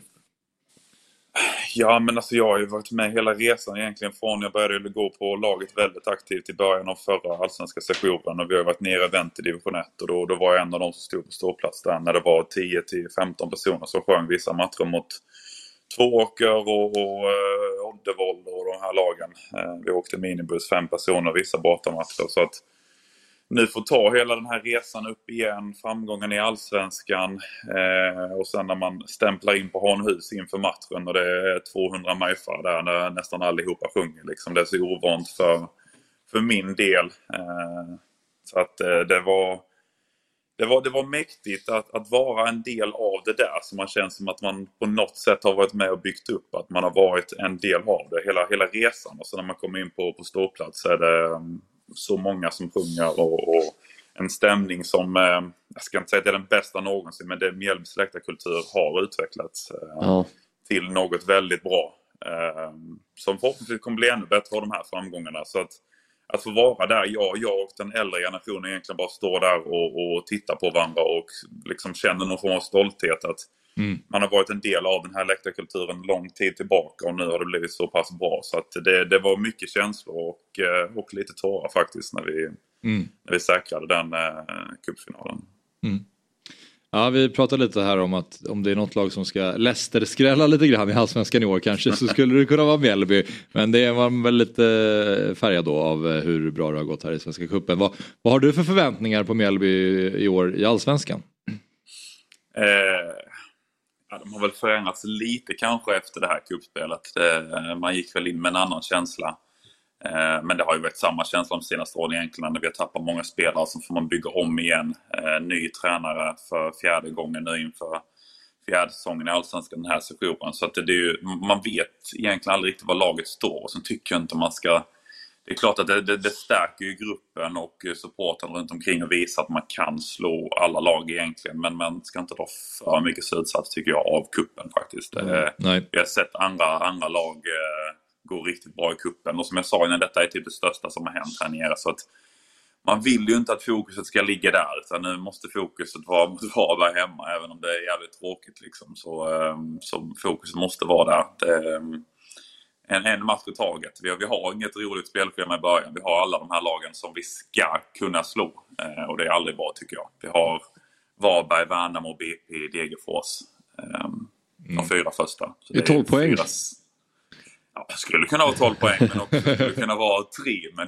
Ja, men alltså jag har ju varit med hela resan egentligen från jag började gå på laget väldigt aktivt i början av förra allsvenska sessionen, och vi har varit nere och vänt i division ett, och då, då var jag en av de som stod på ståplats där när det var tio till femton personer som sjöng vissa matcher mot Tvååker och, och uh, Oddevold och de här lagen. Uh, vi åkte minibuss fem personer vissa bortamatcher, så att nu får ta hela den här resan upp igen, framgången i allsvenskan eh, och sen när man stämplar in på Hanhus inför matchen och det är tvåhundra majfar där när nästan allihopa sjunger. Liksom. Det är så ovant för, för min del. Eh, så att eh, det var det var, det var mäktigt att, att vara en del av det där, så man känns som att man på något sätt har varit med och byggt upp, att man har varit en del av det hela, hela resan, och så när man kommer in på, på ståplats så är det um, så många som sjunger och, och en stämning som, eh, jag ska inte säga att det är den bästa någonsin, men det Mjällbys läktarkultur har utvecklats eh, ja. till något väldigt bra. Eh, som förhoppningsvis kommer bli ännu bättre av de här framgångarna. Så att, att få vara där, jag, jag och den äldre generationen egentligen bara står där och, och tittar på varandra och liksom känner någon form av stolthet att mm. man har varit en del av den här läktarkulturen lång tid tillbaka, och nu har det blivit så pass bra, så att det, det var mycket känslor och, och lite tårar faktiskt när vi, mm. när vi säkrade den eh, cupfinalen. Mm. Ja, vi pratade lite här om att om det är något lag som ska Leicester skrälla lite grann i Allsvenskan i år kanske, så skulle det kunna vara Mjällby. Men det var väl lite färgad då av hur bra det har gått här i Svenska cupen. Vad, vad har du för förväntningar på Mjällby i år i Allsvenskan? Eh, ja, de har väl förändrats lite kanske efter det här cupspelet. Eh, man gick väl in med en annan känsla. Men det har ju varit samma känsla de senaste åren egentligen. När vi har tappat många spelare så får man bygga om igen. Ny tränare för fjärde gången nu inför fjärde säsongen i Allsvenskan den här sessionen. Så att det är ju, man vet egentligen aldrig riktigt var laget står. Och sen tycker jag inte man ska... Det är klart att det, det, det stärker ju gruppen och supporten runt omkring och visar att man kan slå alla lag egentligen. Men man ska inte dra för mycket slutsats tycker jag av kuppen faktiskt. Mm, nej. Vi har sett andra, andra lag... går riktigt bra i kuppen. Och som jag sa innan, detta är typ det största som har hänt här nere. Så att man vill ju inte att fokuset ska ligga där. Utan nu måste fokuset vara mot Varberg hemma. Även om det är jävligt tråkigt liksom. Så, så fokuset måste vara där. Det, en, en match i taget. Vi har, vi har inget roligt spelschema i början. Vi har alla de här lagen som vi ska kunna slå. Och det är aldrig bra tycker jag. Vi har Varberg, Värnamo, B P, Degerfors. De mm. fyra första. Så det är tolv poäng. Fyra... Ja, det skulle kunna vara tolv poäng, men också skulle kunna vara tre, men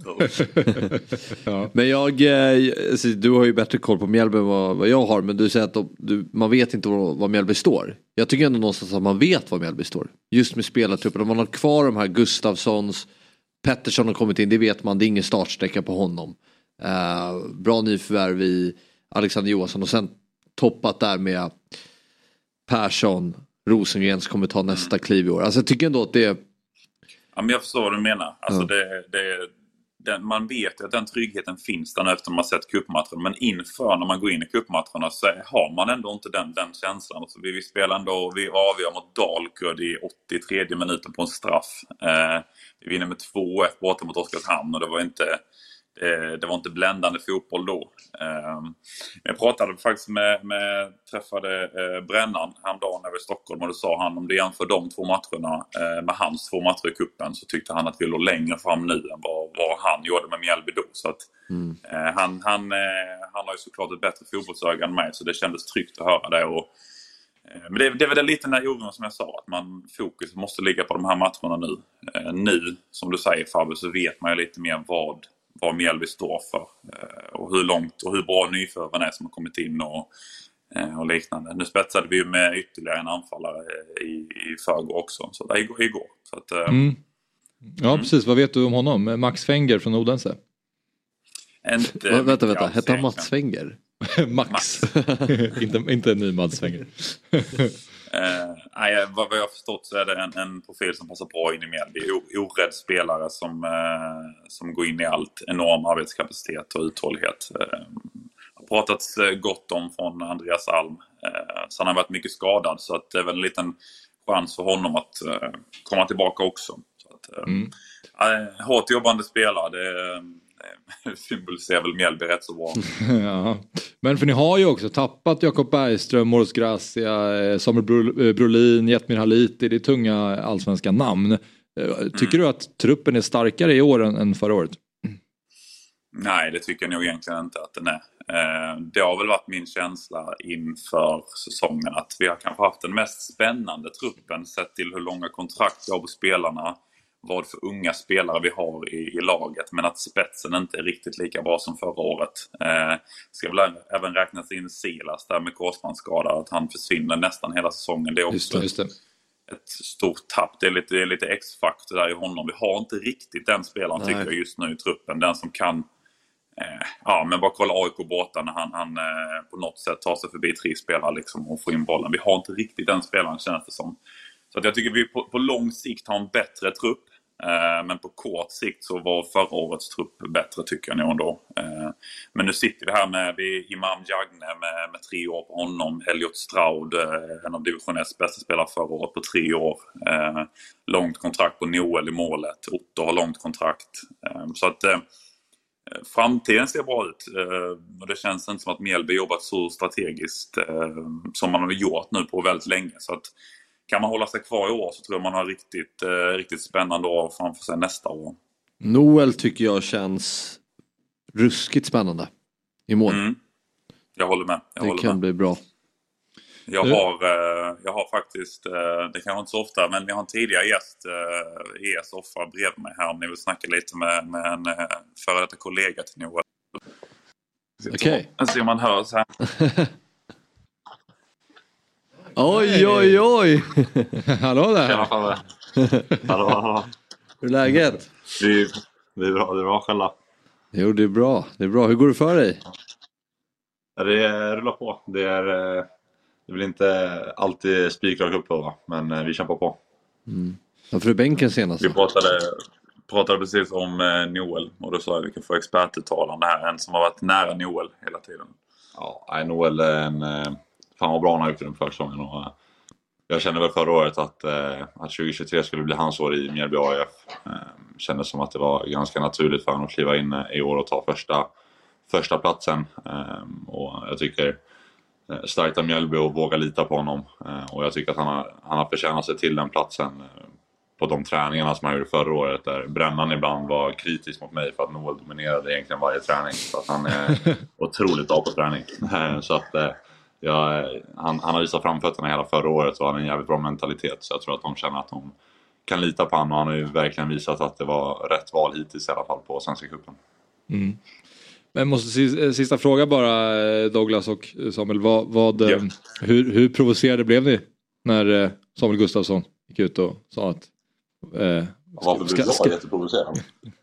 ja. Men jag, alltså, du har ju bättre koll på Mjällby än vad, vad jag har, men du säger att de, du, man vet inte var, var Mjällby står. Jag tycker ändå någonstans att man vet var Mjällby står. Just med spelartruppen, om man har kvar de här Gustafssons, Pettersson har kommit in, det vet man, det är ingen startsträcka på honom. Uh, bra nyförvärv i Alexander Johansson och sen toppat där med Persson, Rosengrens kommer ta nästa mm. kliv i år. Alltså jag tycker ändå att det är... Ja, men jag förstår vad du menar. Alltså ja. det, det, det, man vet att den tryggheten finns där efter man har sett cupmatchen. Men inför när man går in i cupmatcherna så har man ändå inte den, den känslan. Alltså vi, vi spelar ändå, vi avgör mot Dalkurd i åttiotre minuten på en straff. Eh, vi vinner med två ett borta mot Oskarshamn och det var inte... Det var inte bländande fotboll då. Jag pratade faktiskt med, med träffade Brännan häromdagen över i Stockholm och då sa han om det jämför de två matcherna med hans två matcher i kuppen så tyckte han att vi låg längre fram nu än vad, vad han gjorde med Mjällby då. Så att, mm. han, han, han har ju såklart ett bättre fotbollsöga än mig så det kändes tryggt att höra det. Och, men det, det är väl lite den här oron som jag sa att man fokus måste ligga på de här matcherna nu. Nu, som du säger Fabio, så vet man ju lite mer vad vad Mjällby står för och hur långt och hur bra nyförvärven är som har kommit in och, och liknande. Nu spetsade vi ju med ytterligare en anfallare i, i förrgår också, så det igår. igår. Så att, mm. Ja, mm. precis. Vad vet du om honom? Max Fenger från Odense? Inte, Va, vänta, vänta. Hette han Mats Fenger? Max. Max. inte, inte en ny Mats Fenger. Uh, nej, vad jag har förstått så är det en, en profil som passar bra in i Mjällby. Orädd spelare som, uh, som går in i allt. Enorm arbetskapacitet och uthållighet. Uh, har pratats gott om från Andreas Alm. Uh, så han har varit mycket skadad så att det är väl en liten chans för honom att uh, komma tillbaka också. Så att, uh, mm. uh, hårt jobbande spelare, det uh, symboliserar väl Mjällby rätt så bra. Ja. Men för ni har ju också tappat Jakob Bergström, Moritz Gracia, Samuel Brolin, Jetmir Haliti. Det är tunga allsvenska namn. Tycker mm. du att truppen är starkare i år än förra året? Nej, det tycker jag nog egentligen inte att den är. Det har väl varit min känsla inför säsongen att vi har kanske haft den mest spännande truppen sett till hur långa kontrakt vi har på spelarna. Vad för unga spelare vi har i, i laget. Men att spetsen inte är riktigt lika bra som förra året. Eh, ska väl även räknas in Silas där med korsbandsskada. Att han försvinner nästan hela säsongen. Det är också just det, just det. Ett stort tapp. Det är lite, det är lite X-faktor där i honom. Vi har inte riktigt den spelaren tycker jag just nu i truppen. Den som kan... Eh, ja, men bara kolla A I K borta när han, han eh, på något sätt tar sig förbi tre spelare liksom, och får in bollen. Vi har inte riktigt den spelaren känns det som. Så att jag tycker vi på, på lång sikt har en bättre trupp. Eh, men på kort sikt så var förra årets trupp bättre tycker jag nog ändå. Eh, men nu sitter vi här med vi, Imam Jagne med, med tre år på honom. Elliot Stroud, eh, en av division ett bästa spelare förra året på tre år. Eh, långt kontrakt på Noel i målet. Otto har långt kontrakt. Eh, så att eh, framtiden ser bra ut. Eh, och det känns inte som att Mjällby jobbat så strategiskt eh, som man har gjort nu på väldigt länge. Så att kan man hålla sig kvar i år så tror jag man har riktigt, eh, riktigt spännande år framför sig nästa år. Noel tycker jag känns ruskigt spännande i mål. Mm. Jag håller med. Jag det håller kan med. bli bra. Jag Du- har, eh, jag har faktiskt, eh, det kan vara inte så ofta, men jag har en tidigare gäst eh, i er soffa bredvid mig här om ni vill snacka lite med, med en eh, före detta kollega till Noel. Okej. Jag ser om man hör så här. Oj, oj, oj! Hallå där! Tjena Fabbe. Hallå, hallå. Hur är läget? Det är, det är bra, det är bra själva. Jo, det är bra. Det är bra. Hur går det för dig? Ja, det är, rullar på. Det är, eh, det blir inte alltid spikrak upp va? Men eh, vi kämpar på. Mm. Varför är bänken senast? Vi pratade, pratade precis om eh, Noel och då sa jag att vi kan få expertuttalande här. En som har varit nära Noel hela tiden. Ja, nej, Noel är en... Eh, fan vad bra han har gjort i den försäsongen. Och, eh, jag kände väl förra året att, eh, att tjugohundratjugotre skulle bli hans år i Mjällby A I F. Eh, kändes som att det var ganska naturligt för honom att kliva in i år och ta första, första platsen. Eh, och jag tycker eh, starkt av Mjällby och våga lita på honom. Eh, och jag tycker att han har, han har förtjänat sig till den platsen eh, på de träningarna som han gjorde förra året. Där Brännan ibland var kritisk mot mig för att Noel dominerade egentligen varje träning. Så att han är otroligt bra på träning. Eh, så att... Eh, Ja, han, han har visat framfötterna hela förra året och han har en jävligt bra mentalitet. Så jag tror att de känner att de kan lita på honom. Och han har ju verkligen visat att det var rätt val hittills i alla fall på Svenska cupen. Mm. Men måste sista fråga bara, Douglas och Samuel. Vad, vad, ja. hur, hur provocerade blev ni när Samuel Gustafsson gick ut och sa att... Eh, Varför blev jag ska... jätteprovocerad?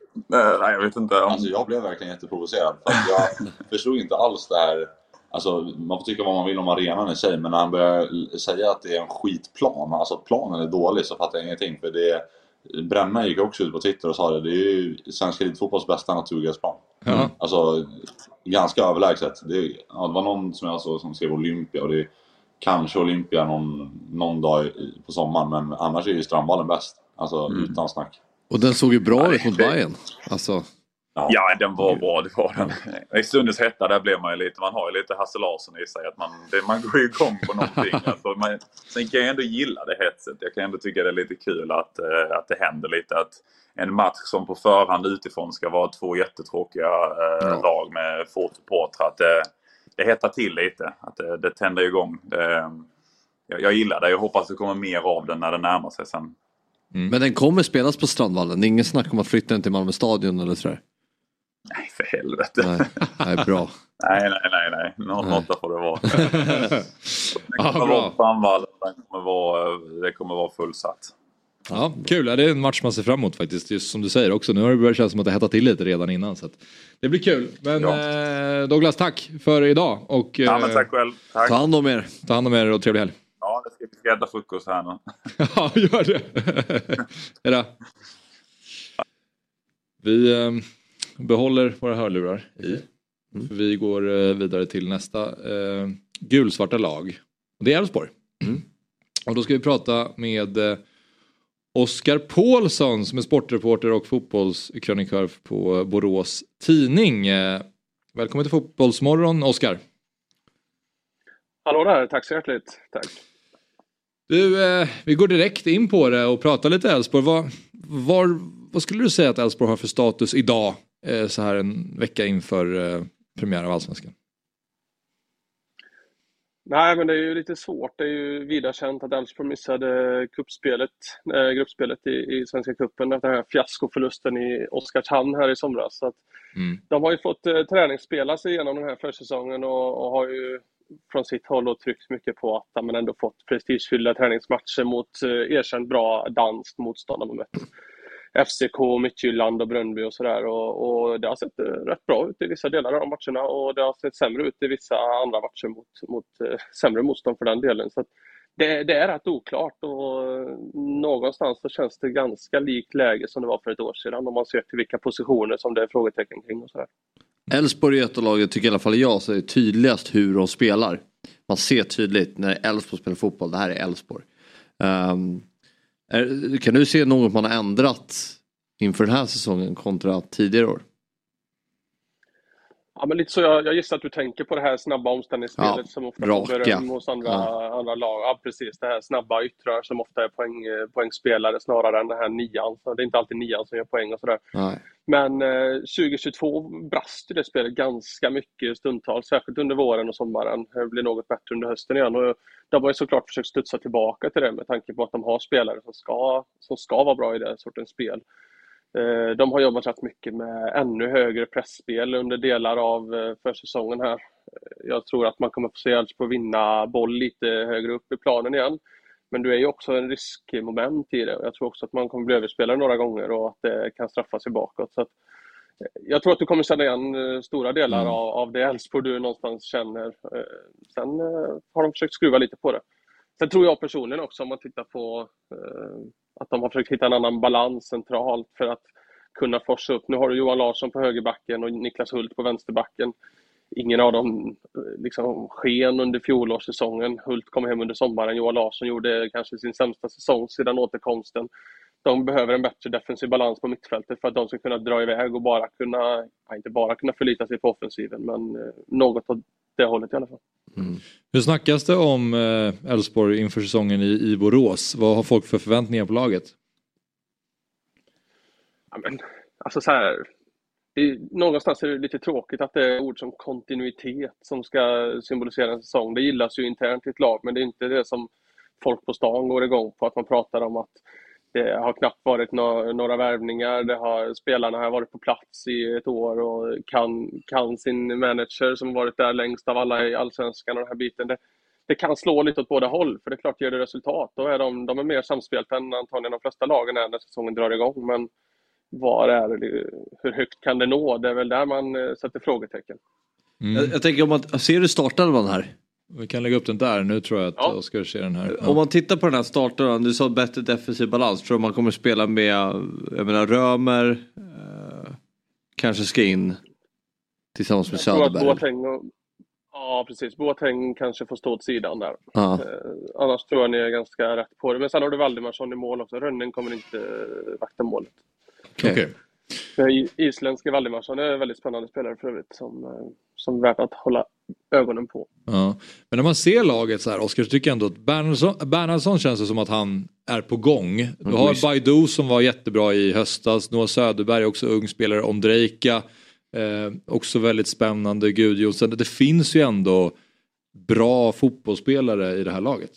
Nej, jag vet inte. Alltså, jag blev verkligen jätteprovocerad. För att jag förstod inte alls det här... Alltså, man får tycka vad man vill om arenan i sig, men när han börjar säga att det är en skitplan, alltså att planen är dålig, så fattar jag ingenting. För det, Bränna gick också ut på Twitter och sa det, det är ju svenska elitfotbolls bästa naturgräsplan. Mm. Alltså, ganska överlägset. Det, ja, det var någon som jag såg som skrev Olympia, och det är kanske Olympia någon, någon dag i, på sommaren, men annars är ju Strandvallen bäst. Alltså, mm. utan snack. Och den såg ju bra ut mot Bayern. Alltså... Ja. ja, den var bra, det var den. I stundens hetta där blev man ju lite, man har ju lite Hasse Larsson i sig, att man, det, man går igång på någonting. Alltså, man, sen kan jag ändå gilla det hetset. Jag kan ändå tycka det är lite kul att, äh, att det händer lite. Att en match som på förhand utifrån ska vara två jättetråkiga äh, ja. lag med få supportrar, att det, det hettar till lite. Att det, det tänder igång. Det, jag, jag gillar det. Jag hoppas det kommer mer av den när det närmar sig sen. Mm. Men den kommer spelas på Strandvallen. Det är ingen snack om att flytta den till Malmö stadion eller sådär. Nej, för helvete. Nej, nej bra. nej, nej, nej, nej. Något, nej. något får det vara. Den kommer ja, vara Strandvallen. Den kommer vara, det kommer vara fullsatt. Ja, kul. Det är en match man ser fram emot faktiskt. Just som du säger också. Nu har det börjat kännas som att det hettat till lite redan innan. Så att det blir kul. Men ja. eh, Douglas, tack för idag. Och, eh, ja, men tack själv. Tack. Ta hand om er. Ta hand om er och trevlig helg. Ja, det ska vi ska äta frukost här nu. Ja, gör det. Hejdå. Vi eh, behåller våra hörlurar i. Mm. För vi går eh, vidare till nästa eh, gulsvarta lag. Och det är Elfsborg. Mm. Och då ska vi prata med eh, Oskar Paulsson som är sportreporter och fotbollskrönikör på Borås Tidning. Eh, välkommen till Fotbollsmorgon, Oskar. Hallå där, tack så hjärtligt. Tack. Du, eh, vi går direkt in på det och pratar lite Elfsborg. Vad, var, vad skulle du säga att Elfsborg har för status idag, eh, så här en vecka inför eh, premiär av Allsvenskan? Nej, men det är ju lite svårt. Det är ju vida känt att Elfsborg missade kuppspelet, äh, gruppspelet i, i Svenska cupen efter den här fiaskoförlusten i Oskarshamn här i somras. Så att mm. De har ju fått eh, träningsspela sig igenom den här försäsongen och, och har ju från sitt håll och tryckt mycket på att man ändå fått prestigefyllda träningsmatcher mot eh, erkänt bra danskt motstånd. Man mött F C K, Midtjylland och Brönnby och sådär. Och, och det har sett eh, rätt bra ut i vissa delar av de matcherna och det har sett sämre ut i vissa andra matcher mot, mot eh, sämre motstånd för den delen. Så att det, det är rätt oklart och någonstans så känns det ganska likt läge som det var för ett år sedan om man ser till vilka positioner som det är frågetecken kring och sådär. Elfsborg i ett laget tycker i alla fall jag så är det tydligast hur de spelar. Man ser tydligt när Elfsborg spelar fotboll, det här är Elfsborg. Um, är, kan du se något man har ändrat inför den här säsongen kontra tidigare år? Ja, men lite så jag, jag gissar att du tänker på det här snabba omställningsspelet ja, som ofta raka. får beröm hos andra, ja. andra lag. Ja, precis. Det här snabba yttrar som ofta är poäng, poängspelare snarare än den här nian. Så det är inte alltid nian som gör poäng och sådär. Nej. Men eh, tjugohundratjugotvå brast det spelet ganska mycket stundtals, särskilt under våren och sommaren. Det blir något bättre under hösten igen. Och de har ju såklart försökt studsa tillbaka till det med tanke på att de har spelare som ska, som ska vara bra i den sortens spel. De har jobbat rätt mycket med ännu högre pressspel under delar av försäsongen här. Jag tror att man kommer få se Elfsborg vinna boll lite högre upp i planen igen. Men det är ju också en riskmoment i det. Jag tror också att man kommer bli överspelare några gånger och att det kan straffa sig bakåt. Så att jag tror att du kommer känna igen stora delar mm. av, av det Elfsborg du någonstans känner. Sen har de försökt skruva lite på det. Sen tror jag personligen också, om man tittar på att de har försökt hitta en annan balans centralt för att kunna forsa upp. Nu har du Johan Larsson på högerbacken och Niklas Hult på vänsterbacken. Ingen av dem liksom sken under fjolårssäsongen. Hult kom hem under sommaren. Johan Larsson gjorde kanske sin sämsta säsong sedan återkomsten. De behöver en bättre defensiv balans på mittfältet för att de ska kunna dra iväg och bara kunna, inte bara kunna förlita sig på offensiven, men något åt det hållet i alla fall. Mm. Hur snackas det om Elfsborg inför säsongen i, i Borås? Vad har folk för förväntningar på laget? Ja, men, alltså så här, det är, någonstans är det lite tråkigt att det är ord som kontinuitet som ska symbolisera en säsong. Det gillas ju internt i ett lag, men det är inte det som folk på stan går igång på, att man pratar om att det har knappt varit no- några värvningar. Det har, spelarna har varit på plats i ett år och kan, kan sin manager som varit där längst av alla i Allsvenskan och den här biten. Det, det kan slå lite åt båda håll, för det är klart ger det resultat. Då är de, de är mer samspelta än antagligen de flesta lagen är när säsongen drar igång. Men var är det, hur högt kan det nå? Det är väl där man sätter frågetecken. Mm. Jag, jag tänker om man ser du startelvan här. Vi kan lägga upp den där. Nu tror jag att ja. Oskar ser den här. Ja. Om man tittar på den här starten, du sa bättre defensiv balans. Tror man kommer spela med, jag menar, Römer eh, kanske ska in tillsammans med Söderberg. Boateng och, ja, precis. Boateng kanske får stå åt sidan där. Ja. Eh, annars tror jag ni är ganska rätt på det. Men sen har du Valdimarsson i mål också. Rönning kommer inte vakta målet. Okej. Okay. Isländska Valdimarsson är en väldigt spännande spelare för övrigt som, som är värt att hålla ögonen på. Ja. Men när man ser laget så här, Oskar, så tycker jag ändå att Bernhardsson, Bernhardsson känns det som att han är på gång. Du har Baidu som var jättebra i höstas, Noah Söderberg också ung spelare, Ondrejka eh, också väldigt spännande, Gudjonsson. Det finns ju ändå bra fotbollsspelare i det här laget.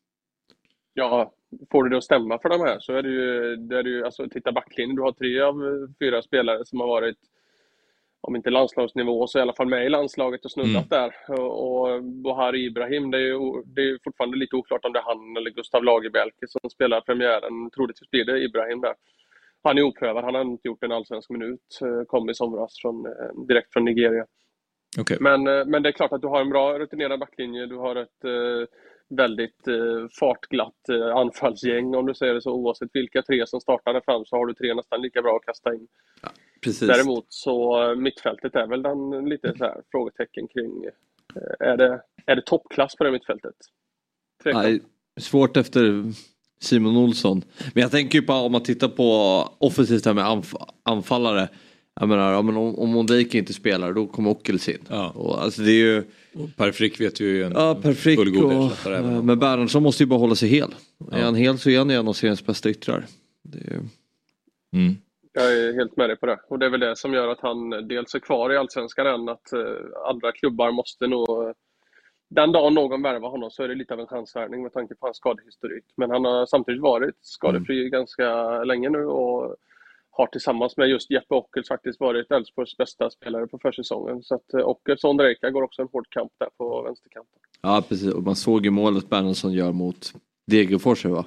Ja, får du det att stämma för de här så är det ju, det är det ju alltså, titta backlinjen, du har tre av fyra spelare som har varit, om inte landslagsnivå så i alla fall med i landslaget och snuddat mm. där. Och, och Bohari Ibrahim, det är ju det är fortfarande lite oklart om det är han eller Gustav Lagerbielke som spelar premiären. Troligtvis blir det Ibrahim där. Han är oprövad, han har inte gjort en allsvensk minut, kom i somras från, direkt från Nigeria. Okay. Men, men det är klart att du har en bra rutinerad backlinje, du har ett väldigt eh, fartglatt eh, anfallsgäng, om du säger det så. Oavsett vilka tre som startade fram så har du tre nästan lika bra att kasta in. Ja, precis. Däremot så eh, mittfältet är väl den lite så här frågetecken kring eh, är det, är det toppklass på det mittfältet? Nej, svårt efter Simon Olsson. Men jag tänker ju på, om man tittar på offensivt här med anf- anfallare. Jag menar, ja, men om, om Ondrejka inte spelar, då kommer Ockels in. Ja. Och, alltså, det är ju... Och Per Frick vet ju en ja, Per Frick fullgod och, äh, men Bernhardsson måste ju bara hålla sig hel. Ja. Är han hel så är han en av seriens bästa yttrar. Det är... mm. Jag är helt med dig på det. Och det är väl det som gör att han dels är kvar i Allsvenskan än att uh, andra klubbar måste nog... Den dagen någon värvar honom så är det lite av en chansvärvning med tanke på hans skadehistorik. Men han har samtidigt varit skadefri mm. ganska länge nu och har tillsammans med just Jeppe Ockels faktiskt varit Elfsborgs bästa spelare på försäsongen. Så att Ockels och Ondrejka går också en hård kamp där på vänsterkanten. Ja, precis. Och man såg ju målet Bernhardsson gör mot Degerfors, va?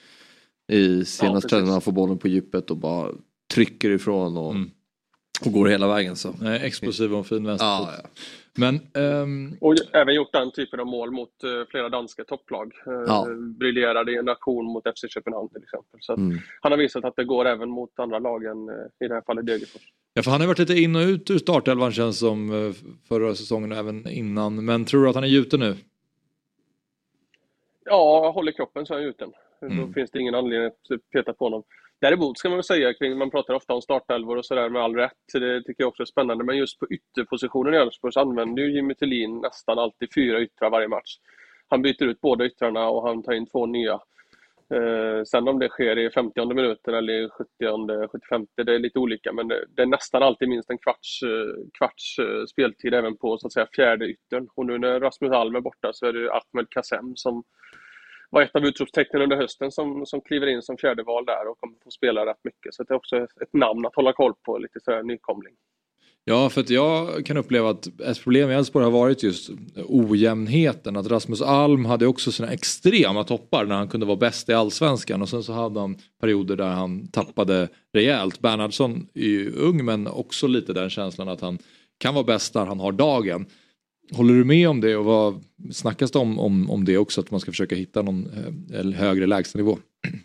I senaste ja, när han får bollen på djupet och bara trycker ifrån och, mm. och går hela vägen. Så. Nej, explosiv och fin vänsterfot. Ja, ja. Men, um... och även gjort den typen av mål mot uh, flera danska topplag. Uh, ja. Briljerade i en aktion mot F C Köpenhamn till exempel. Så mm. han har visat att det går även mot andra lagen, uh, i det här fallet Degerfors. Ja, för han har varit lite in och ut ur startelvan, känns som uh, förra säsongen och även innan. Men tror du att han är ute nu? Ja, håller kroppen så är han gjuten. Mm. Då finns det ingen anledning att peta på honom. Däremot ska man väl säga kring, man pratar ofta om startelvor och sådär med all rätt. Det tycker jag också är spännande. Men just på ytterpositionen i Elfsborg så använder ju Jimmy Tillin nästan alltid fyra yttrar varje match. Han byter ut båda yttrarna och han tar in två nya. Eh, sen om det sker i femtionde minuten eller i sjuttionde, sjuttiofemte, det är lite olika. Men det, det är nästan alltid minst en kvarts, kvarts speltid även på så att säga fjärde yttern. Och nu när Rasmus Alm är borta så är det Ahmed Kassem som var ett av utropstecknen under hösten som, som kliver in som fjärde val där och kommer få spela rätt mycket. Så det är också ett namn att hålla koll på, lite sådär nykomling. Ja, för att jag kan uppleva att ett problem i Elfsborg har varit just ojämnheten. Att Rasmus Alm hade också sina extrema toppar när han kunde vara bäst i allsvenskan. Och sen så hade han perioder där han tappade rejält. Bernhardsson är ju ung men också lite den känslan att han kan vara bäst där han har dagen. Håller du med om det och vad snackas det om, om, om det också? Att man ska försöka hitta någon eh, högre lägstanivå?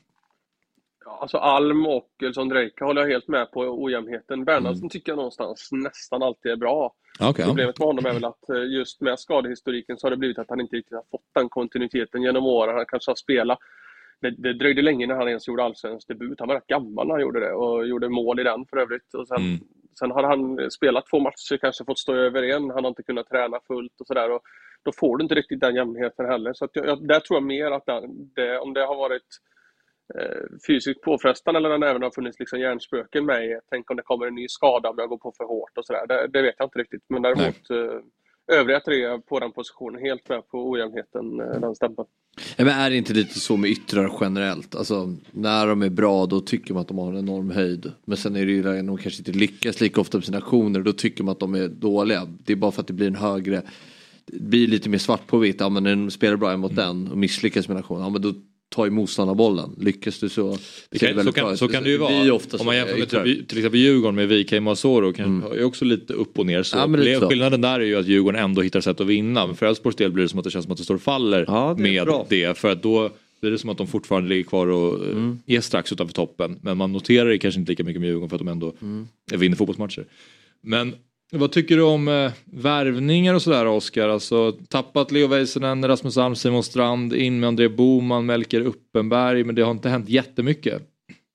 Alltså Alm och Sondrejka håller jag helt med på ojämnheten. Bernhardsson mm. tycker jag någonstans nästan alltid är bra. Okay. Problemet med honom är väl att just med skadehistoriken så har det blivit att han inte riktigt har fått den kontinuiteten genom åren. Han kanske har spelat. Det, det dröjde länge när han ens gjorde allsvensk debut. Han var rätt gammal när han gjorde det och gjorde mål i den för övrigt. Och sen, mm. sen har han spelat två matcher, kanske fått stå över en. Han har inte kunnat träna fullt och sådär. Och då får du inte riktigt den jämnheten heller. Så att jag, jag, där tror jag mer att det, om det har varit fysiskt påfrestande eller den även har funnits liksom hjärnspöken med. Tänk om det kommer en ny skada om jag går på för hårt och sådär. Det, det vet jag inte riktigt. Men däremot eh, övriga tre på den positionen helt med på ojämnheten eh, den stämpen. Ja, men är det inte lite så med yttrar generellt? Alltså när de är bra då tycker man att de har en enorm höjd. Men sen är det ju där de kanske inte lyckas lika ofta med sina aktioner. Då tycker man att de är dåliga. Det är bara för att det blir en högre, det blir lite mer svart på vitt. Ja, men när de spelar bra mot mm. den och misslyckas med aktionen. Ja, men då ta i motståndarbollen. Lyckas du så... Det kan, så, kan, så kan det ju vara. Ofta om man jämför med till, till exempel Djurgården med V K Masoro kan mm. är också lite upp och ner. Så ja, skillnaden där är ju att Djurgården ändå hittar sätt att vinna. Men för Elfsborgs del blir det som att det känns som att det står och faller ja, det med bra. det. För att då blir det som att de fortfarande ligger kvar och mm. är strax utanför toppen. Men man noterar det kanske inte lika mycket med Djurgården för att de ändå mm. vinner fotbollsmatcher. Men vad tycker du om eh, värvningar och sådär, Oskar? Alltså tappat Leo Väisänen, Rasmus Alm, Simon Strand, in med André Boman, Melker Uppenberg, men det har inte hänt jättemycket.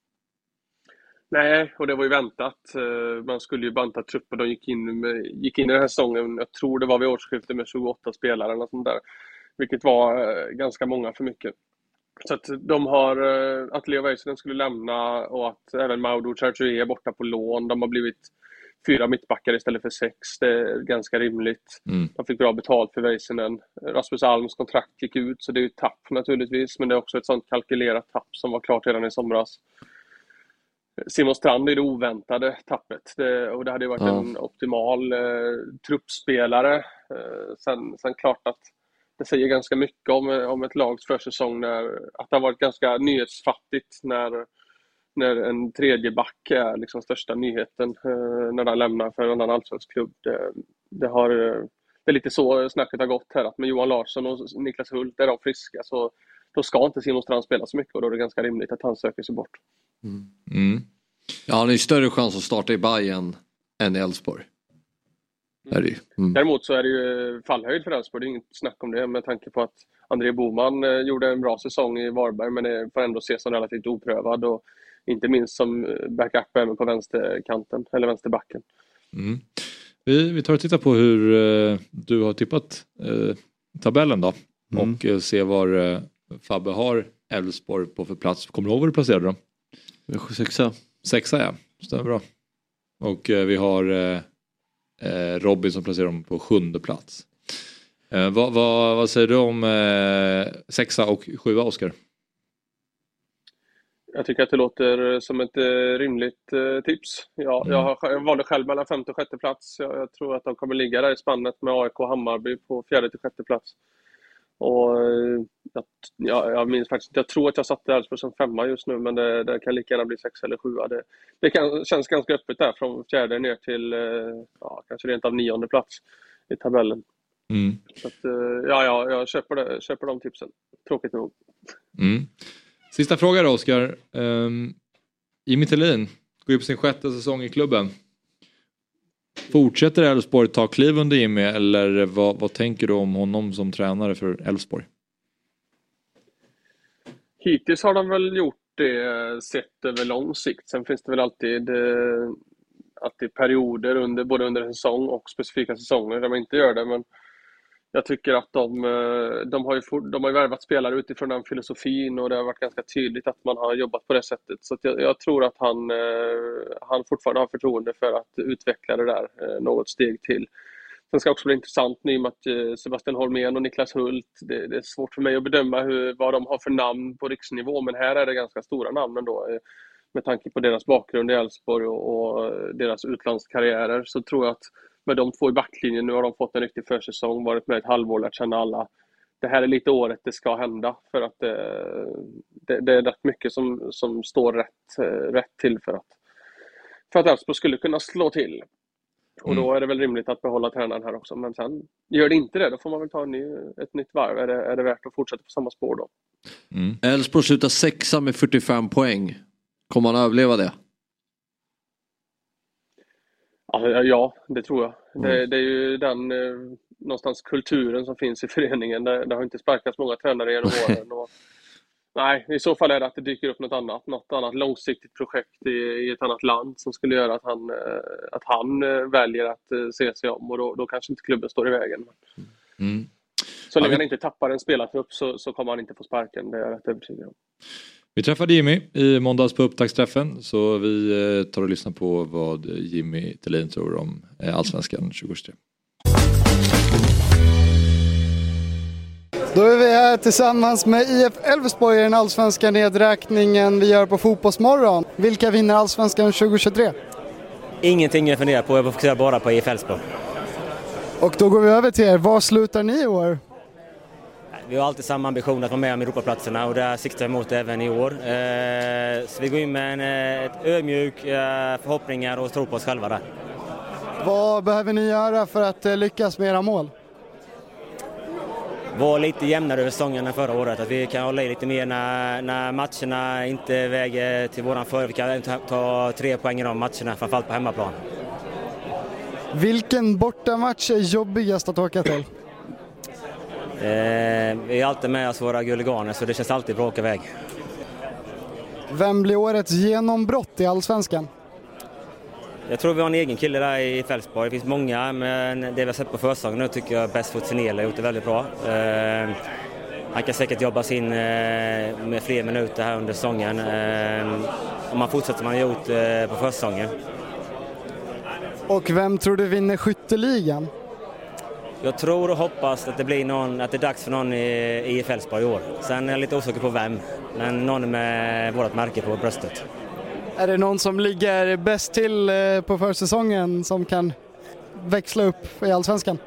Nej, och det var ju väntat. Man skulle ju banta truppen. De gick in, med, gick in i den här säsongen, jag tror det var vid årsskiftet med tjugoåtta spelare eller sånt där. Vilket var eh, ganska många för mycket. Så att de har, eh, att Leo Väisänen skulle lämna och att även Mauro Chartier är borta på lån. De har blivit fyra mittbackar istället för sex. Det är ganska rimligt. Mm. De fick bra betalt för Väisänen. Rasmus Alms kontrakt gick ut, så det är ju ett tapp naturligtvis. Men det är också ett sånt kalkylerat tapp som var klart redan i somras. Simon Strand är det oväntade tappet. Det, och det hade ju varit ja. en optimal eh, truppspelare. Eh, sen, sen klart att det säger ganska mycket om, om ett lags försäsong. När, att det har varit ganska nyhetsfattigt när... när en tredje back är liksom största nyheten eh, när han lämnar för en annan allsvensk klubb. Det, det, har, det är lite så snacket har gått här, att med Johan Larsson och Niklas Hult är de friska, så då ska inte Simon Strand spela så mycket och då är det ganska rimligt att han söker sig bort. Mm. Mm. Ja, han har ju större chans att starta i Bayern än i Elfsborg. Mm. Är det ju. Mm. Däremot så är det ju fallhöjd för Elfsborg, det är inget snack om det, med tanke på att André Boman eh, gjorde en bra säsong i Varberg, men det får ändå ses som relativt oprövad och inte minst som backup även på vänsterkanten eller vänsterbacken. Mm. Vi, vi tar och tittar på hur uh, du har tippat uh, tabellen då. Mm. Och uh, se var uh, Fabbe har Elfsborg på för plats. Kommer du ihåg var du placerade dem? Sexa. Sexa, ja. Stämmer bra. Och uh, vi har uh, uh, Robin som placerar dem på sjunde plats. Uh, vad, vad, vad säger du om uh, sexa och sjua, Oskar? Jag tycker att det låter som ett eh, rimligt eh, tips. Ja, mm. jag, har, jag valde själv mellan femte och sjätte plats. Jag, jag tror att de kommer ligga där i spannet med A I K och Hammarby på fjärde till sjätte plats. Och eh, jag, jag, jag minns faktiskt, jag tror att jag satte Elfsborg som femma just nu, men det, det kan lika gärna bli sex eller sjua. Det, det kan, känns ganska öppet där från fjärde ner till eh, ja, kanske rent av nionde plats i tabellen. Mm. Så att, eh, ja, ja, jag köper, det, köper de tipsen. Tråkigt nog. Mm. Sista fråga då, Oskar. Um, Jimmy Tillin går ju på sin sjätte säsong i klubben. Fortsätter Elfsborg ta kliv under Jimmy, eller vad, vad tänker du om honom som tränare för Elfsborg? Hittills har de väl gjort det sett över lång sikt. Sen finns det väl alltid, eh, alltid perioder under, både under en säsong och specifika säsonger där man inte gör det. Men jag tycker att de, de, har ju for, de har ju värvat spelare utifrån den filosofin och det har varit ganska tydligt att man har jobbat på det sättet. Så att jag, jag tror att han, han fortfarande har förtroende för att utveckla det där något steg till. Sen ska det också bli intressant nu med att Sebastian Holmén och Niklas Hult, det, det är svårt för mig att bedöma hur, vad de har för namn på riksnivå, men här är det ganska stora namn ändå. Med tanke på deras bakgrund i Elfsborg och, och deras utlandskarriärer så tror jag att med de två i backlinjen, nu har de fått en riktig försäsong, varit med ett halvår, lärt känna alla. Det här är lite året det ska hända för att eh, det, det är rätt mycket som, som står rätt, eh, rätt till för att för att Elfsborg skulle kunna slå till. Och då är det väl rimligt att behålla tränaren här också. Men sen gör det inte det, då får man väl ta en ny, ett nytt varv. Är det, är det värt att fortsätta på samma spår då? Elfsborg slutar sexa med fyrtiofem poäng. Kommer han överleva det? Ja, ja det tror jag. Mm. Det, det är ju den eh, någonstans kulturen som finns i föreningen. Det, det har inte sparkats många tränare genom åren. Och, nej, i så fall är det att det dyker upp något annat. Något annat långsiktigt projekt i, i ett annat land som skulle göra att han, eh, att han eh, väljer att eh, se sig om. Och då, då kanske inte klubben står i vägen. Mm. Så länge han inte tappar en spelartrupp så, så kommer han inte få sparken. Det är jag rätt övertygad om. Vi träffade Jimmy i måndags på upptaktsträffen, så vi tar och lyssnar på vad Jimmy Thelin tror om Allsvenskan tjugohundratjugotre. Då är vi här tillsammans med I F Elfsborg i den allsvenska nedräkningen vi gör på Fotbollsmorgon. Vilka vinner Allsvenskan tjugohundratjugotre? Ingenting jag funderar på, jag fokuserar bara på I F Elfsborg. Och då går vi över till er. Var slutar ni i år? Vi har alltid samma ambition att vara med om Europaplatserna och det siktar vi emot även i år. Så vi går in med en ett ödmjuk förhoppningar och tro på oss själva där. Vad behöver ni göra för att lyckas med era mål? Var lite jämnare över säsongen än förra året. Att vi kan hålla i lite mer när, när matcherna inte väger till våran för. Vi kan ta, ta tre poäng i de matcherna, framförallt på hemmaplan. Vilken bortamatch är jobbigast att åka till? Eh, vi är alltid med oss våra guliganer så det känns alltid bra att åka iväg. Vem blir årets genombrott i Allsvenskan? Jag tror vi har en egen kille där i Elfsborg. Det finns många, men det vi har sett på försäsongen nu tycker jag bäst fot Seneli har gjort det väldigt bra. Eh, han kan säkert jobba sin eh, med fler minuter här under säsongen. Eh, om man fortsätter man har gjort eh, på försäsongen. Och vem tror du vinner skytteligan? Jag tror och hoppas att det blir någon, att det är dags för någon i I F Elfsborg i år. Sen är jag lite osäker på vem, men någon med vårt märke på bröstet. Är det någon som ligger bäst till på försäsongen som kan växla upp i Allsvenskan?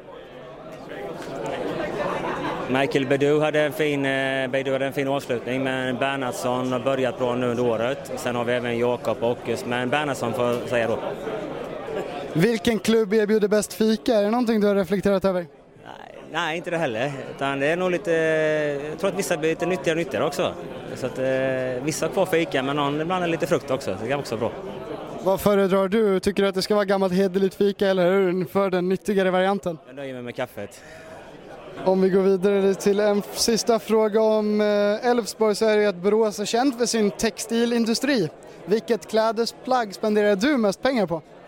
Michael Beidou hade en fin, Beidou hade en fin avslutning, men Bernhardsson har börjat bra nu under året. Sen har vi även Jakob och Åkes, men Bernhardsson får jag säga då. Vilken klubb erbjuder bäst fika? Är det någonting du har reflekterat över? Nej, nej inte det heller. Utan det är nog lite, jag tror att vissa blir lite nyttigare och nyttigare också. Så att eh, vissa har kvar fika, men någon ibland är lite frukt också. Det kan också vara bra. Vad föredrar du? Tycker du att det ska vara gammalt hederligt fika eller är du för den nyttigare varianten? Jag nöjer mig med kaffet. Om vi går vidare till en sista fråga om Elfsborg så är det ju att Borås är känt för sin textilindustri. Vilket klädesplagg spenderar du mest pengar på?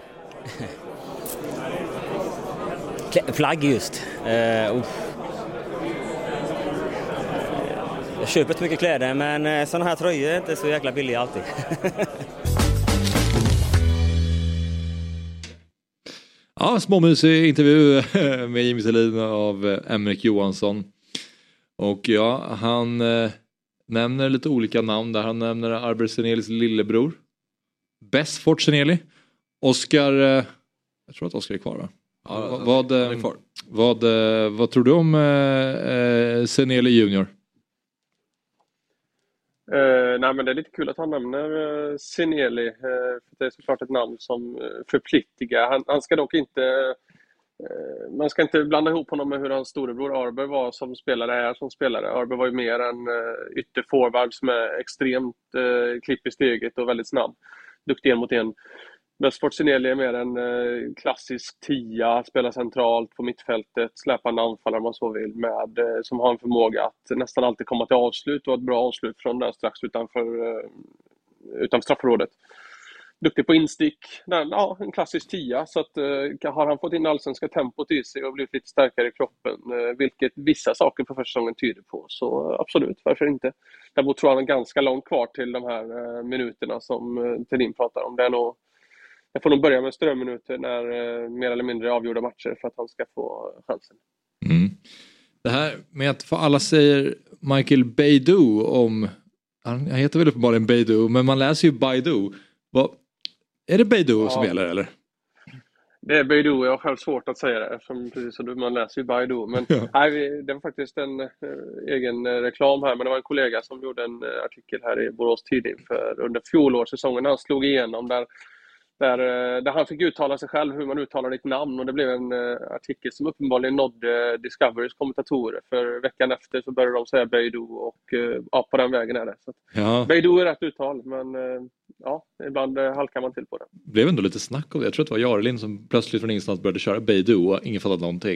Plagg just. Uh, jag köper inte mycket kläder, men sådana här tröjor är inte så jäkla billiga alltid. Ja, småmysig intervju med Jimmy Thelin av Emrik Johansson. Och ja, han eh, nämner lite olika namn där. Han nämner Arber Senelis lillebror. Besfort Seneli. Oskar, eh, jag tror att Oskar är kvar va? Ja, vad, vad, är kvar. Vad, vad, vad tror du om eh, Seneli junior? Uh, nej men det är lite kul att han nämner uh, Seneli, uh, för det är såklart ett namn som uh, förpliktigar. Han, han ska dock inte uh, man ska inte blanda ihop honom med hur hans storebror Arber var som spelare är som spelare. Arber var ju mer en uh, ytterforward som är extremt uh, klipp i steget och väldigt snabb, duktig en mot en. Besfort Sinelli är mer en eh, klassisk tia, spelar centralt på mittfältet, släpande anfallare om man så vill, med, eh, som har en förmåga att nästan alltid komma till avslut och ett bra avslut från där strax utanför, eh, utanför straffområdet. Duktig på instick, den, ja, en klassisk tia, så att, eh, har han fått in allsvenska tempot i sig och blivit lite starkare i kroppen, eh, vilket vissa saker på försäsongen tyder på, så absolut, varför inte. Däremot tror jag han är ganska långt kvar till de här eh, minuterna som eh, Thelin pratar om. Det är nog, jag får nog börja med strömminuter när eh, mer eller mindre avgjorda matcher för att han ska få chansen. Mm. Det här med att för alla säger Michael Beidou om, han heter väl uppenbarligen Beidou, men man läser ju Baidu. Vad, är det Beidou ja, som gäller eller? Det är Beidou, jag har själv svårt att säga det eftersom precis som man läser ju Baidu. Men ja. nej, det var faktiskt en äh, egen äh, reklam här, men det var en kollega som gjorde en äh, artikel här i Borås Tidning för under fjolårssäsongen. Han slog igenom där, där, där han fick uttala sig själv hur man uttalar ditt namn, och det blev en uh, artikel som uppenbarligen nådde Discoverys kommentatorer, för veckan efter så började de säga Beidou och uh, ja, på den vägen är det. Så ja. Beidou är rätt uttal, men uh, ja, ibland uh, halkar man till på det. Det blev ändå lite snack om det. Jag tror att det var Jarlin som plötsligt från ingenstans började köra Beidou och ingen fattat någonting.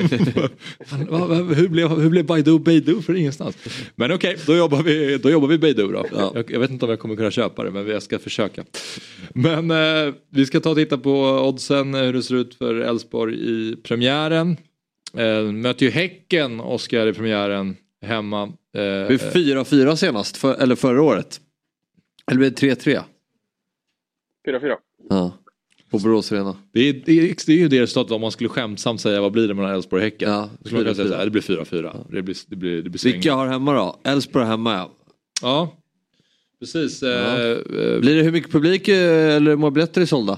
hur, blev, hur blev Beidou Beidou för ingenstans? Men okej, okay, då jobbar vi, då jobbar vi Beidou då. Ja. Jag, jag vet inte om jag kommer kunna köpa det, men jag ska försöka. Men uh, vi ska ta och titta på oddsen, hur det ser ut för Elfsborg i premiären. Eh, möter ju Häcken, Oskar, i premiären hemma. Eh, det är fyra fyra senast, för, eller förra året. Eller blir det tre tre? fyra fyra. Ja, på Borås Arena. Det är, det, är, det är ju det resultatet om man skulle skämsamt säga vad blir det mellan Elfsborg och Häcken. Ja, så man kan säga så här, det blir fyra fyra. Ja. Det blir, det blir, det blir Vilka har hemma då? Elfsborg hemma, ja. Ja, precis. Ja. Eh, blir det hur mycket publik eller hur många biljetter är sålda?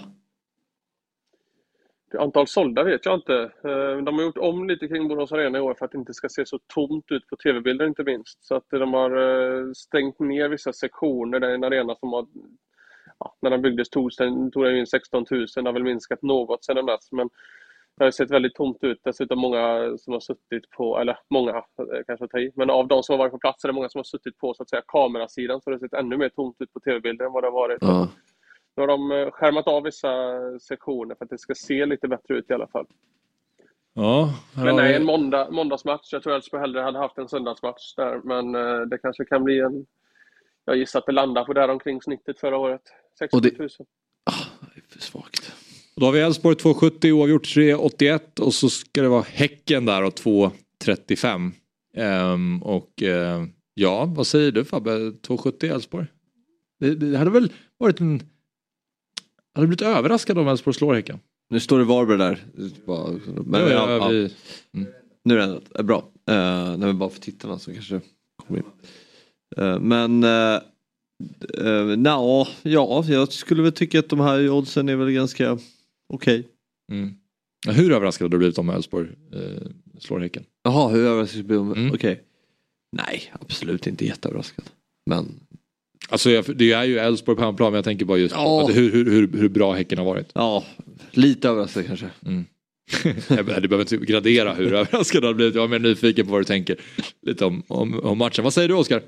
Antal sålda vet jag inte. De har gjort om lite kring Borås Arena i år för att det inte ska se så tomt ut på tv-bilder, inte minst. Så att de har stängt ner vissa sektioner. Det är en arena som har, ja, när den byggdes tog den tog in sexton tusen. Det har väl minskat något sedan dess, men det har sett väldigt tomt ut. Dessutom många som har suttit på, eller många kanske ta i, men av de som har varit på plats är det många som har suttit på så att säga kamerasidan, så det har sett ännu mer tomt ut på tv-bilder än vad det har varit. Ja. Nu har de skärmat av vissa sektioner för att det ska se lite bättre ut i alla fall. Ja, men nej, en måndag, måndagsmatch. Jag tror Elfsborg hellre hade haft en söndagsmatch där. Men uh, det kanske kan bli en... Jag gissar att det landar på där omkring snittet förra året. sexton tusen. Det... Ah, det är för svagt. Då har vi Elfsborg två sjuttio, oavgjort tre åttioett. Och så ska det vara Häcken där och två trettiofem. Um, och uh, ja, vad säger du Fabbe? två sjuttio Elfsborg? Det, det hade väl varit en... Hade blivit överraskad om Elfsborg slår Häcken. Nu står det Varberg där. Men, ja, ja, ja, vi... mm. Nu är det är bra. Uh, nej, men bara för tittarna så kanske kommer in. Uh, men uh, uh, na, ja, jag skulle väl tycka att de här oddsen är väl ganska okej. Okay. Mm. Hur överraskad har du blivit om Elfsborg uh, slår Häcken? Jaha, hur överraskad blir de? Mm. Okej. Okay. Nej, absolut inte jätteöverraskad. Men... Alltså det är ju Elfsborg på hemmaplan, men jag tänker bara just ja. hur, hur, hur, hur bra Häcken har varit. Ja, lite överraskad kanske. Mm. Du behöver inte gradera hur överraskad det har blivit. Jag är mer nyfiken på vad du tänker lite om, om, om matchen. Vad säger du, Oskar?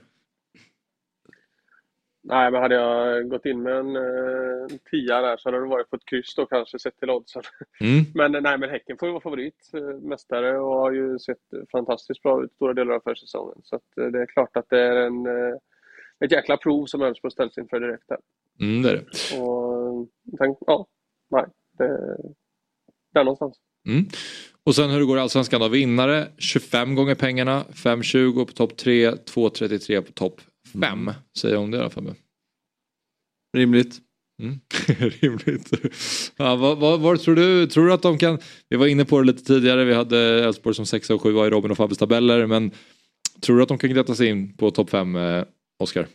Nej, men hade jag gått in med en uh, tia där så hade det varit på ett kryss då kanske, sett till oddsen. Mm. Men nej, men Häcken får ju vara favorit, uh, mästare, och har ju sett fantastiskt bra ut stora delar av försäsongen. Så att, uh, det är klart att det är en... Uh, ett jäkla prov som Elfsborg ställs inför direkt här. Mm, det är det. Och tänk, ja, nej, det där någonstans. Mm. Och sen hur det går i Allsvenskan då? Vinnare, tjugofem gånger pengarna, fem tjugo på topp tre, två trettiotre på topp fem. Mm. Säger om det i alla fall. Rimligt. Mm. Rimligt. Ja, vad, vad, vad tror du? Tror du att de kan, vi var inne på det lite tidigare, vi hade Elfsborg som sexa och sju i Robin och Fabbes tabeller, men tror du att de kan grätta sig in på topp fem, eh, Oskar?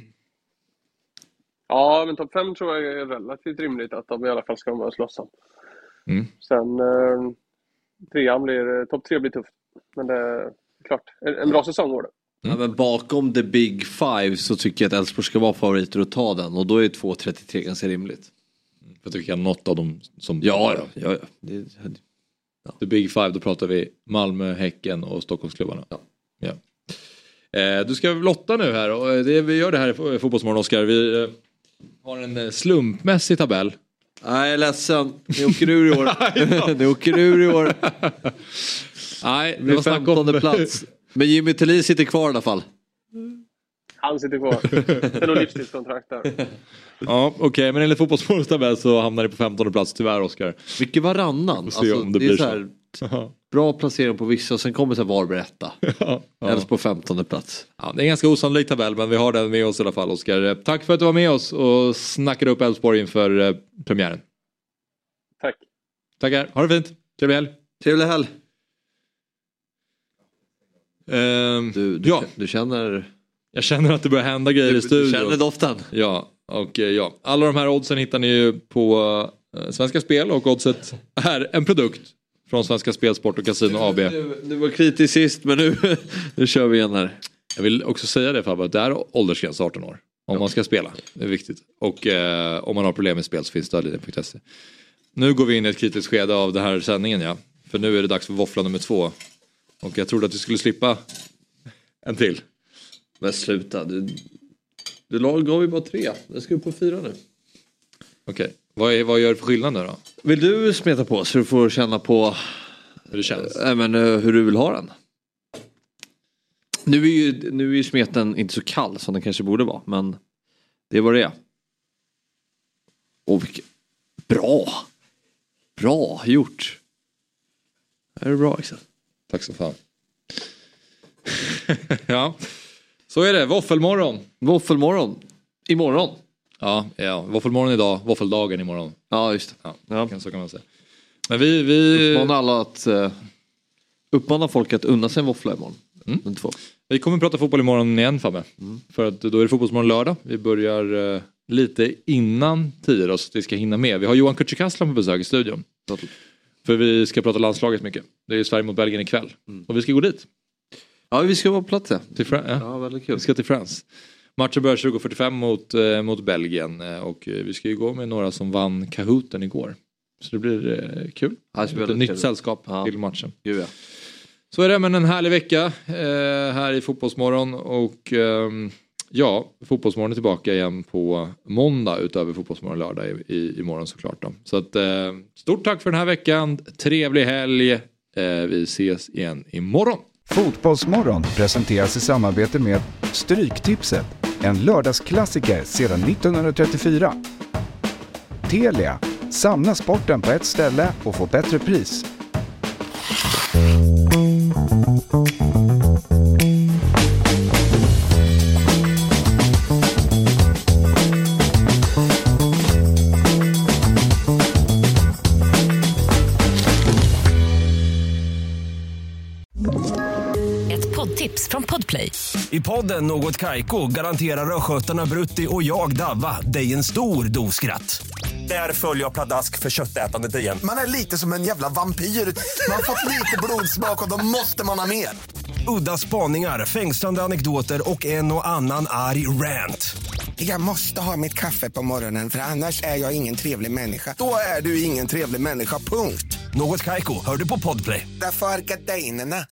Ja, men topp fem tror jag är relativt rimligt att de i alla fall ska vara med och slåss om. Mm. Sen eh, trean blir, topp tre blir tufft. Men det är klart, en, en bra säsong går det. Mm. Ja, men bakom the big five så tycker jag att Elfsborg ska vara favoriter och ta den. Och då är två trettiotre ganska rimligt. Mm. Jag tycker något av dem som... Ja, ja. ja, ja. Det, ja. The big five, då pratar vi Malmö, Häcken och Stockholmsklubbarna. Ja. Ja. Eh, du ska lotta nu här. Och det, vi gör det här i Fotbollsmorgon, Oskar. Vi eh, har en slumpmässig tabell Nej, jag är ledsen. Ni åker ur i år. Ni åker ur i år. Nej, det var femtonde plats. Men Jimmy Tillin sitter kvar i alla fall. Han sitter kvar. Det är nog livstidskontrakt där. Ja, okej, okay, men enligt Fotbollsmorgons tabell så hamnar ni på femtonde plats tyvärr, Oskar. Vilket varannan. Alltså, det, det är så här, så. Bra placering på vissa och sen kommer så här Varberg etta. ja, ja. Eller på femtonde plats. Ja, det är en ganska osannolik tabell, men vi har den med oss i alla fall, Oskar. Tack för att du var med oss och snackade upp Elfsborg inför eh, premiären. Tack. Tackar, ha det fint. Trevlig helg. Trevlig helg. Um, du, du, ja. du känner... Jag känner att det börjar hända grejer du, i studion. Du känner doften. Ja, och ja. Alla de här oddsen hittar ni ju på uh, Svenska Spel, och oddset är en produkt från Svenska Spel, Sport och Casino A B. Du, du var kritisk sist, men nu, nu kör vi igen här. Jag vill också säga det, Fabbe, att det är åldersgräns arton år. Om ja. man ska spela, det är viktigt. Och uh, om man har problem med spel så finns stödlinjen punkt se. Nu går vi in i ett kritiskt skede av den här sändningen, ja. För nu är det dags för våffla nummer två. Och jag trodde att du skulle slippa en till. Men sluta, du, du gav ju bara tre. Jag ska upp på fyra nu. Okej, okay. vad, vad gör det för skillnad nu då? Vill du smeta på så du får känna på hur det känns? Äh, men, uh, hur du vill ha den. Nu är ju, nu är ju smeten inte så kall som den kanske borde vara. Men det är vad det är. Och vilket... Bra! Bra gjort. Det är bra, Axel. Tack så fan. Ja, så är det. Våffelmorgon. Våffelmorgon. Imorgon. Ja, ja. Våffelmorgon idag. Våffeldagen imorgon. Ja, just det. Ja, ja. Så kan man säga. Men vi... vi... Uppmanar alla att... Uh, uppmanar folk att unna sig en våffla imorgon. Mm. Två. Vi kommer att prata fotboll imorgon igen, Fabbe. Mm. För att då är det Fotbollsmorgon lördag. Vi börjar uh, lite innan tio då, så att vi ska hinna med. Vi har Johan Kücükaslan på besök i studion. Mm. För vi ska prata landslaget mycket. Det är Sverige mot Belgien ikväll. Mm. Och vi ska gå dit. Ja, vi ska vara på plats. Till Fra- ja. ja, väldigt kul. Vi ska till France. Matchen börjar tjugo fyrtiofem mot, eh, mot Belgien. Och eh, vi ska ju gå med några som vann Kahooten igår. Så det blir eh, kul. Ja, det ett nytt kul. sällskap ja. till matchen. Gud, ja. Så är det, men en härlig vecka eh, här i Fotbollsmorgon. Och eh, ja, Fotbollsmorgon är tillbaka igen på måndag utöver Fotbollsmorgon lördag i, i, imorgon såklart. Då. Så att, eh, stort tack för den här veckan. Trevlig helg. Eh, vi ses igen imorgon. Fotbollsmorgon presenteras i samarbete med Stryktipset, en lördagsklassiker sedan nittonhundratrettiofyra. Telia, samla sporten på ett ställe och få bättre pris. Tips från Podplay. I podden Något Kaiko garanterar röskötarna Brutti och jag Davva dig en stor doskratt. Där följer jag pladask för köttätandet igen. Man är lite som en jävla vampyr. Man har fått lite blodsmak och då måste man ha mer. Udda spaningar, fängslande anekdoter och en och annan arg rant. Jag måste ha mitt kaffe på morgonen för annars är jag ingen trevlig människa. Då är du ingen trevlig människa, punkt. Något Kaiko, hör du på Podplay. Därför är gardinerna.